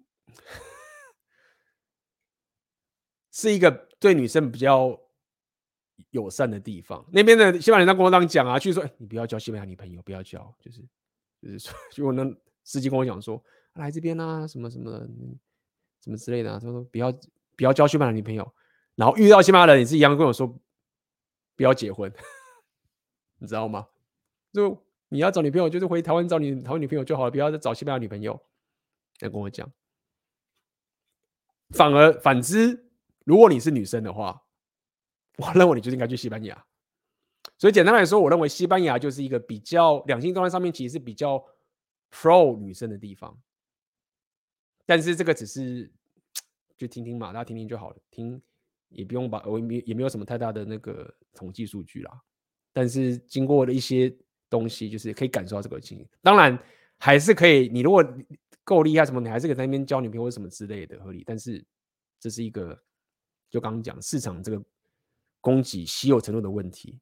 是一个对女生比较友善的地方。那边的西班牙人在跟我这样讲啊，去说、欸、你不要交西班牙女朋友，不要交，就是就是说，就我那司机跟我讲说，来这边啊，什么什么什么之类的、啊，他说不要不要交西班牙女朋友，然后遇到西班牙人也是一样跟我说不要结婚，你知道吗？就你要找女朋友，就是回台湾找你台湾女朋友就好了，不要再找西班牙女朋友。再跟我讲，反而反之，如果你是女生的话，我认为你就应该去西班牙。所以简单来说，我认为西班牙就是一个比较两性动态上面其实是比较 pro 女生的地方。但是这个只是就听听嘛，大家听听就好了，听也不用把也没有什么太大的那个统计数据啦。但是经过了一些东西，就是可以感受到这个情形。当然还是可以，你如果够厉害什么，你还是可以在那边交女朋友或什么之类的合理。但是这是一个就刚刚讲市场这个供给稀有程度的问题。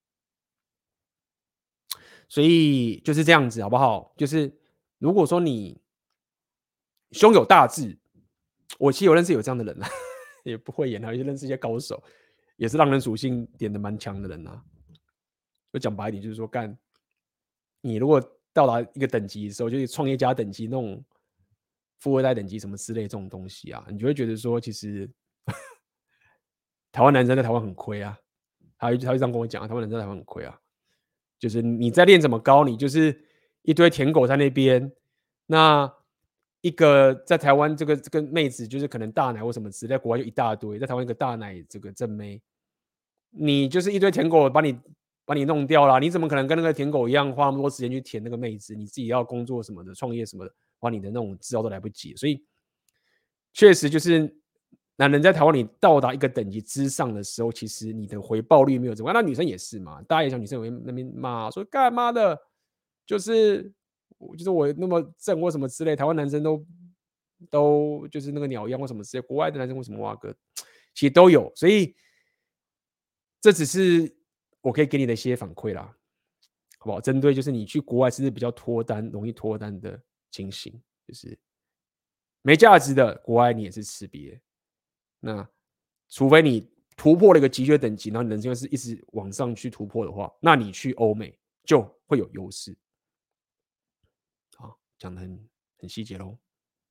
所以就是这样子，好不好？就是如果说你胸有大志，我其实有认识有这样的人啊，也不会演啊，也认识一些高手，也是让人属性点的蛮强的人啊。就讲白一点，就是说干，你如果到达一个等级的时候，就是创业家等级那种富二代等级什么之类这种东西啊，你就会觉得说，其实台湾男生在台湾很亏啊。他会他会这样跟我讲，台湾男生在台湾很亏啊。就是你在练怎么高，你就是一堆舔狗在那边，那一个在台湾这个这个妹子就是可能大奶或什么之类，在国外就一大堆，在台湾一个大奶这个正妹，你就是一堆舔狗把你把你弄掉了，你怎么可能跟那个舔狗一样花那么多时间去舔那个妹子？你自己要工作什么的，创业什么的，花你的那种资料都来不及，所以确实就是男人在台湾你到达一个等级之上的时候，其实你的回报率没有这么高。那女生也是嘛，大家也想女生有那边骂说干嘛的，就是就是我那么正或什么之类，台湾男生都都就是那个鸟样或什么之类，国外的男生为什么挖哥，其实都有，所以这只是我可以给你的一些反馈啦，好不好？针对就是你去国外是不是比较脱单、容易脱单的情形，就是没价值的国外你也是吃瘪。那除非你突破了一个极缺等级，然后你人生是一直往上去突破的话，那你去欧美就会有优势。好，讲得很很细节咯。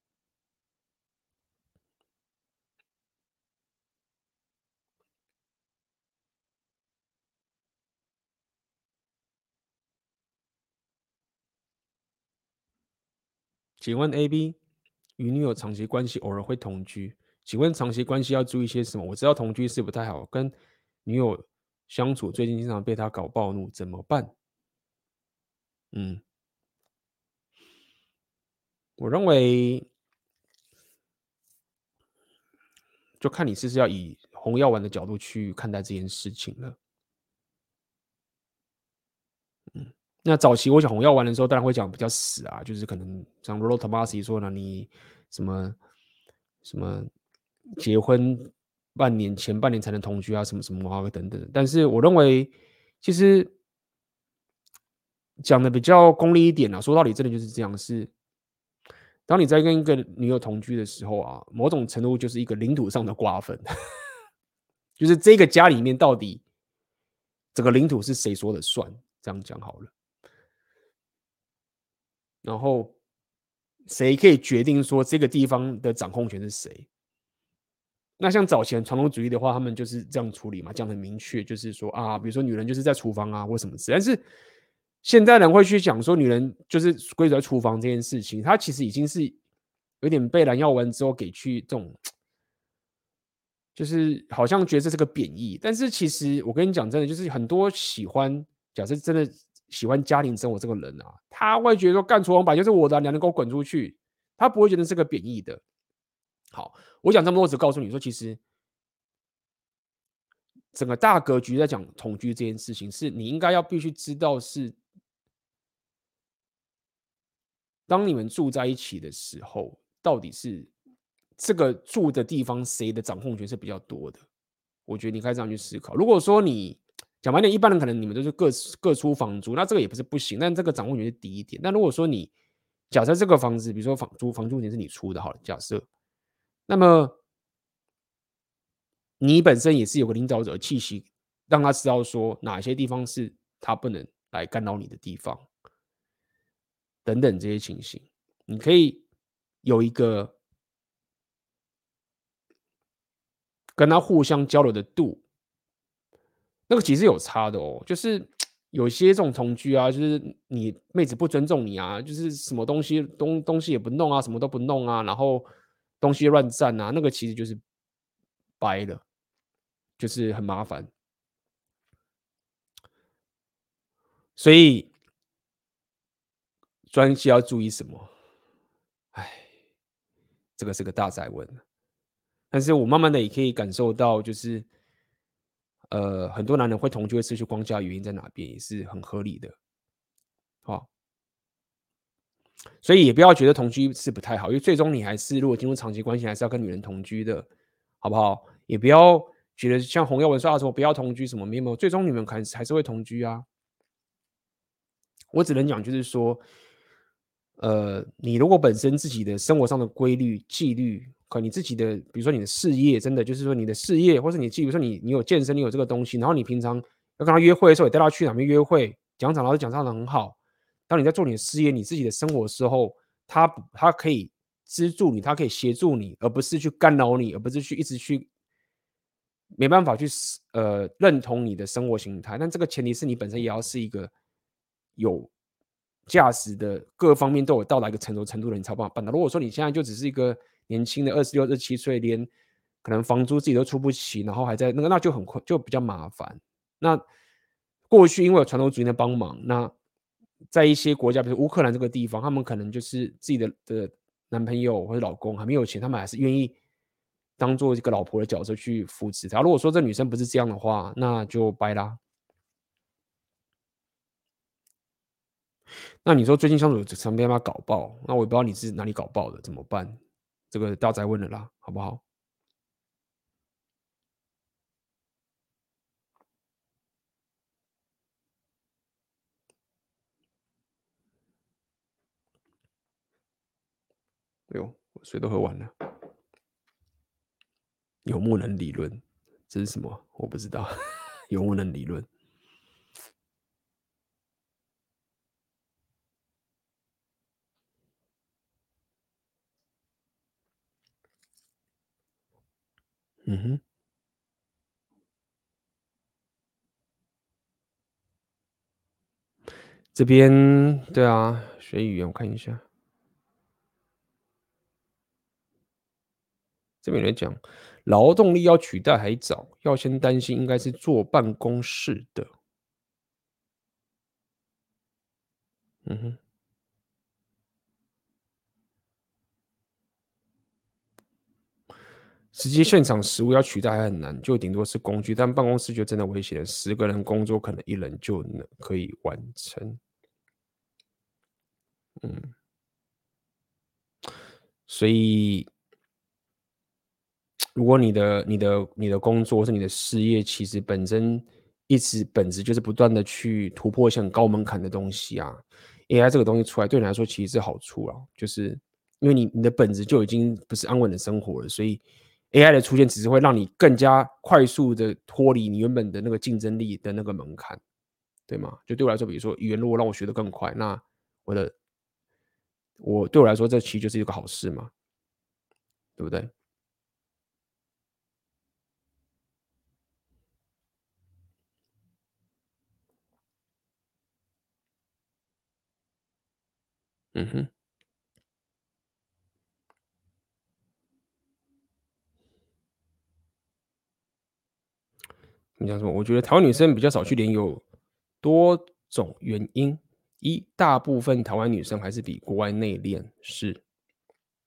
请问 A B 与女友长期关系偶尔会同居，请问长期关系要注意些什么？我知道同居是不太好，跟女友相处最近经常被她搞暴怒，怎么办？嗯，我认为就看你是不是要以红药丸的角度去看待这件事情了。嗯，那早期我讲红药丸的时候，当然会讲比较死啊，就是可能像 Rollo Tomasi 说呢，你什么什么结婚半年前半年才能同居啊，什么什么啊等等。但是我认为，其实讲的比较功利一点啊，说到底真的就是这样，是当你在跟一个女友同居的时候啊，某种程度就是一个领土上的瓜分，就是这个家里面到底整个领土是谁说了算，这样讲好了。然后谁可以决定说这个地方的掌控权是谁？那像早前传统主义的话，他们就是这样处理嘛，讲得很明确，就是说啊，比如说女人就是在厨房啊，或什么事。但是现代人会去讲说，女人就是归属在厨房这件事情，它其实已经是有点被蓝药丸之后给去这种，就是好像觉得这是个贬义。但是其实我跟你讲，真的就是很多喜欢，假设真的喜欢家庭生活这个人啊，他会觉得说干厨房版就是我的，两人给我滚出去。 他不会觉得是个贬义的。好，我讲这么多，只告诉你说，其实整个大格局在讲同居这件事情，是你应该要必须知道是，当你们住在一起的时候，到底是这个住的地方谁的掌控权是比较多的？我觉得你可以这样去思考。如果说你讲白点，一般人可能你们都是各各出房租，那这个也不是不行，但这个掌控权是低一点。但如果说你假设这个房子，比如说房租房租钱是你出的，好了，假设，那么你本身也是有个领导者的气息，让他知道说哪些地方是他不能来干扰你的地方，等等这些情形，你可以有一个跟他互相交流的度，那个其实有差的哦。就是有些这种同居啊，就是你妹子不尊重你啊，就是什么东西东东西也不弄啊，什么都不弄啊，然后东西乱占啊，那个其实就是掰了，就是很麻烦。所以专系要注意什么？哎，这个是个大哉问。但是我慢慢的也可以感受到，就是呃，很多男人会同居会失去光家的原因在哪边，也是很合理的。好，所以也不要觉得同居是不太好，因为最终你还是如果进入长期关系，还是要跟女人同居的，好不好？也不要觉得像洪耀文说啊什么不要同居什么没有，最终你们还是还是会同居啊。我只能讲就是说，呃，你如果本身自己的生活上的规律、纪律，可你自己的，比如说你的事业，真的就是说你的事业，或是你，比如说你你有健身，你有这个东西，然后你平常要跟他约会的时候，也带他去哪边约会，讲场老师讲上的很好。当你在做你的事业、你自己的生活的时候，他他可以资助你，他可以协助你，而不是去干扰你，而不是去一直去没办法去呃认同你的生活形态。但这个前提是你本身也要是一个有价值的，各方面都有到达一个成熟程度的，你才办法办到。如果说你现在就只是一个年轻的二十六、二十七岁，连可能房租自己都出不起，然后还在那个，那就很困，就比较麻烦。那过去因为有传统主义的帮忙，那在一些国家，比如乌克兰这个地方，他们可能就是自己的的男朋友或者老公还没有钱，他们还是愿意当做一个老婆的角色去扶持他。如果说这女生不是这样的话，那就掰啦。那你说最近相处常被他搞爆，那我也不知道你是哪里搞爆的，怎么办？这个大灾问了啦，好不好？哎呦，我水都喝完了。有木能理论，这是什么？我不知道。有木能理论。嗯哼，这边对啊，学语言我看一下，这边有人讲，劳动力要取代还早，要先担心应该是坐办公室的。嗯哼，实际现场实务要取代还很难，就顶多是工具，但办公室就真的危险了，十个人工作可能一人就能可以完成。嗯，所以如果你的你的你的工作或是你的事业，其实本身一直本质就是不断的去突破一些很高门槛的东西啊，A I 这个东西出来对你来说其实是好处啊，就是因为你你的本质就已经不是安稳的生活了，所以 A I 的出现只是会让你更加快速的脱离你原本的那个竞争力的那个门槛，对吗？就对我来说，比如说语言如果让我学得更快，那我的我对我来说这其实就是一个好事嘛，对不对？嗯哼。你讲什么？我觉得台湾女生比较少去联有多种原因。一，大部分台湾女生还是比国外内敛，是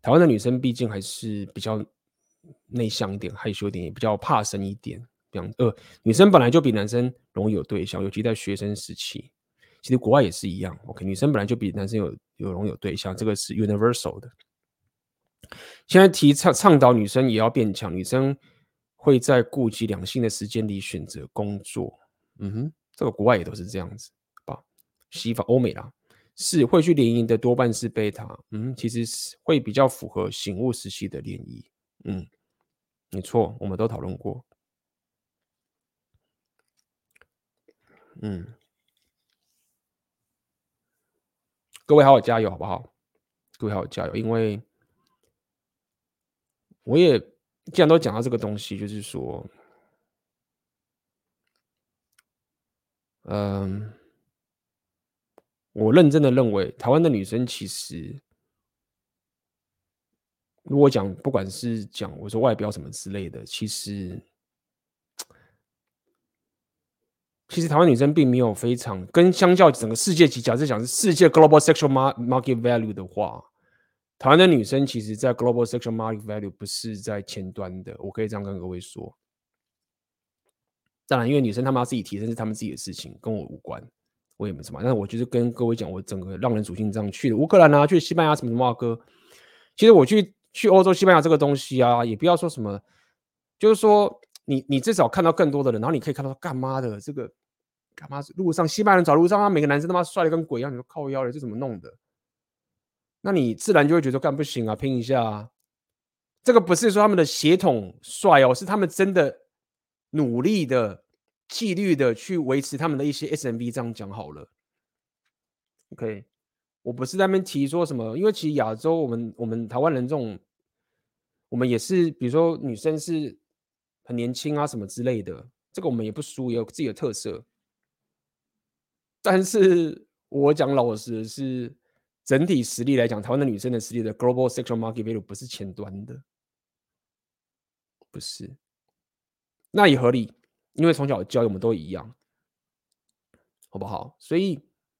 台湾的女生毕竟还是比较内向一点、害羞一点，也比较怕生一点。这样，呃，女生本来就比男生容易有对象，尤其在学生时期。其实国外也是一样 ，OK， 女生本来就比男生有有容易有对象，这个是 universal 的。现在提倡倡导女生也要变强，女生会在顾及两性的时间里选择工作。嗯哼，这个国外也都是这样子吧？西方欧美啦，是会去联谊的多半是贝塔。嗯，其实是会比较符合醒悟时期的联谊。嗯，没错，我们都讨论过。嗯，各位好好加油，好不好？各位好好加油，因为我也既然都讲到这个东西，就是说，嗯，我认真的认为，台湾的女生其实，如果讲不管是讲我说外表什么之类的，其实其实台湾女生并没有非常跟相较整个世界级，假设讲是世界 global sexual market value 的话，台湾的女生其实在 global sexual market value 不是在前端的，我可以这样跟各位说。当然，因为女生她们要自己提升是她们自己的事情，跟我无关，我也没什么。但是我就是跟各位讲，我整个让人属性这样去的乌克兰啊，去西班牙什么什么啊哥。其实我去去欧洲、西班牙这个东西啊，也不要说什么，就是说你你至少看到更多的人，然后你可以看到干妈的这个干妈路上西班牙人走路上，他每个男生他妈帅的跟鬼一样，你说靠腰了，这怎么弄的？那你自然就会觉得干不行啊，拼一下啊。这个不是说他们的血统帅哦，是他们真的努力的、纪律的去维持他们的一些 S M V， 这样讲好了。OK， 我不是在那边提说什么，因为其实亚洲我们我们台湾人这种，我们也是，比如说女生是很年轻啊什么之类的，这个我们也不输，也有自己的特色。但是我讲老实的是，整体实力来讲，台湾的女生的实力的 global sexual market value 不是前端的，不是。那也合理，因为从小的教育我们都一样，好不好？所以，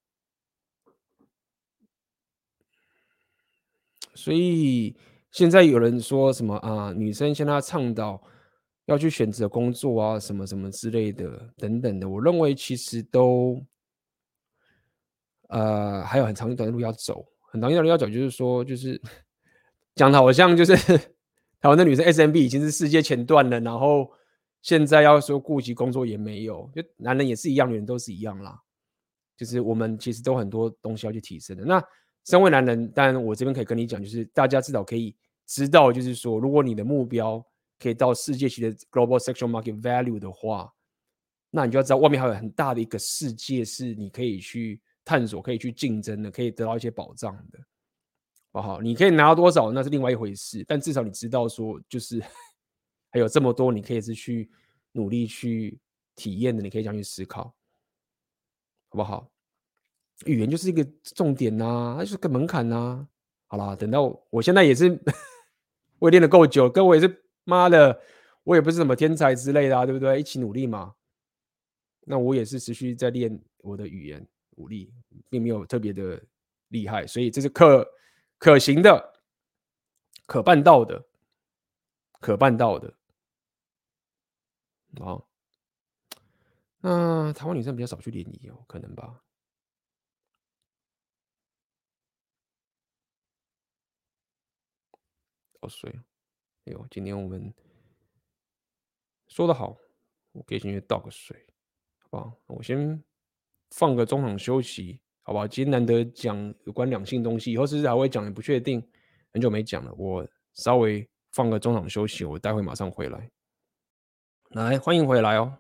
所以现在有人说什么啊，女生现在倡导要去选择工作啊，什么什么之类的，等等的，我认为其实都呃还有很长一段路要走，很长一段路要走，就是说，就是讲的好像就是台湾的女生 S M B 已经是世界前段了，然后现在要说顾及工作也没有，就男人也是一样，女人都是一样啦。就是我们其实都很多东西要去提升的。那身为男人，当然我这边可以跟你讲，就是大家至少可以知道，就是说，如果你的目标可以到世界级的 global sexual market value 的话，那你就要知道外面还有很大的一个世界是你可以去探索、可以去竞争的，可以得到一些保障的。好不好？你可以拿到多少那是另外一回事，但至少你知道说，就是还有这么多你可以是去努力去体验的，你可以这样去思考，好不好？语言就是一个重点呐、啊，它就是个门槛呐、啊。好啦，等到我现在也是，我也练得够久，跟我也是妈的，我也不是什么天才之类的啊，对不对？一起努力嘛。那我也是持续在练我的语言武力，并没有特别的厉害，所以这是可可行的、可办到的、可办到的啊。那台湾女生比较少去联谊哦，可能吧。好水，哎呦，今天我们说得好，我可以先去倒个水，好不好？我先放个中场休息，好不好？今天难得讲有关两性东西，以后是不是还会讲？也不确定，很久没讲了。我稍微放个中场休息，我待会马上回来。来，欢迎回来哦。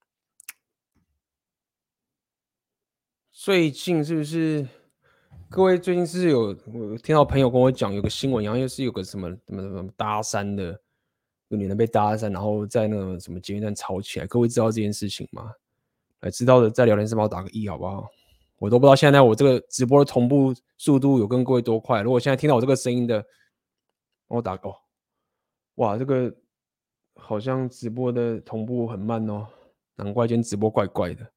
最近是不是各位最近是有我听到朋友跟我讲，有个新闻，然后又是有个什么什么什么搭讪的，有女人被搭讪，然后在那个什么捷运站吵起来。各位知道这件事情吗？来，知道的在聊天室帮我打个一，好不好？我都不知道现在我这个直播的同步速度有跟各位多快。如果现在听到我这个声音的，帮我打个哦，哇，这个好像直播的同步很慢哦，难怪今天直播怪怪的。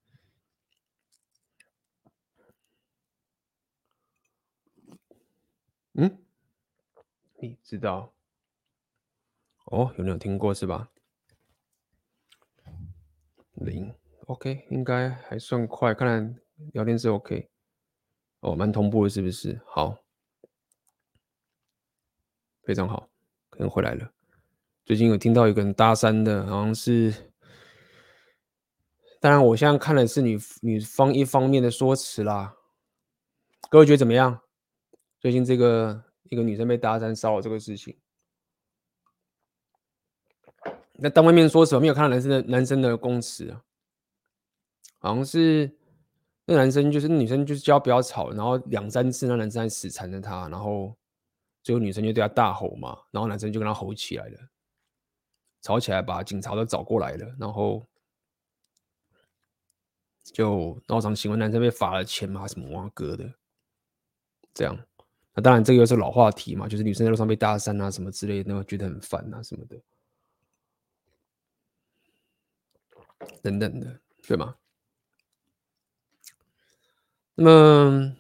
嗯， 你知道？哦，有人有听过是吧？零 ，OK， 应该还算快，看来聊天是 OK。哦，蛮同步的，是不是？好，非常好，可能回来了。最近有听到一个人搭讪的，好像是，当然我现在看的是女女方一方面的说辞啦。各位觉得怎么样？最近这个一个女生被搭讪骚扰这个事情，那单方面说辞，没有看到男生的男生的供词啊，好像是那男生就是那女生就是叫不要吵，然后两三次那男生还死缠着她，然后最后女生就对他大吼嘛，然后男生就跟他吼起来了，吵起来把警察都找过来了，然后就闹场新闻，男生被罚了钱嘛，什么哇哥的，这样。那当然这个又是老话题嘛，就是女生在路上被搭讪啊什么之类的，那觉得很烦啊什么的，等等的，对吗？那么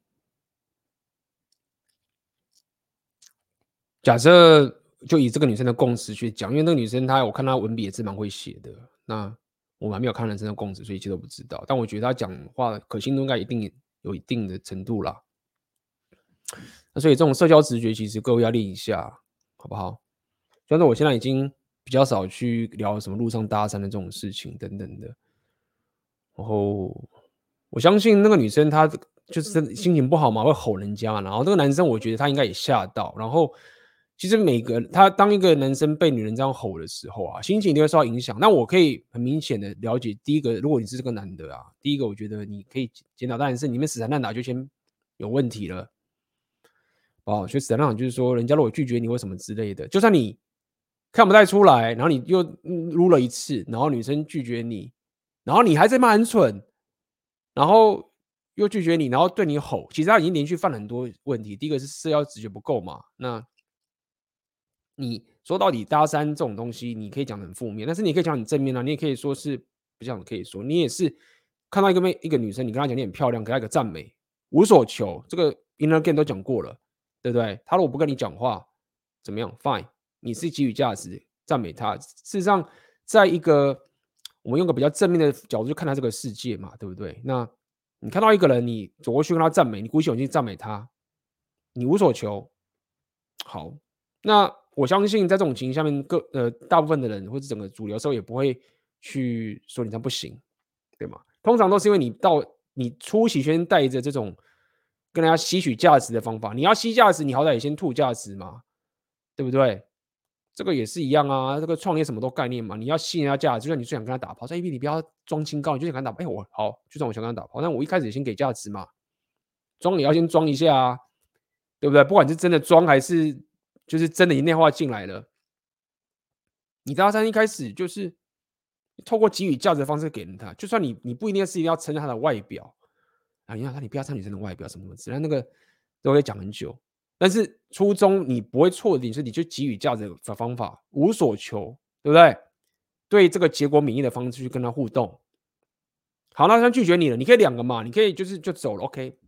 假设就以这个女生的供词去讲，因为那个女生她我看她文笔也是蛮会写的，那我还没有看男生的供词，所以一切都不知道。但我觉得她讲话可信度应该一定有一定的程度啦。那所以这种社交直觉其实各位要练一下，好不好？虽然说我现在已经比较少去聊什么路上搭讪的这种事情等等的，然后我相信那个女生她就是真的心情不好嘛，会吼人家嘛，然后那个男生我觉得他应该也吓到，然后其实每个他当一个男生被女人这样吼的时候啊，心情一定会受到影响。那我可以很明显的了解，第一个，如果你是这个男的啊，第一个我觉得你可以检讨，当然是你们死缠烂打就先有问题了。哦，所以死缠烂打就是说，人家如果拒绝你或什么之类的，就算你看不太出来，然后你又撸了一次，然后女生拒绝你，然后你还在骂很蠢，然后又拒绝你，然后对你吼，其实他已经连续犯了很多问题。第一个是社交直觉不够嘛，那你说到底搭讪这种东西，你可以讲得很负面，但是你可以讲很正面啊，你也可以说是不像可以说，你也是看到一个妹一个女生，你跟她讲你很漂亮，给她一个赞美，无所求，这个 inner game 都讲过了，对不对？她如果不跟你讲话，怎么样 ？Fine，你是给予价值，赞美她。事实上，在一个我们用个比较正面的角度去看待这个世界嘛，对不对？那你看到一个人，你走过去跟他赞美，你鼓起勇气赞美他，你无所求，好，那我相信在这种情形下面，各呃大部分的人或者整个主流社会也不会去说你这样不行，对吗？通常都是因为你到你初期先带着这种跟人家吸取价值的方法，你要吸价值，你好歹也先吐价值嘛，对不对？这个也是一样啊，这个创业什么都概念嘛，你要吸人家价值，就算你最想跟他打炮，在 A P 你不要装清高，你就想跟他打炮，哎，我好，就算我想跟他打炮，但我一开始也先给价值嘛，装也要先装一下啊，对不对？不管是真的装还是就是真的你内化进来了，你搭讪一开始就是透过给予价值的方式给人他，就算你你不一定是一定要称赞他的外表啊，你看他你不要称女生的外表什么什么之类的，那个都会讲很久。但是初衷你不会错的点是，你去给予价值的方法无所求，对不对？对这个结果免疫的方式去跟他互动。好，那他拒绝你了，你可以两个嘛，你可以就是就走了 ，OK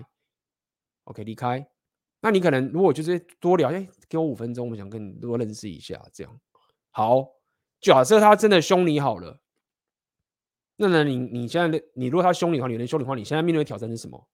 fine，OK 离开。那你可能如果就是多聊，哎，给我五分钟，我想跟你多认识一下，这样好。假设他真的凶你好了，那呢你你现在的你如果他凶你的话，你能凶你的话，你现在面对的挑战是什么？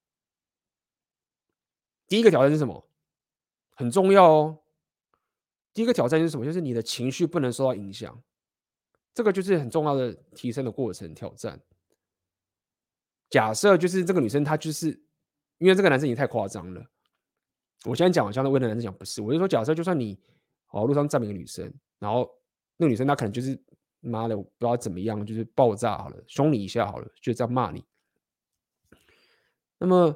第一个挑战是什么？很重要哦。第一个挑战是什么？就是你的情绪不能受到影响，这个就是很重要的提升的过程挑战。假设就是这个女生她就是因为这个男生也太夸张了，我现在讲好像为了男生讲不是，我就说假设就算你哦路上站一个女生，然后那个女生她可能就是妈的我不知道怎么样，就是爆炸好了，凶你一下好了，就这样骂你。那么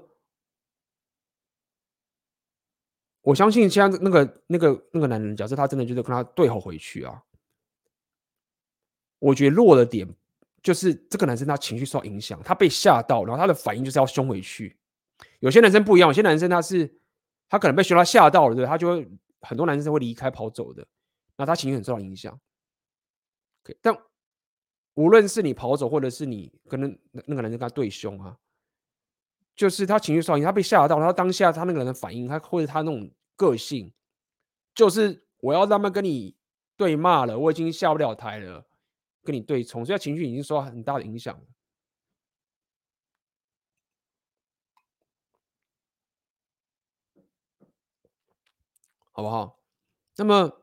我相信现在那个那个那个男人，假设他真的就是跟他对吼回去啊，我觉得弱的点就是这个男生他情绪受到影响，他被吓到，然后他的反应就是要凶回去。有些男生不一样，有些男生他是他可能被凶他吓到了，对，他就会很多男生会离开跑走的，那他情绪很受到影响。Okay, 但无论是你跑走，或者是你跟那那个男生跟他对凶啊，就是他情绪受到影响，他被吓到，然后当下他那个人的反应，他或者他那种个性， 就是我要他们跟你对骂了，我已经下不了台了，跟你对冲，所以他情绪已经受到很大的影响了。好不好？那么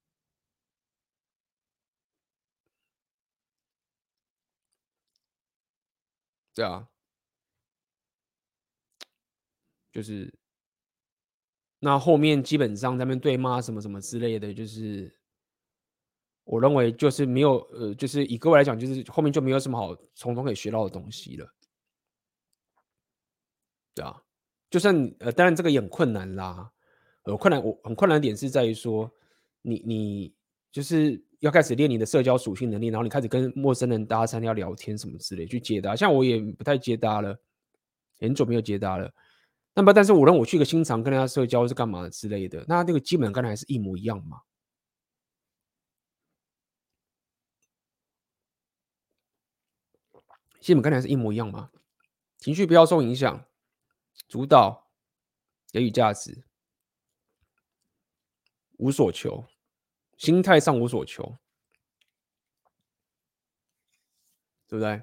对啊，就是那后面基本上他们对骂什么什么之类的，就是我认为就是没有呃，就是以各位来讲，就是后面就没有什么好从中可以学到的东西了。对啊，就算呃，当然这个也很困难啦。呃，困难我很困难的点是在于说，你你就是要开始练你的社交属性能力，然后你开始跟陌生人搭讪，要聊天什么之类，去接搭。像我也不太接搭了，很久没有接搭了。那么，但是我让我去个新场跟人家社交是干嘛之类的，那那个基本跟还是一模一样嘛。基本跟还是一模一样嘛。情绪不要受影响，主导，给予价值，无所求，心态上无所求，对不对？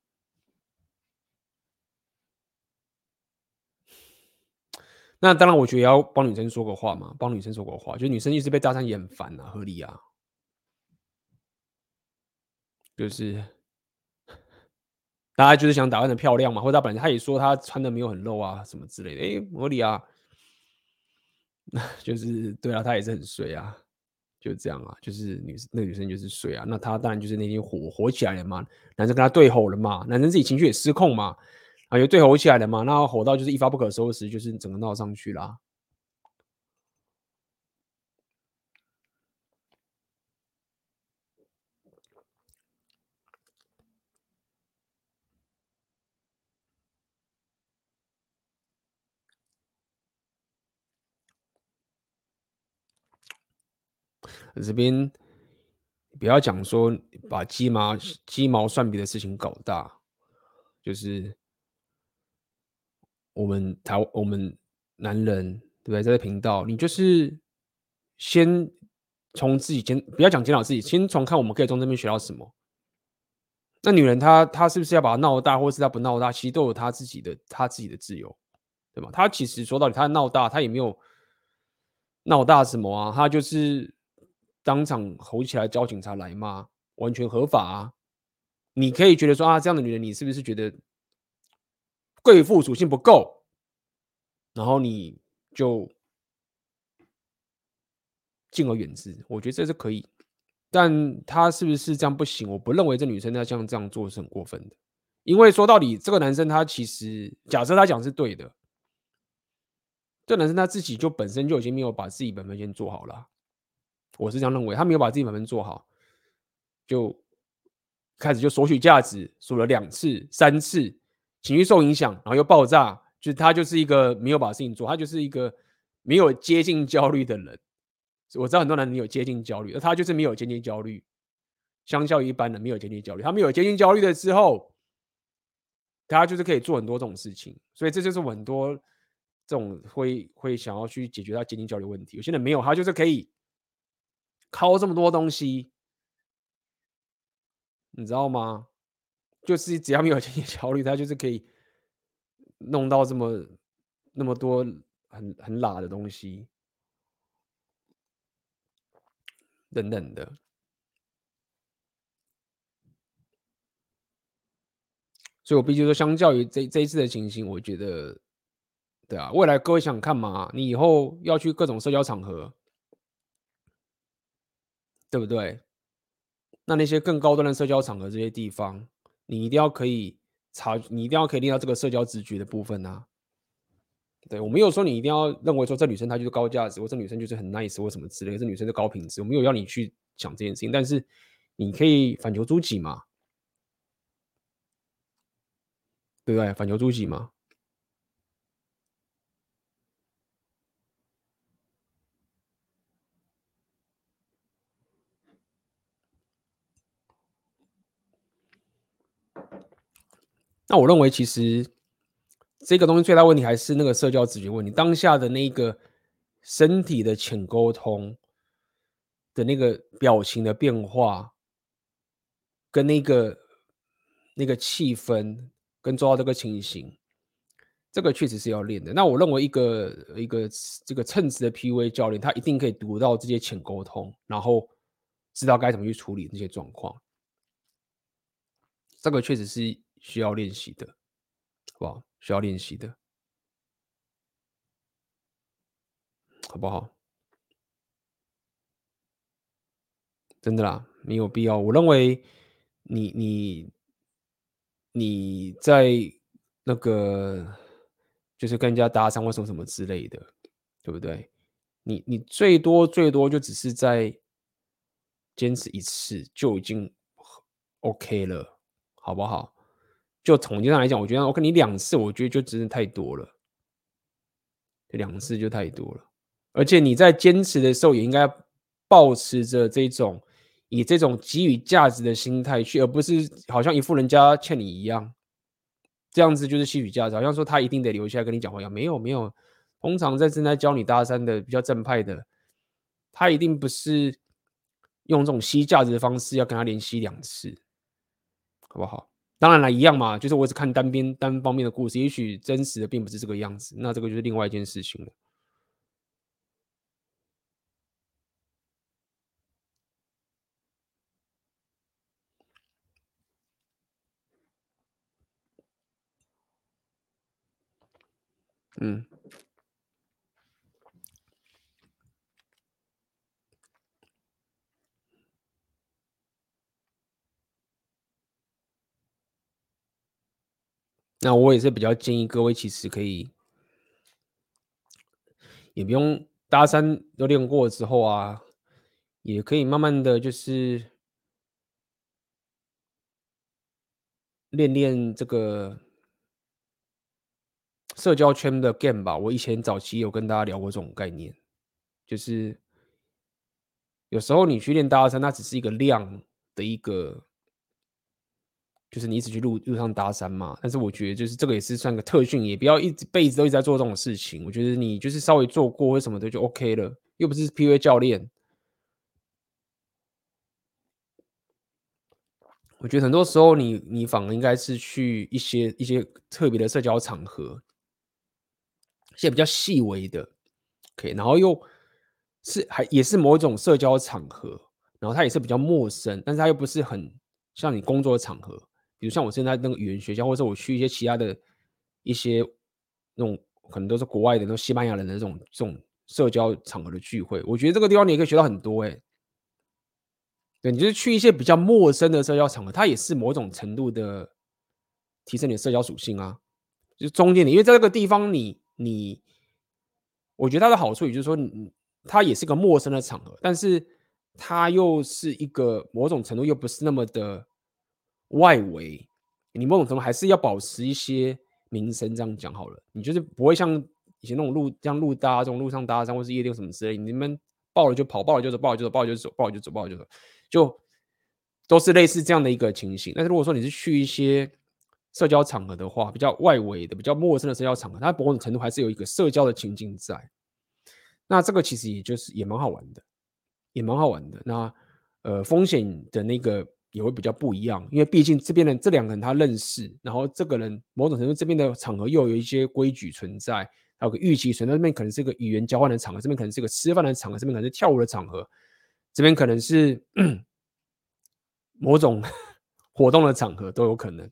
那当然，我觉得也要帮女生说个话嘛，帮女生说个话，就是女生一直被搭讪也很烦啊，合理啊。就是大家就是想打扮的漂亮嘛，或者他本来他也说他穿的没有很露啊，什么之类的，哎，合理啊。就是对啊，他也是很衰啊，就这样啊，就是女那个女生就是衰啊，那他当然就是那天火火起来了嘛，男生跟他对吼了嘛，男生自己情绪也失控嘛，啊，又对吼起来了嘛，那吼到就是一发不可收拾，就是整个闹上去啦。这边不要讲说把鸡毛鸡毛蒜皮的事情搞大，就是我们台我们男人对不对？在这频道，你就是先从自己检，不要讲检讨自己，先从看我们可以从这边学到什么。那女人她她是不是要把它闹大，或是她不闹大，其实都有她自己的她自己的自由，对吧？她其实说到底，她闹大，她也没有闹大什么啊，她就是当场吼起来叫警察来骂，完全合法啊。你可以觉得说啊，这样的女人，你是不是觉得贵妇属性不够？然后你就敬而远之，我觉得这是可以。但她是不是这样不行？我不认为这女生要这样这样做是很过分的。因为说到底，这个男生他其实假设他讲是对的，这男生他自己就本身就已经没有把自己本分先做好了。我是这样认为，他没有把自己本分做好，就开始就索取价值，数了两次、三次，情绪受影响，然后又爆炸，就是他就是一个没有把事情做，他就是一个没有接近焦虑的人。我知道很多男人有接近焦虑，而他就是没有接近焦虑，相较于一般人没有接近焦虑，他没有接近焦虑的之后，他就是可以做很多这种事情，所以这就是我很多这种会会想要去解决他接近焦虑问题。有些人没有，他就是可以靠这么多东西，你知道吗？就是只要没有接近焦虑，他就是可以弄到这么那么多很很辣的东西等等的。所以我必须说，相较于这这一次的情形，我觉得，对啊，未来各位想想看嘛，你以后要去各种社交场合，对不对？那那些更高端的社交场合这些地方，你一定要可以察，你一定要可以练到这个社交直觉的部分啊。对，我没有说你一定要认为说这女生她就是高价值，或这女生就是很 nice 或什么之类的，这女生是高品质，我没有要你去想这件事情，但是你可以反求诸己嘛，对不对？反求诸己嘛。那我认为其实这个东西最大问题还是那个社交直觉问题，当下的那个身体的浅沟通的那个表情的变化，跟那个那个气氛，跟抓到这个情形，这个确实是要练的。那我认为一个一个这个称职的 P U A 教练，他一定可以读到这些浅沟通，然后知道该怎么去处理这些状况。这个确实是需要练习的，好不好？需要练习的，好不好？真的啦，没有必要。我认为你你你在那个就是跟人家搭讪或什么什么之类的，对不对？你你最多最多就只是在坚持一次就已经 OK 了，好不好？就统计上来讲，我觉得 OK，你两次我觉得就真的太多了，两次就太多了。而且你在坚持的时候，也应该保持着这种以这种给予价值的心态去，而不是好像一副人家欠你一样，这样子就是吸取价值，好像说他一定得留下来跟你讲话一样。没有没有，通常在正在教你搭讪的比较正派的，他一定不是用这种吸价值的方式要跟他连吸两次，好不好？当然了，一样嘛，就是我只看单边单方面的故事，也许真实的并不是这个样子，那这个就是另外一件事情了。嗯。那我也是比较建议各位，其实可以，也不用搭讪都练过之后啊，也可以慢慢的就是练练这个社交圈的 game 吧。我以前早期有跟大家聊过这种概念，就是有时候你去练搭讪，它只是一个量的一个，就是你一直去路路上搭讪嘛。但是我觉得就是这个也是算个特训，也不要一直辈子都一直在做这种事情。我觉得你就是稍微做过或什么的就 OK 了，又不是 P U A 教练。我觉得很多时候你你反而应该是去一些一些特别的社交场合，一些比较细微的，OK，然后又是还也是某一种社交场合，然后它也是比较陌生，但是它又不是很像你工作的场合，比如像我现在那个语言学校，或者我去一些其他的一些那种可能都是国外的那种西班牙人的这种这种社交场合的聚会，我觉得这个地方你也可以学到很多哎、欸对，你就是去一些比较陌生的社交场合，它也是某种程度的提升你的社交属性啊。就是中间你，因为在这个地方你，你我觉得它的好处也就是说你，它也是个陌生的场合，但是它又是一个某种程度又不是那么的外围，你某种程度还是要保持一些名声。这样讲好了，你就是不会像以前那种路像路搭这种路上搭讪或是夜店什么之类，你们报了就跑，报了就走，报了就走，报了就走，报了就走，报了就走。就都是类似这样的一个情形。但是如果说你是去一些社交场合的话，比较外围的、比较陌生的社交场合，它某种程度还是有一个社交的情境在。那这个其实也就是也蛮好玩的，也蛮好玩的。那呃风险的那个也会比较不一样，因为毕竟这边的这两个人他认识，然后这个人某种程度这边的场合又有一些规矩存在，还有个预期存在。这边可能是个语言交换的场合，这边可能是个吃饭的场合，这边可能是跳舞的场合，这边可能是某种活动的场合都有可能。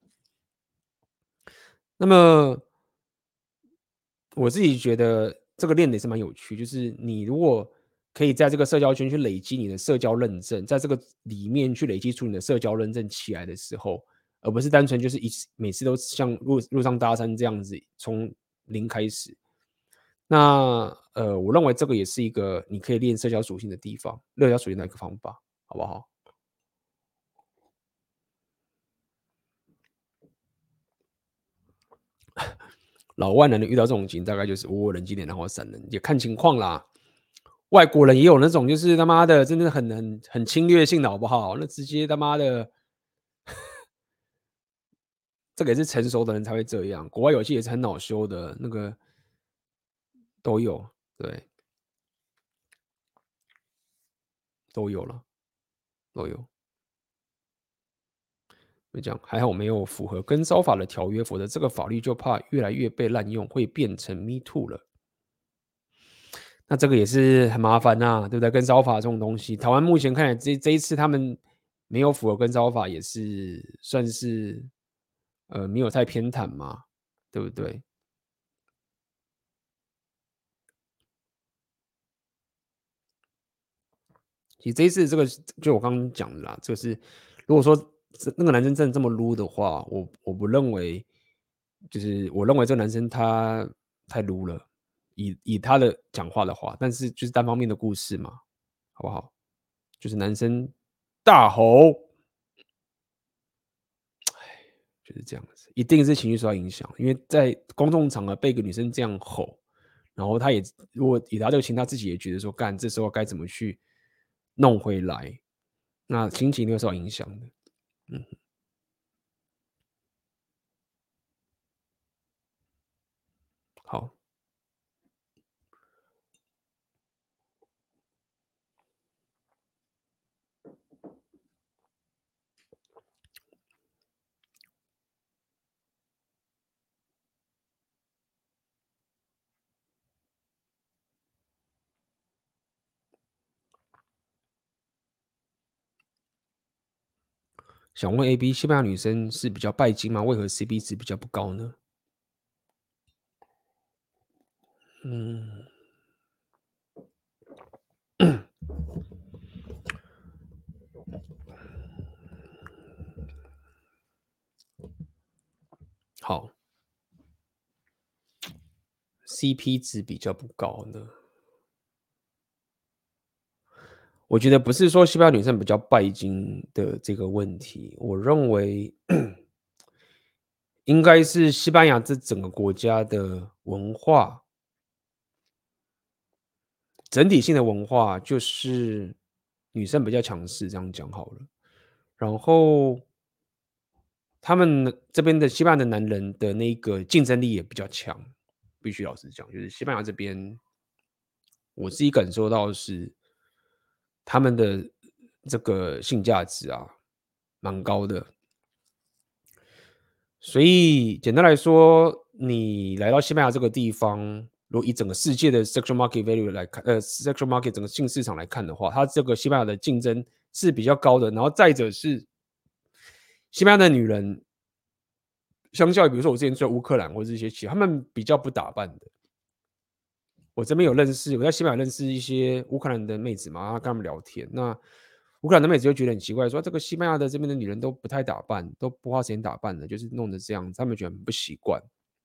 那么我自己觉得这个练的也是蛮有趣，就是你如果可以在这个社交圈去累积你的社交认证，在这个里面去累积出你的社交认证起来的时候，而不是单纯就是一次每次都像路路上搭讪这样子从零开始。那呃，我认为这个也是一个你可以练社交属性的地方，社交属性的一个方法，好不好？老外男人遇到这种情，大概就是我冷静点，然后闪人，也看情况啦。外国人也有那种，就是他妈的，真的很很很侵略性的，好不好？那直接他妈的，这个也是成熟的人才会这样。国外有些也是很恼羞的，那个都有，对。 都有了，都有。就这样，还好没有符合跟骚法的条约，否则这个法律就怕越来越被滥用，会变成 Me Too 了。那这个也是很麻烦呐、对不对？跟骚法这种东西，台湾目前看来这这一次他们没有符合跟骚法，也是算是呃没有太偏袒嘛，对不对？其实这一次这个就我刚刚讲的啦，这个是如果说那个男生真的这么撸的话，我我不认为，就是我认为这个男生他太撸了，以以他的讲话的话，但是就是单方面的故事嘛，好不好？就是男生大吼，就是这样子，一定是情绪受到影响，因为在公众场合被一个女生这样吼，然后他也如果以他这个情，他自己也觉得说，干这时候该怎么去弄回来，那心情一定会受到影响的。嗯，好，想问 A B，西班牙女生是比较拜金吗？为何 C P 值比较不高呢？嗯，好，C P 值比较不高呢。我觉得不是说西班牙女生比较拜金的这个问题，我认为应该是西班牙这整个国家的文化，整体性的文化就是女生比较强势，这样讲好了。然后他们这边的西班牙的男人的那个竞争力也比较强，必须老实讲，就是西班牙这边，我自己感受到的是他们的这个性价值啊，蛮高的。所以简单来说，你来到西班牙这个地方，如果以整个世界的 sexual market value 来看，呃，sexual market 整个性市场来看的话，它这个西班牙的竞争是比较高的。然后再者是西班牙的女人，相较于比如说我之前在乌克兰或者一些其他，他们比较不打扮的。我这边有认识，我在西班牙认识一些乌克兰的妹子嘛，跟他们聊天。那乌克兰的妹子就觉得很奇怪，说这个西班牙的这边的女人都不太打扮，都不花时间打扮的，就是弄得这样，他们觉得很不习惯。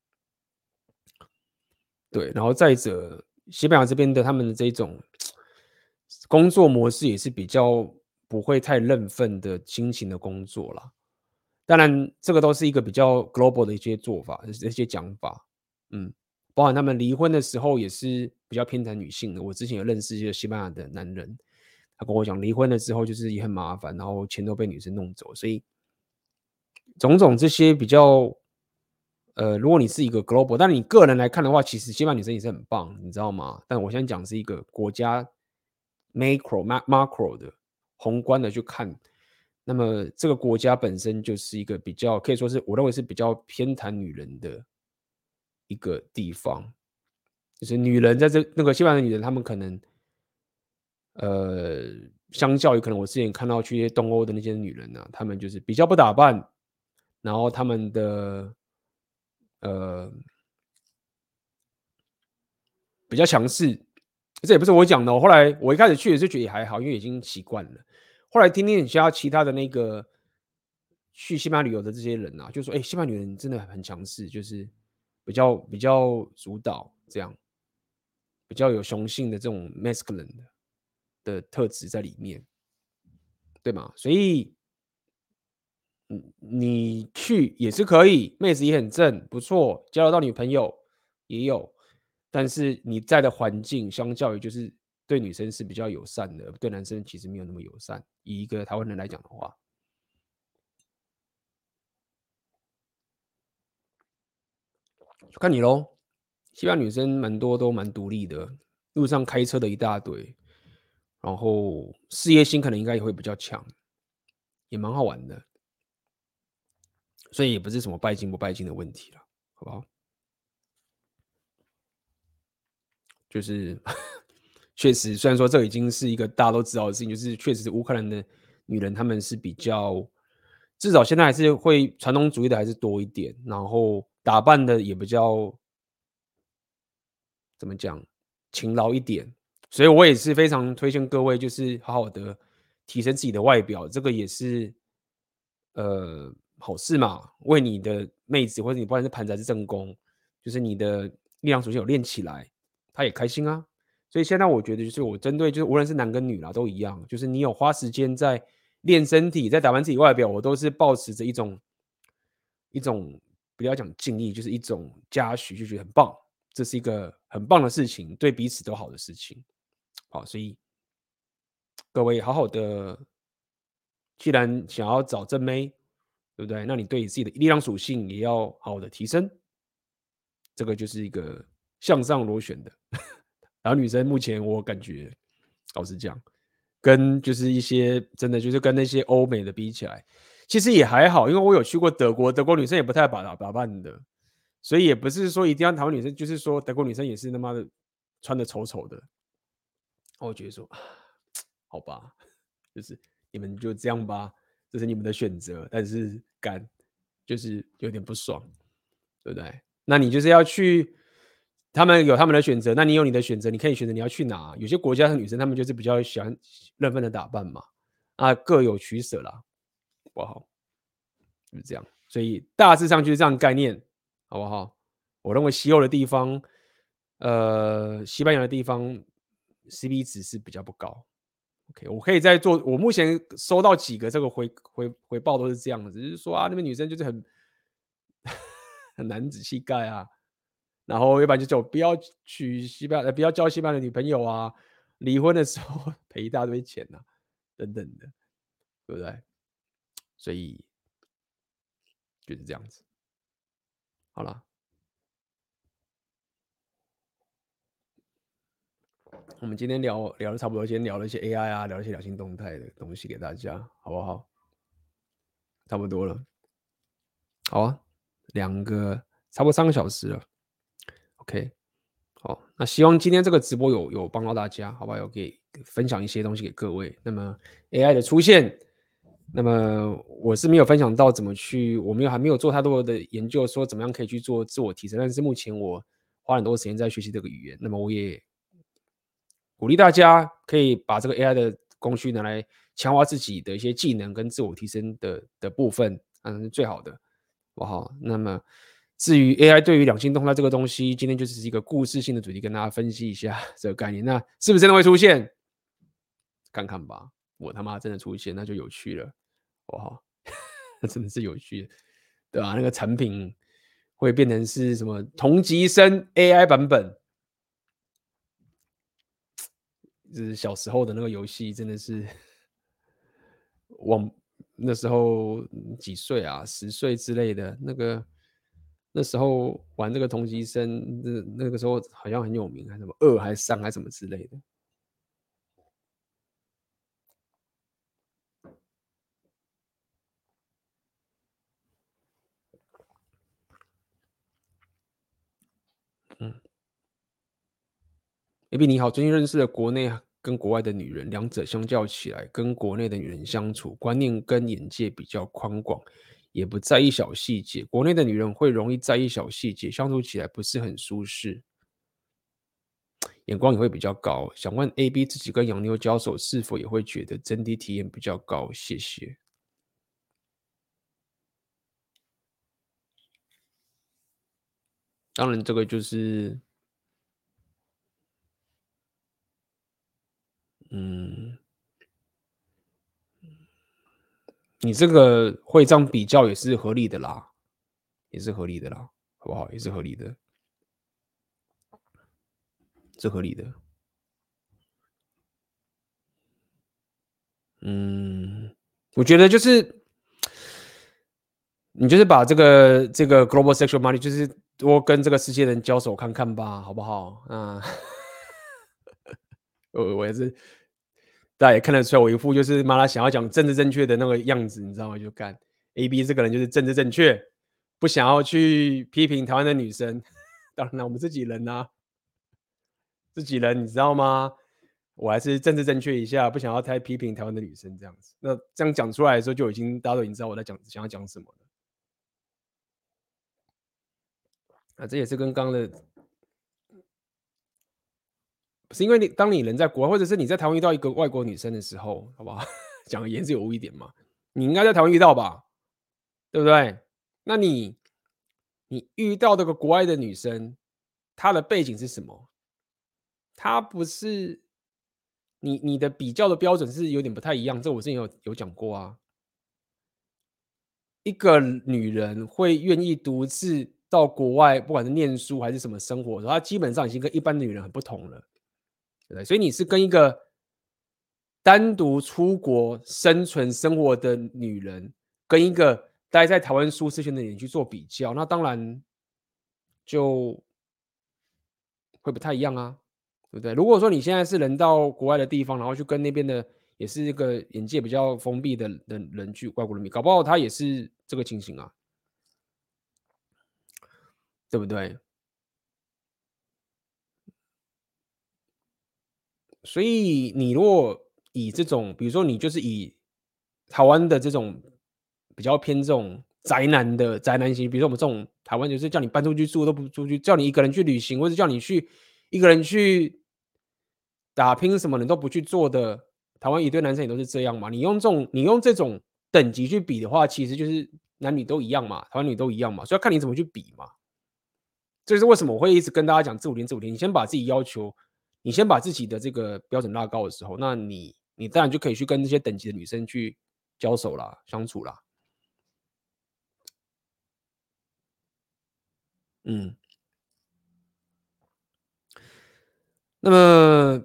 对，然后再者，西班牙这边的他们的这种工作模式也是比较不会太认份的辛勤的工作啦。当然，这个都是一个比较 global 的一些做法，一些讲法。嗯，包含他们离婚的时候也是比较偏袒女性的。我之前有认识一些西班牙的男人，他跟我讲，离婚了之后就是也很麻烦，然后钱都被女生弄走，所以种种这些比较，呃，如果你是一个 global，但你个人来看的话，其实西班牙女生也是很棒，你知道吗？但我现在讲是一个国家 macro macro 的宏观的去看，那么这个国家本身就是一个比较可以说是我认为是比较偏袒女人的一个地方，就是女人在这那个西班牙的女人，她们可能呃，相较于可能我之前看到去一些东欧的那些女人呢、啊，她们就是比较不打扮，然后她们的呃比较强势，这也不是我讲的、哦。后来我一开始去也是觉得也还好，因为已经习惯了。后来听听其他其他的那个去西班牙旅游的这些人啊，就说：“哎、欸，西班牙女人真的很强势，就是比较比较主导，这样比较有雄性的这种 masculine 的的特质在里面，对吗？所以嗯，你去也是可以，妹子也很正，不错，交得到女朋友也有，但是你在的环境相较于就是对女生是比较友善的，对男生其实没有那么友善。以一个台湾人来讲的话，就看你咯。西班牙女生蛮多都蛮独立的，路上开车的一大堆， 然后事业心可能应该也会比较强，也蛮好玩的，所以也不是什么拜金不拜金的问题了，好不好？就是确实，虽然说这已经是一个大家都知道的事情，就是确实乌克兰的女人她们是比较，至少现在还是会传统主义的还是多一点，然后打扮的也比较怎么讲勤劳一点，所以我也是非常推荐各位，就是好好的提升自己的外表，这个也是呃好事嘛，为你的妹子或者你不管是盘子还是正宫，就是你的力量属性有练起来，她也开心啊。所以现在我觉得，就是我针对，就是无论是男跟女啦，都一样，就是你有花时间在练身体，在打扮自己外表，我都是抱持着一种一种不要讲敬意，就是一种嘉许，就觉得很棒，这是一个很棒的事情，对彼此都好的事情。好，所以各位好好的，既然想要找正妹，对不对？那你对你自己的力量属性也要好好的提升，这个就是一个向上螺旋的。然后女生目前我感觉，老实讲，跟就是一些真的就是跟那些欧美的比起来，其实也还好，因为我有去过德国，德国女生也不太把打扮的，所以也不是说一定要台湾女生，就是说德国女生也是他妈的穿的丑丑的。我觉得说，好吧，就是你们就这样吧，这是你们的选择，但是干就是有点不爽，对不对？那你就是要去，他们有他们的选择，那你有你的选择，你可以选择你要去哪。有些国家的女生，她们就是比较喜欢认份的打扮嘛，啊，各有取舍啦，好不好？就是这样，所以大致上就是这样的概念，好不好？我认为西欧的地方，呃，西班牙的地方 C P 值是比较不高。OK， 我可以再做，我目前收到几个这个回回回报都是这样的，只是说啊，那边女生就是很很男子气概啊，然后要不然就叫不要娶西班牙，呃不要交西班牙的女朋友啊，离婚的时候赔一大堆钱啊，等等的，对不对？所以就是这样子。好了，我们今天聊聊的差不多，今天聊了一些 A I 啊，聊了一些两性动态的东西给大家，好不好？差不多了，好啊，两个差不多三个小时了 ，OK。好，那希望今天这个直播有有帮到大家，好不好？有给分享一些东西给各位。那么 A I 的出现，那么我是没有分享到怎么去，我没有还没有做太多的研究，说怎么样可以去做自我提升。但是目前我花很多时间在学习这个语言，那么我也鼓励大家可以把这个 A I 的工具拿来强化自己的一些技能跟自我提升的的部分，嗯，是最好的，好不好？那么至于 A I 对于两性动态这个东西，今天就只是一个故事性的主题，跟大家分析一下这个概念。那是不是真的会出现？看看吧。我他妈真的出现，那就有趣了，好不好？那真的是有趣的，对吧、啊？那个产品会变成是什么同级生 A I 版本？就是小时候的那个游戏，真的是往那时候几岁啊，十岁之类的那个。那时候玩这个同级生，那那个时候好像很有名，还是什么二还是三还是什么之类的。嗯 ，A B 你好，最近认识了国内跟国外的女人，两者相较起来，跟国内的女人相处，观念跟眼界比较宽广，也不在意小细节。国内的女人会容易在意小细节，相处起来不是很舒适。眼光也会比较高。想问 A B 自己跟洋妞交手，是否也会觉得整体体验比较高？谢谢。当然，这个就是，嗯，你这个会这样比较也是合理的啦，也是合理的啦，好不好？也是合理的，是合理的。嗯，我觉得就是你就是把这个这个 global sexual money，就是多跟这个世界人交手看看吧，好不好？啊，我我也是大家也看得出来，我一副就是妈他想要讲政治正确的那个样子，你知道吗？就干 A B 这个人就是政治正确，不想要去批评台湾的女生。当然了，我们自己人啊，自己人你知道吗？我还是政治正确一下，不想要太批评台湾的女生这样子。那这样讲出来的时候，就已经大家都已经知道我在讲想要讲什么了。啊，这也是跟刚刚的，不是因为你当你人在国外，或者是你在台湾遇到一个外国女生的时候，好不好？讲的言之有物一点嘛，你应该在台湾遇到吧，对不对？那你你遇到这个国外的女生，她的背景是什么？她不是你你的比较的标准是有点不太一样，这我之前有有讲过啊。一个女人会愿意独自到国外，不管是念书还是什么生活的时候，她基本上已经跟一般的女人很不同了，对不对？所以你是跟一个单独出国生存生活的女人，跟一个待在台湾舒适圈的人去做比较，那当然就会不太一样啊，对不对？如果说你现在是人到国外的地方，然后去跟那边的也是一个眼界比较封闭的人人去外国人比，搞不好他也是这个情形啊，对不对？所以你如果以这种，比如说你就是以台湾的这种比较偏这种宅男的宅男型，比如说我们这种台湾就是叫你搬出去住都不出去，叫你一个人去旅行，或者叫你去一个人去打拼什么你都不去做的，台湾一堆男生也都是这样嘛。你用这种你用这种等级去比的话，其实就是男女都一样嘛，台湾女都一样嘛，所以要看你怎么去比嘛。这就是为什么我会一直跟大家讲自我练自我练，你先把自己要求，你先把自己的这个标准拉高的时候，那你你当然就可以去跟这些等级的女生去交手啦、相处啦。嗯，那么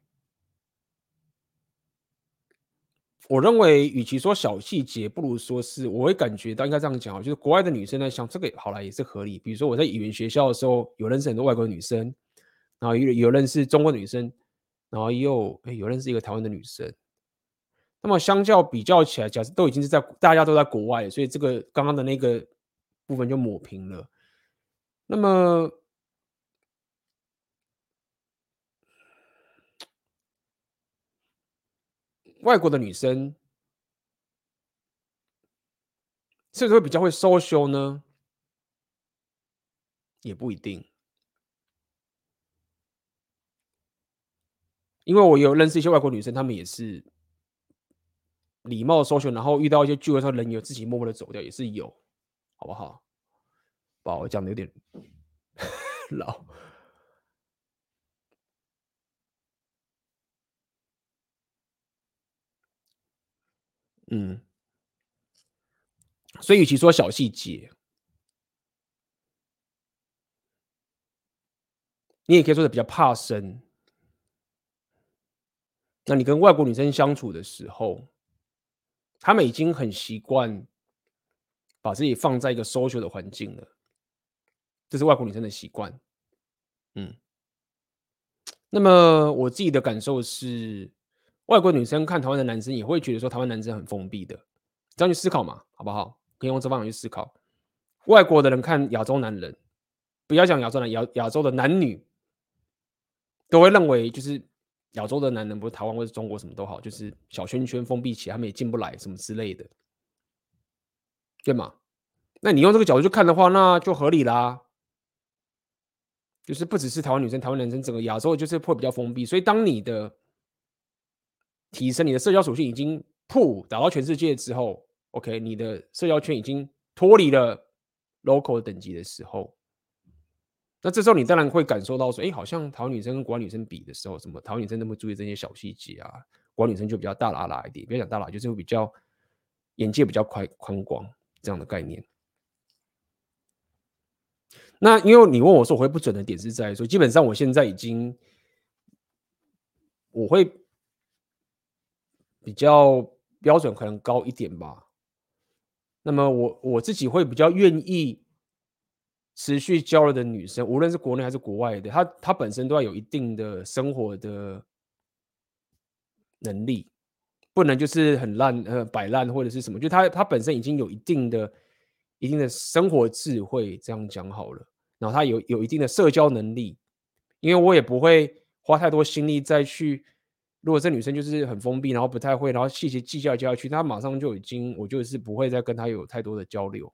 我认为，与其说小细节，不如说是我会感觉到应该这样讲啊，就是国外的女生呢，像这个好了也是合理。比如说我在语言学校的时候，有认识很多外国的女生，然后有有认识中国女生，然后也有诶有认识一个台湾的女生。那么相较比较起来，假设都已经是在大家都在国外，所以这个刚刚的那个部分就抹平了。那么外国的女生是不是会比较会 social 呢？也不一定，因为我有认识一些外国女生，她们也是礼貌 social，然后遇到一些聚会的时候，人有自己默默的走掉，也是有，好不好？把我讲的有点老，嗯，所以与其说小细节，你也可以说的比较怕生。那你跟外国女生相处的时候，她们已经很习惯把自己放在一个 social 的环境了，这是外国女生的习惯。嗯，那么我自己的感受是，外国女生看台湾的男生也会觉得说台湾男生很封闭的，这样去思考嘛，好不好？可以用这方法去思考。外国的人看亚洲男人，不要讲亚洲男，亚亚洲的男女都会认为就是亚洲的男人，不是台湾或者中国什么都好，就是小圈圈封闭起来，他们也进不来什么之类的，对吗？那你用这个角度去看的话，那就合理啦。就是不只是台湾女生，台湾男生整个亚洲就是会比较封闭，所以当你的提升，你的社交属性已经铺打到全世界之后，OK，你的社交圈已经脱离了 local 等级的时候，那这时候你当然会感受到说，哎，好像台湾女生跟国外女生比的时候，什么台湾女生那么注意这些小细节啊，国外女生就比较大喇喇一点，不要讲大喇，就是会比较眼界比较宽宽广这样的概念。那因为你问我说我会不准的点是在说，基本上我现在已经我会比较标准可能高一点吧。那么我我自己会比较愿意持续交流的女生，无论是国内还是国外的，她她本身都要有一定的生活的能力，不能就是很烂呃摆烂或者是什么，就他他本身已经有一定的一定的生活智慧，这样讲好了，然后他有有一定的社交能力，因为我也不会花太多心力再去。如果这女生就是很封闭，然后不太会，然后细节计较来下去，她马上就已经，我就是不会再跟她有太多的交流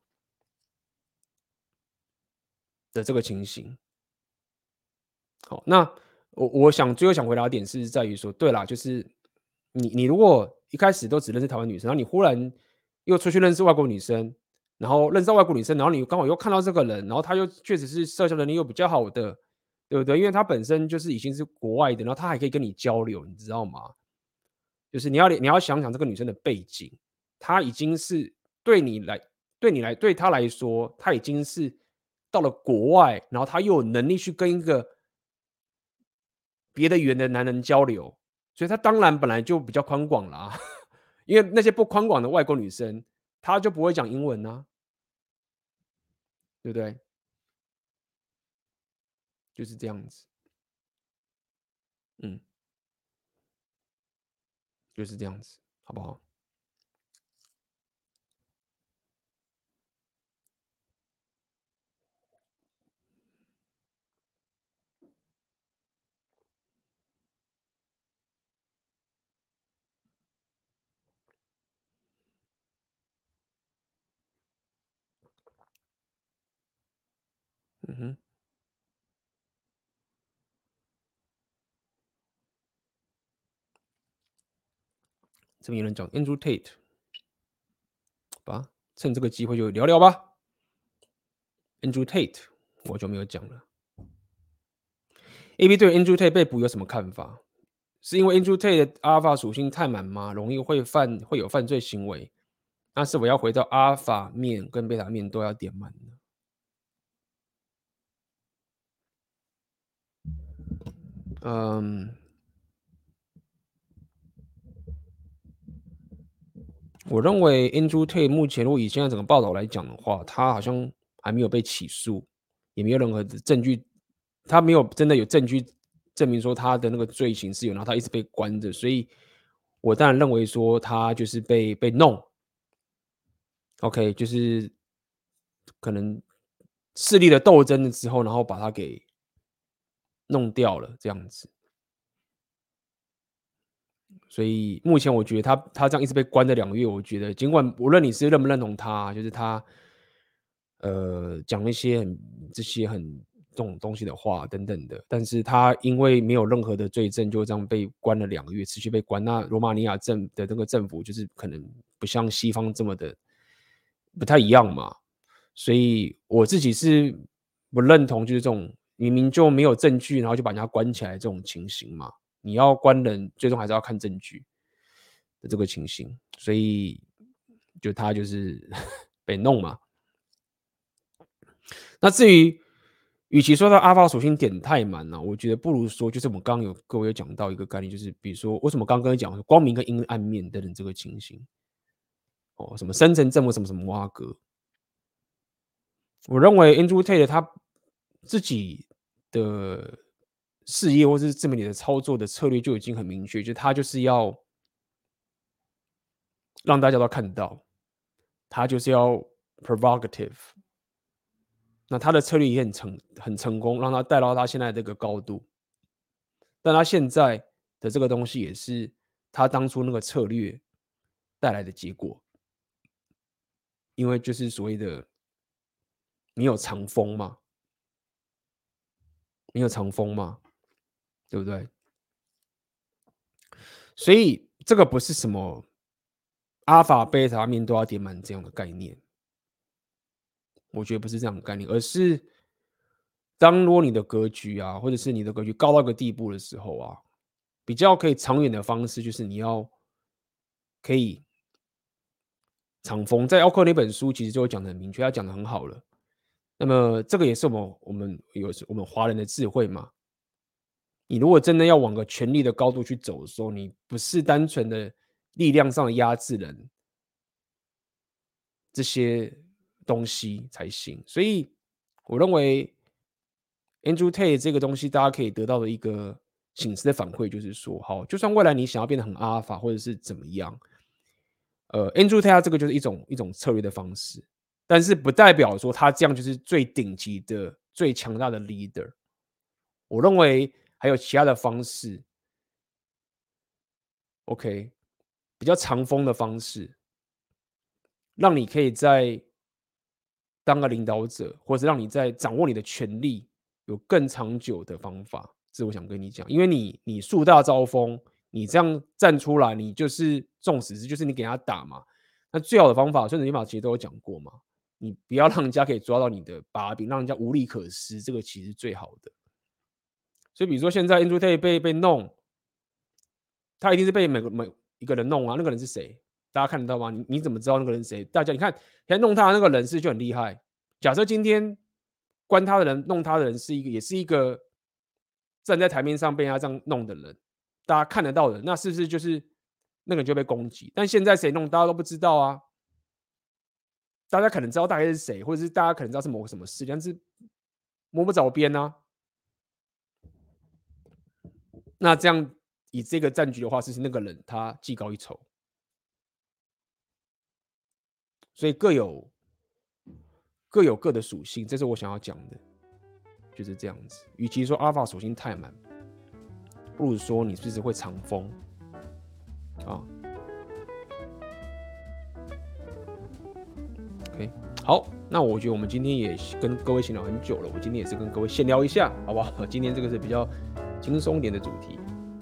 的这个情形。好，那我我想最后想回答的点是在于说，对啦，就是你你如果一开始都只认识台湾女生，然后你忽然又出去认识外国女生，然后认识到外国女生，然后你刚好又看到这个人，然后他又确实是社交能力又比较好的，对不对？因为他本身就是已经是国外的，然后他还可以跟你交流，你知道吗？就是你要你要想想这个女生的背景，她已经是对你来对你来对她来说，她已经是到了国外，然后她又有能力去跟一个别的语言的男人交流，所以她当然本来就比较宽广啦。因为那些不宽广的外国女生，她就不会讲英文啊，对不对？就是这样子，嗯，就是这样子，好不好？嗯哼，这边有人讲 Andrew Tate，吧，趁这个机会就聊聊吧。Andrew Tate，我就没有讲了。A B 对 Andrew Tate 被捕有什么看法？是因为 Andrew Tate 的 Alpha 属性太满吗？容易会犯会有犯罪行为？那是否要回到 Alpha 面跟贝塔面都要点满呢？嗯，我认为 Andrew Tate 目前如果以现在整个报道来讲的话，他好像还没有被起诉，也没有任何的证据，他没有真的有证据证明说他的那个罪行是有，然后他一直被关着，所以我当然认为说他就是被被弄，OK，就是可能势力的斗争了之后，然后把他给弄掉了这样子。所以目前我觉得他他这样一直被关了两个月，我觉得尽管无论你是认不认同他，就是他呃讲一些很这些很这种东西的话等等的，但是他因为没有任何的罪证，就这样被关了两个月，持续被关。那罗马尼亚政的这个政府就是可能不像西方这么的不太一样嘛，所以我自己是不认同就是这种明明就没有证据，然后就把人家关起来这种情形嘛。你要关人，最终还是要看证据的这个情形，所以就他就是被弄嘛。那至于与其说到阿法属性点太满了、啊，我觉得不如说就是我们刚刚有各位有讲到一个概念，就是比如说为什么刚刚讲光明跟阴暗面等等这个情形，哦，什么深层正负什么什么挖格，我认为 Andrew Tate 他自己的事业或是自媒体的操作的策略就已经很明确，就他就是要让大家都看到，他就是要 provocative。那他的策略也很成很成功，让他带到他现在这个高度。但他现在的这个东西也是他当初那个策略带来的结果，因为就是所谓的没有长风嘛，没有长风嘛，对不对？所以这个不是什么阿法、贝塔面都要点满这样的概念，我觉得不是这样的概念，而是当如果你的格局啊，或者是你的格局高到一个地步的时候啊，比较可以长远的方式就是你要可以长风，在奥克那本书其实就会讲的很明确，他讲的很好了。那么这个也是我们我们有我们华人的智慧嘛。你如果真的要往个权力的高度去走的时候，你不是单纯的力量上的压制人这些东西才行。所以我认为 Andrew Tate 这个东西，大家可以得到的一个醒思的反馈就是说，好，就算未来你想要变得很阿尔法或者是怎么样，呃 ，Andrew Tate 这个就是一种一种策略的方式，但是不代表说他这样就是最顶级的、最强大的 leader。我认为还有其他的方式 ，OK， 比较长风的方式，让你可以在当个领导者，或者让你在掌握你的权力有更长久的方法。这是我想跟你讲，因为你你树大招风，你这样站出来，你就是众矢之，就是你给他打嘛。那最好的方法，孙子兵法其实都有讲过嘛，你不要让人家可以抓到你的把柄，让人家无力可施，这个其实是最好的。所以，比如说现在 Andrew Tate 被被弄，他一定是被每个每一个人弄啊，那个人是谁？大家看得到吗？你你怎么知道那个人是谁？大家你看，现在弄他的那个人是就很厉害。假设今天关他的人、弄他的人是一个，也是一个站在台面上被他这样弄的人，大家看得到的，那是不是就是那个人就被攻击？但现在谁弄，大家都不知道啊。大家可能知道大概是谁，或者是大家可能知道是某个什么事，但是摸不着边啊。那这样以这个战局的话，是那个人他技高一筹，所以各有各有各的属性，这是我想要讲的，就是这样子。与其说阿尔法属性太满，不如说你是不是会长风啊 ？OK， 好，那我觉得我们今天也跟各位闲聊很久了，我今天也是跟各位闲聊一下，好不好？今天这个是比较轻松一点的主题。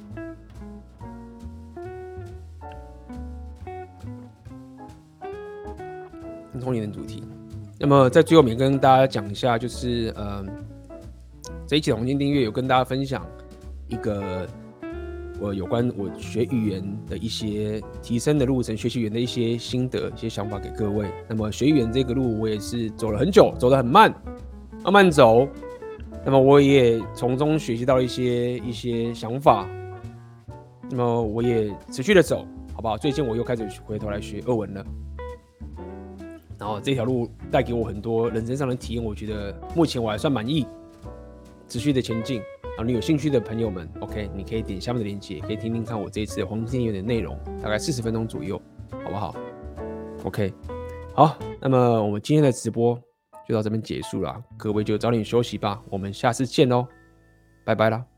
轻松一点的主题。那么在最后面跟大家讲一下，就是呃，这一期的黄金订阅有跟大家分享一个我有关我学语言的一些提升的路程，学习语言的一些心得、一些想法给各位。那么学语言这个路，我也是走了很久，走得很慢，慢慢走。那么我也从中学习到一些一些想法。那么我也持续的走，好不好？最近我又开始回头来学俄文了。然后这条路带给我很多人生上的体验，我觉得目前我还算满意，持续的前进。然后你有兴趣的朋友们 ，OK， 你可以点下面的链接，可以听听看我这一次的黄金订阅的内容，大概四十分钟左右，好不好 ？OK， 好，那么我们今天的直播就到这边结束了，各位就早点休息吧，我们下次见喽，拜拜啦。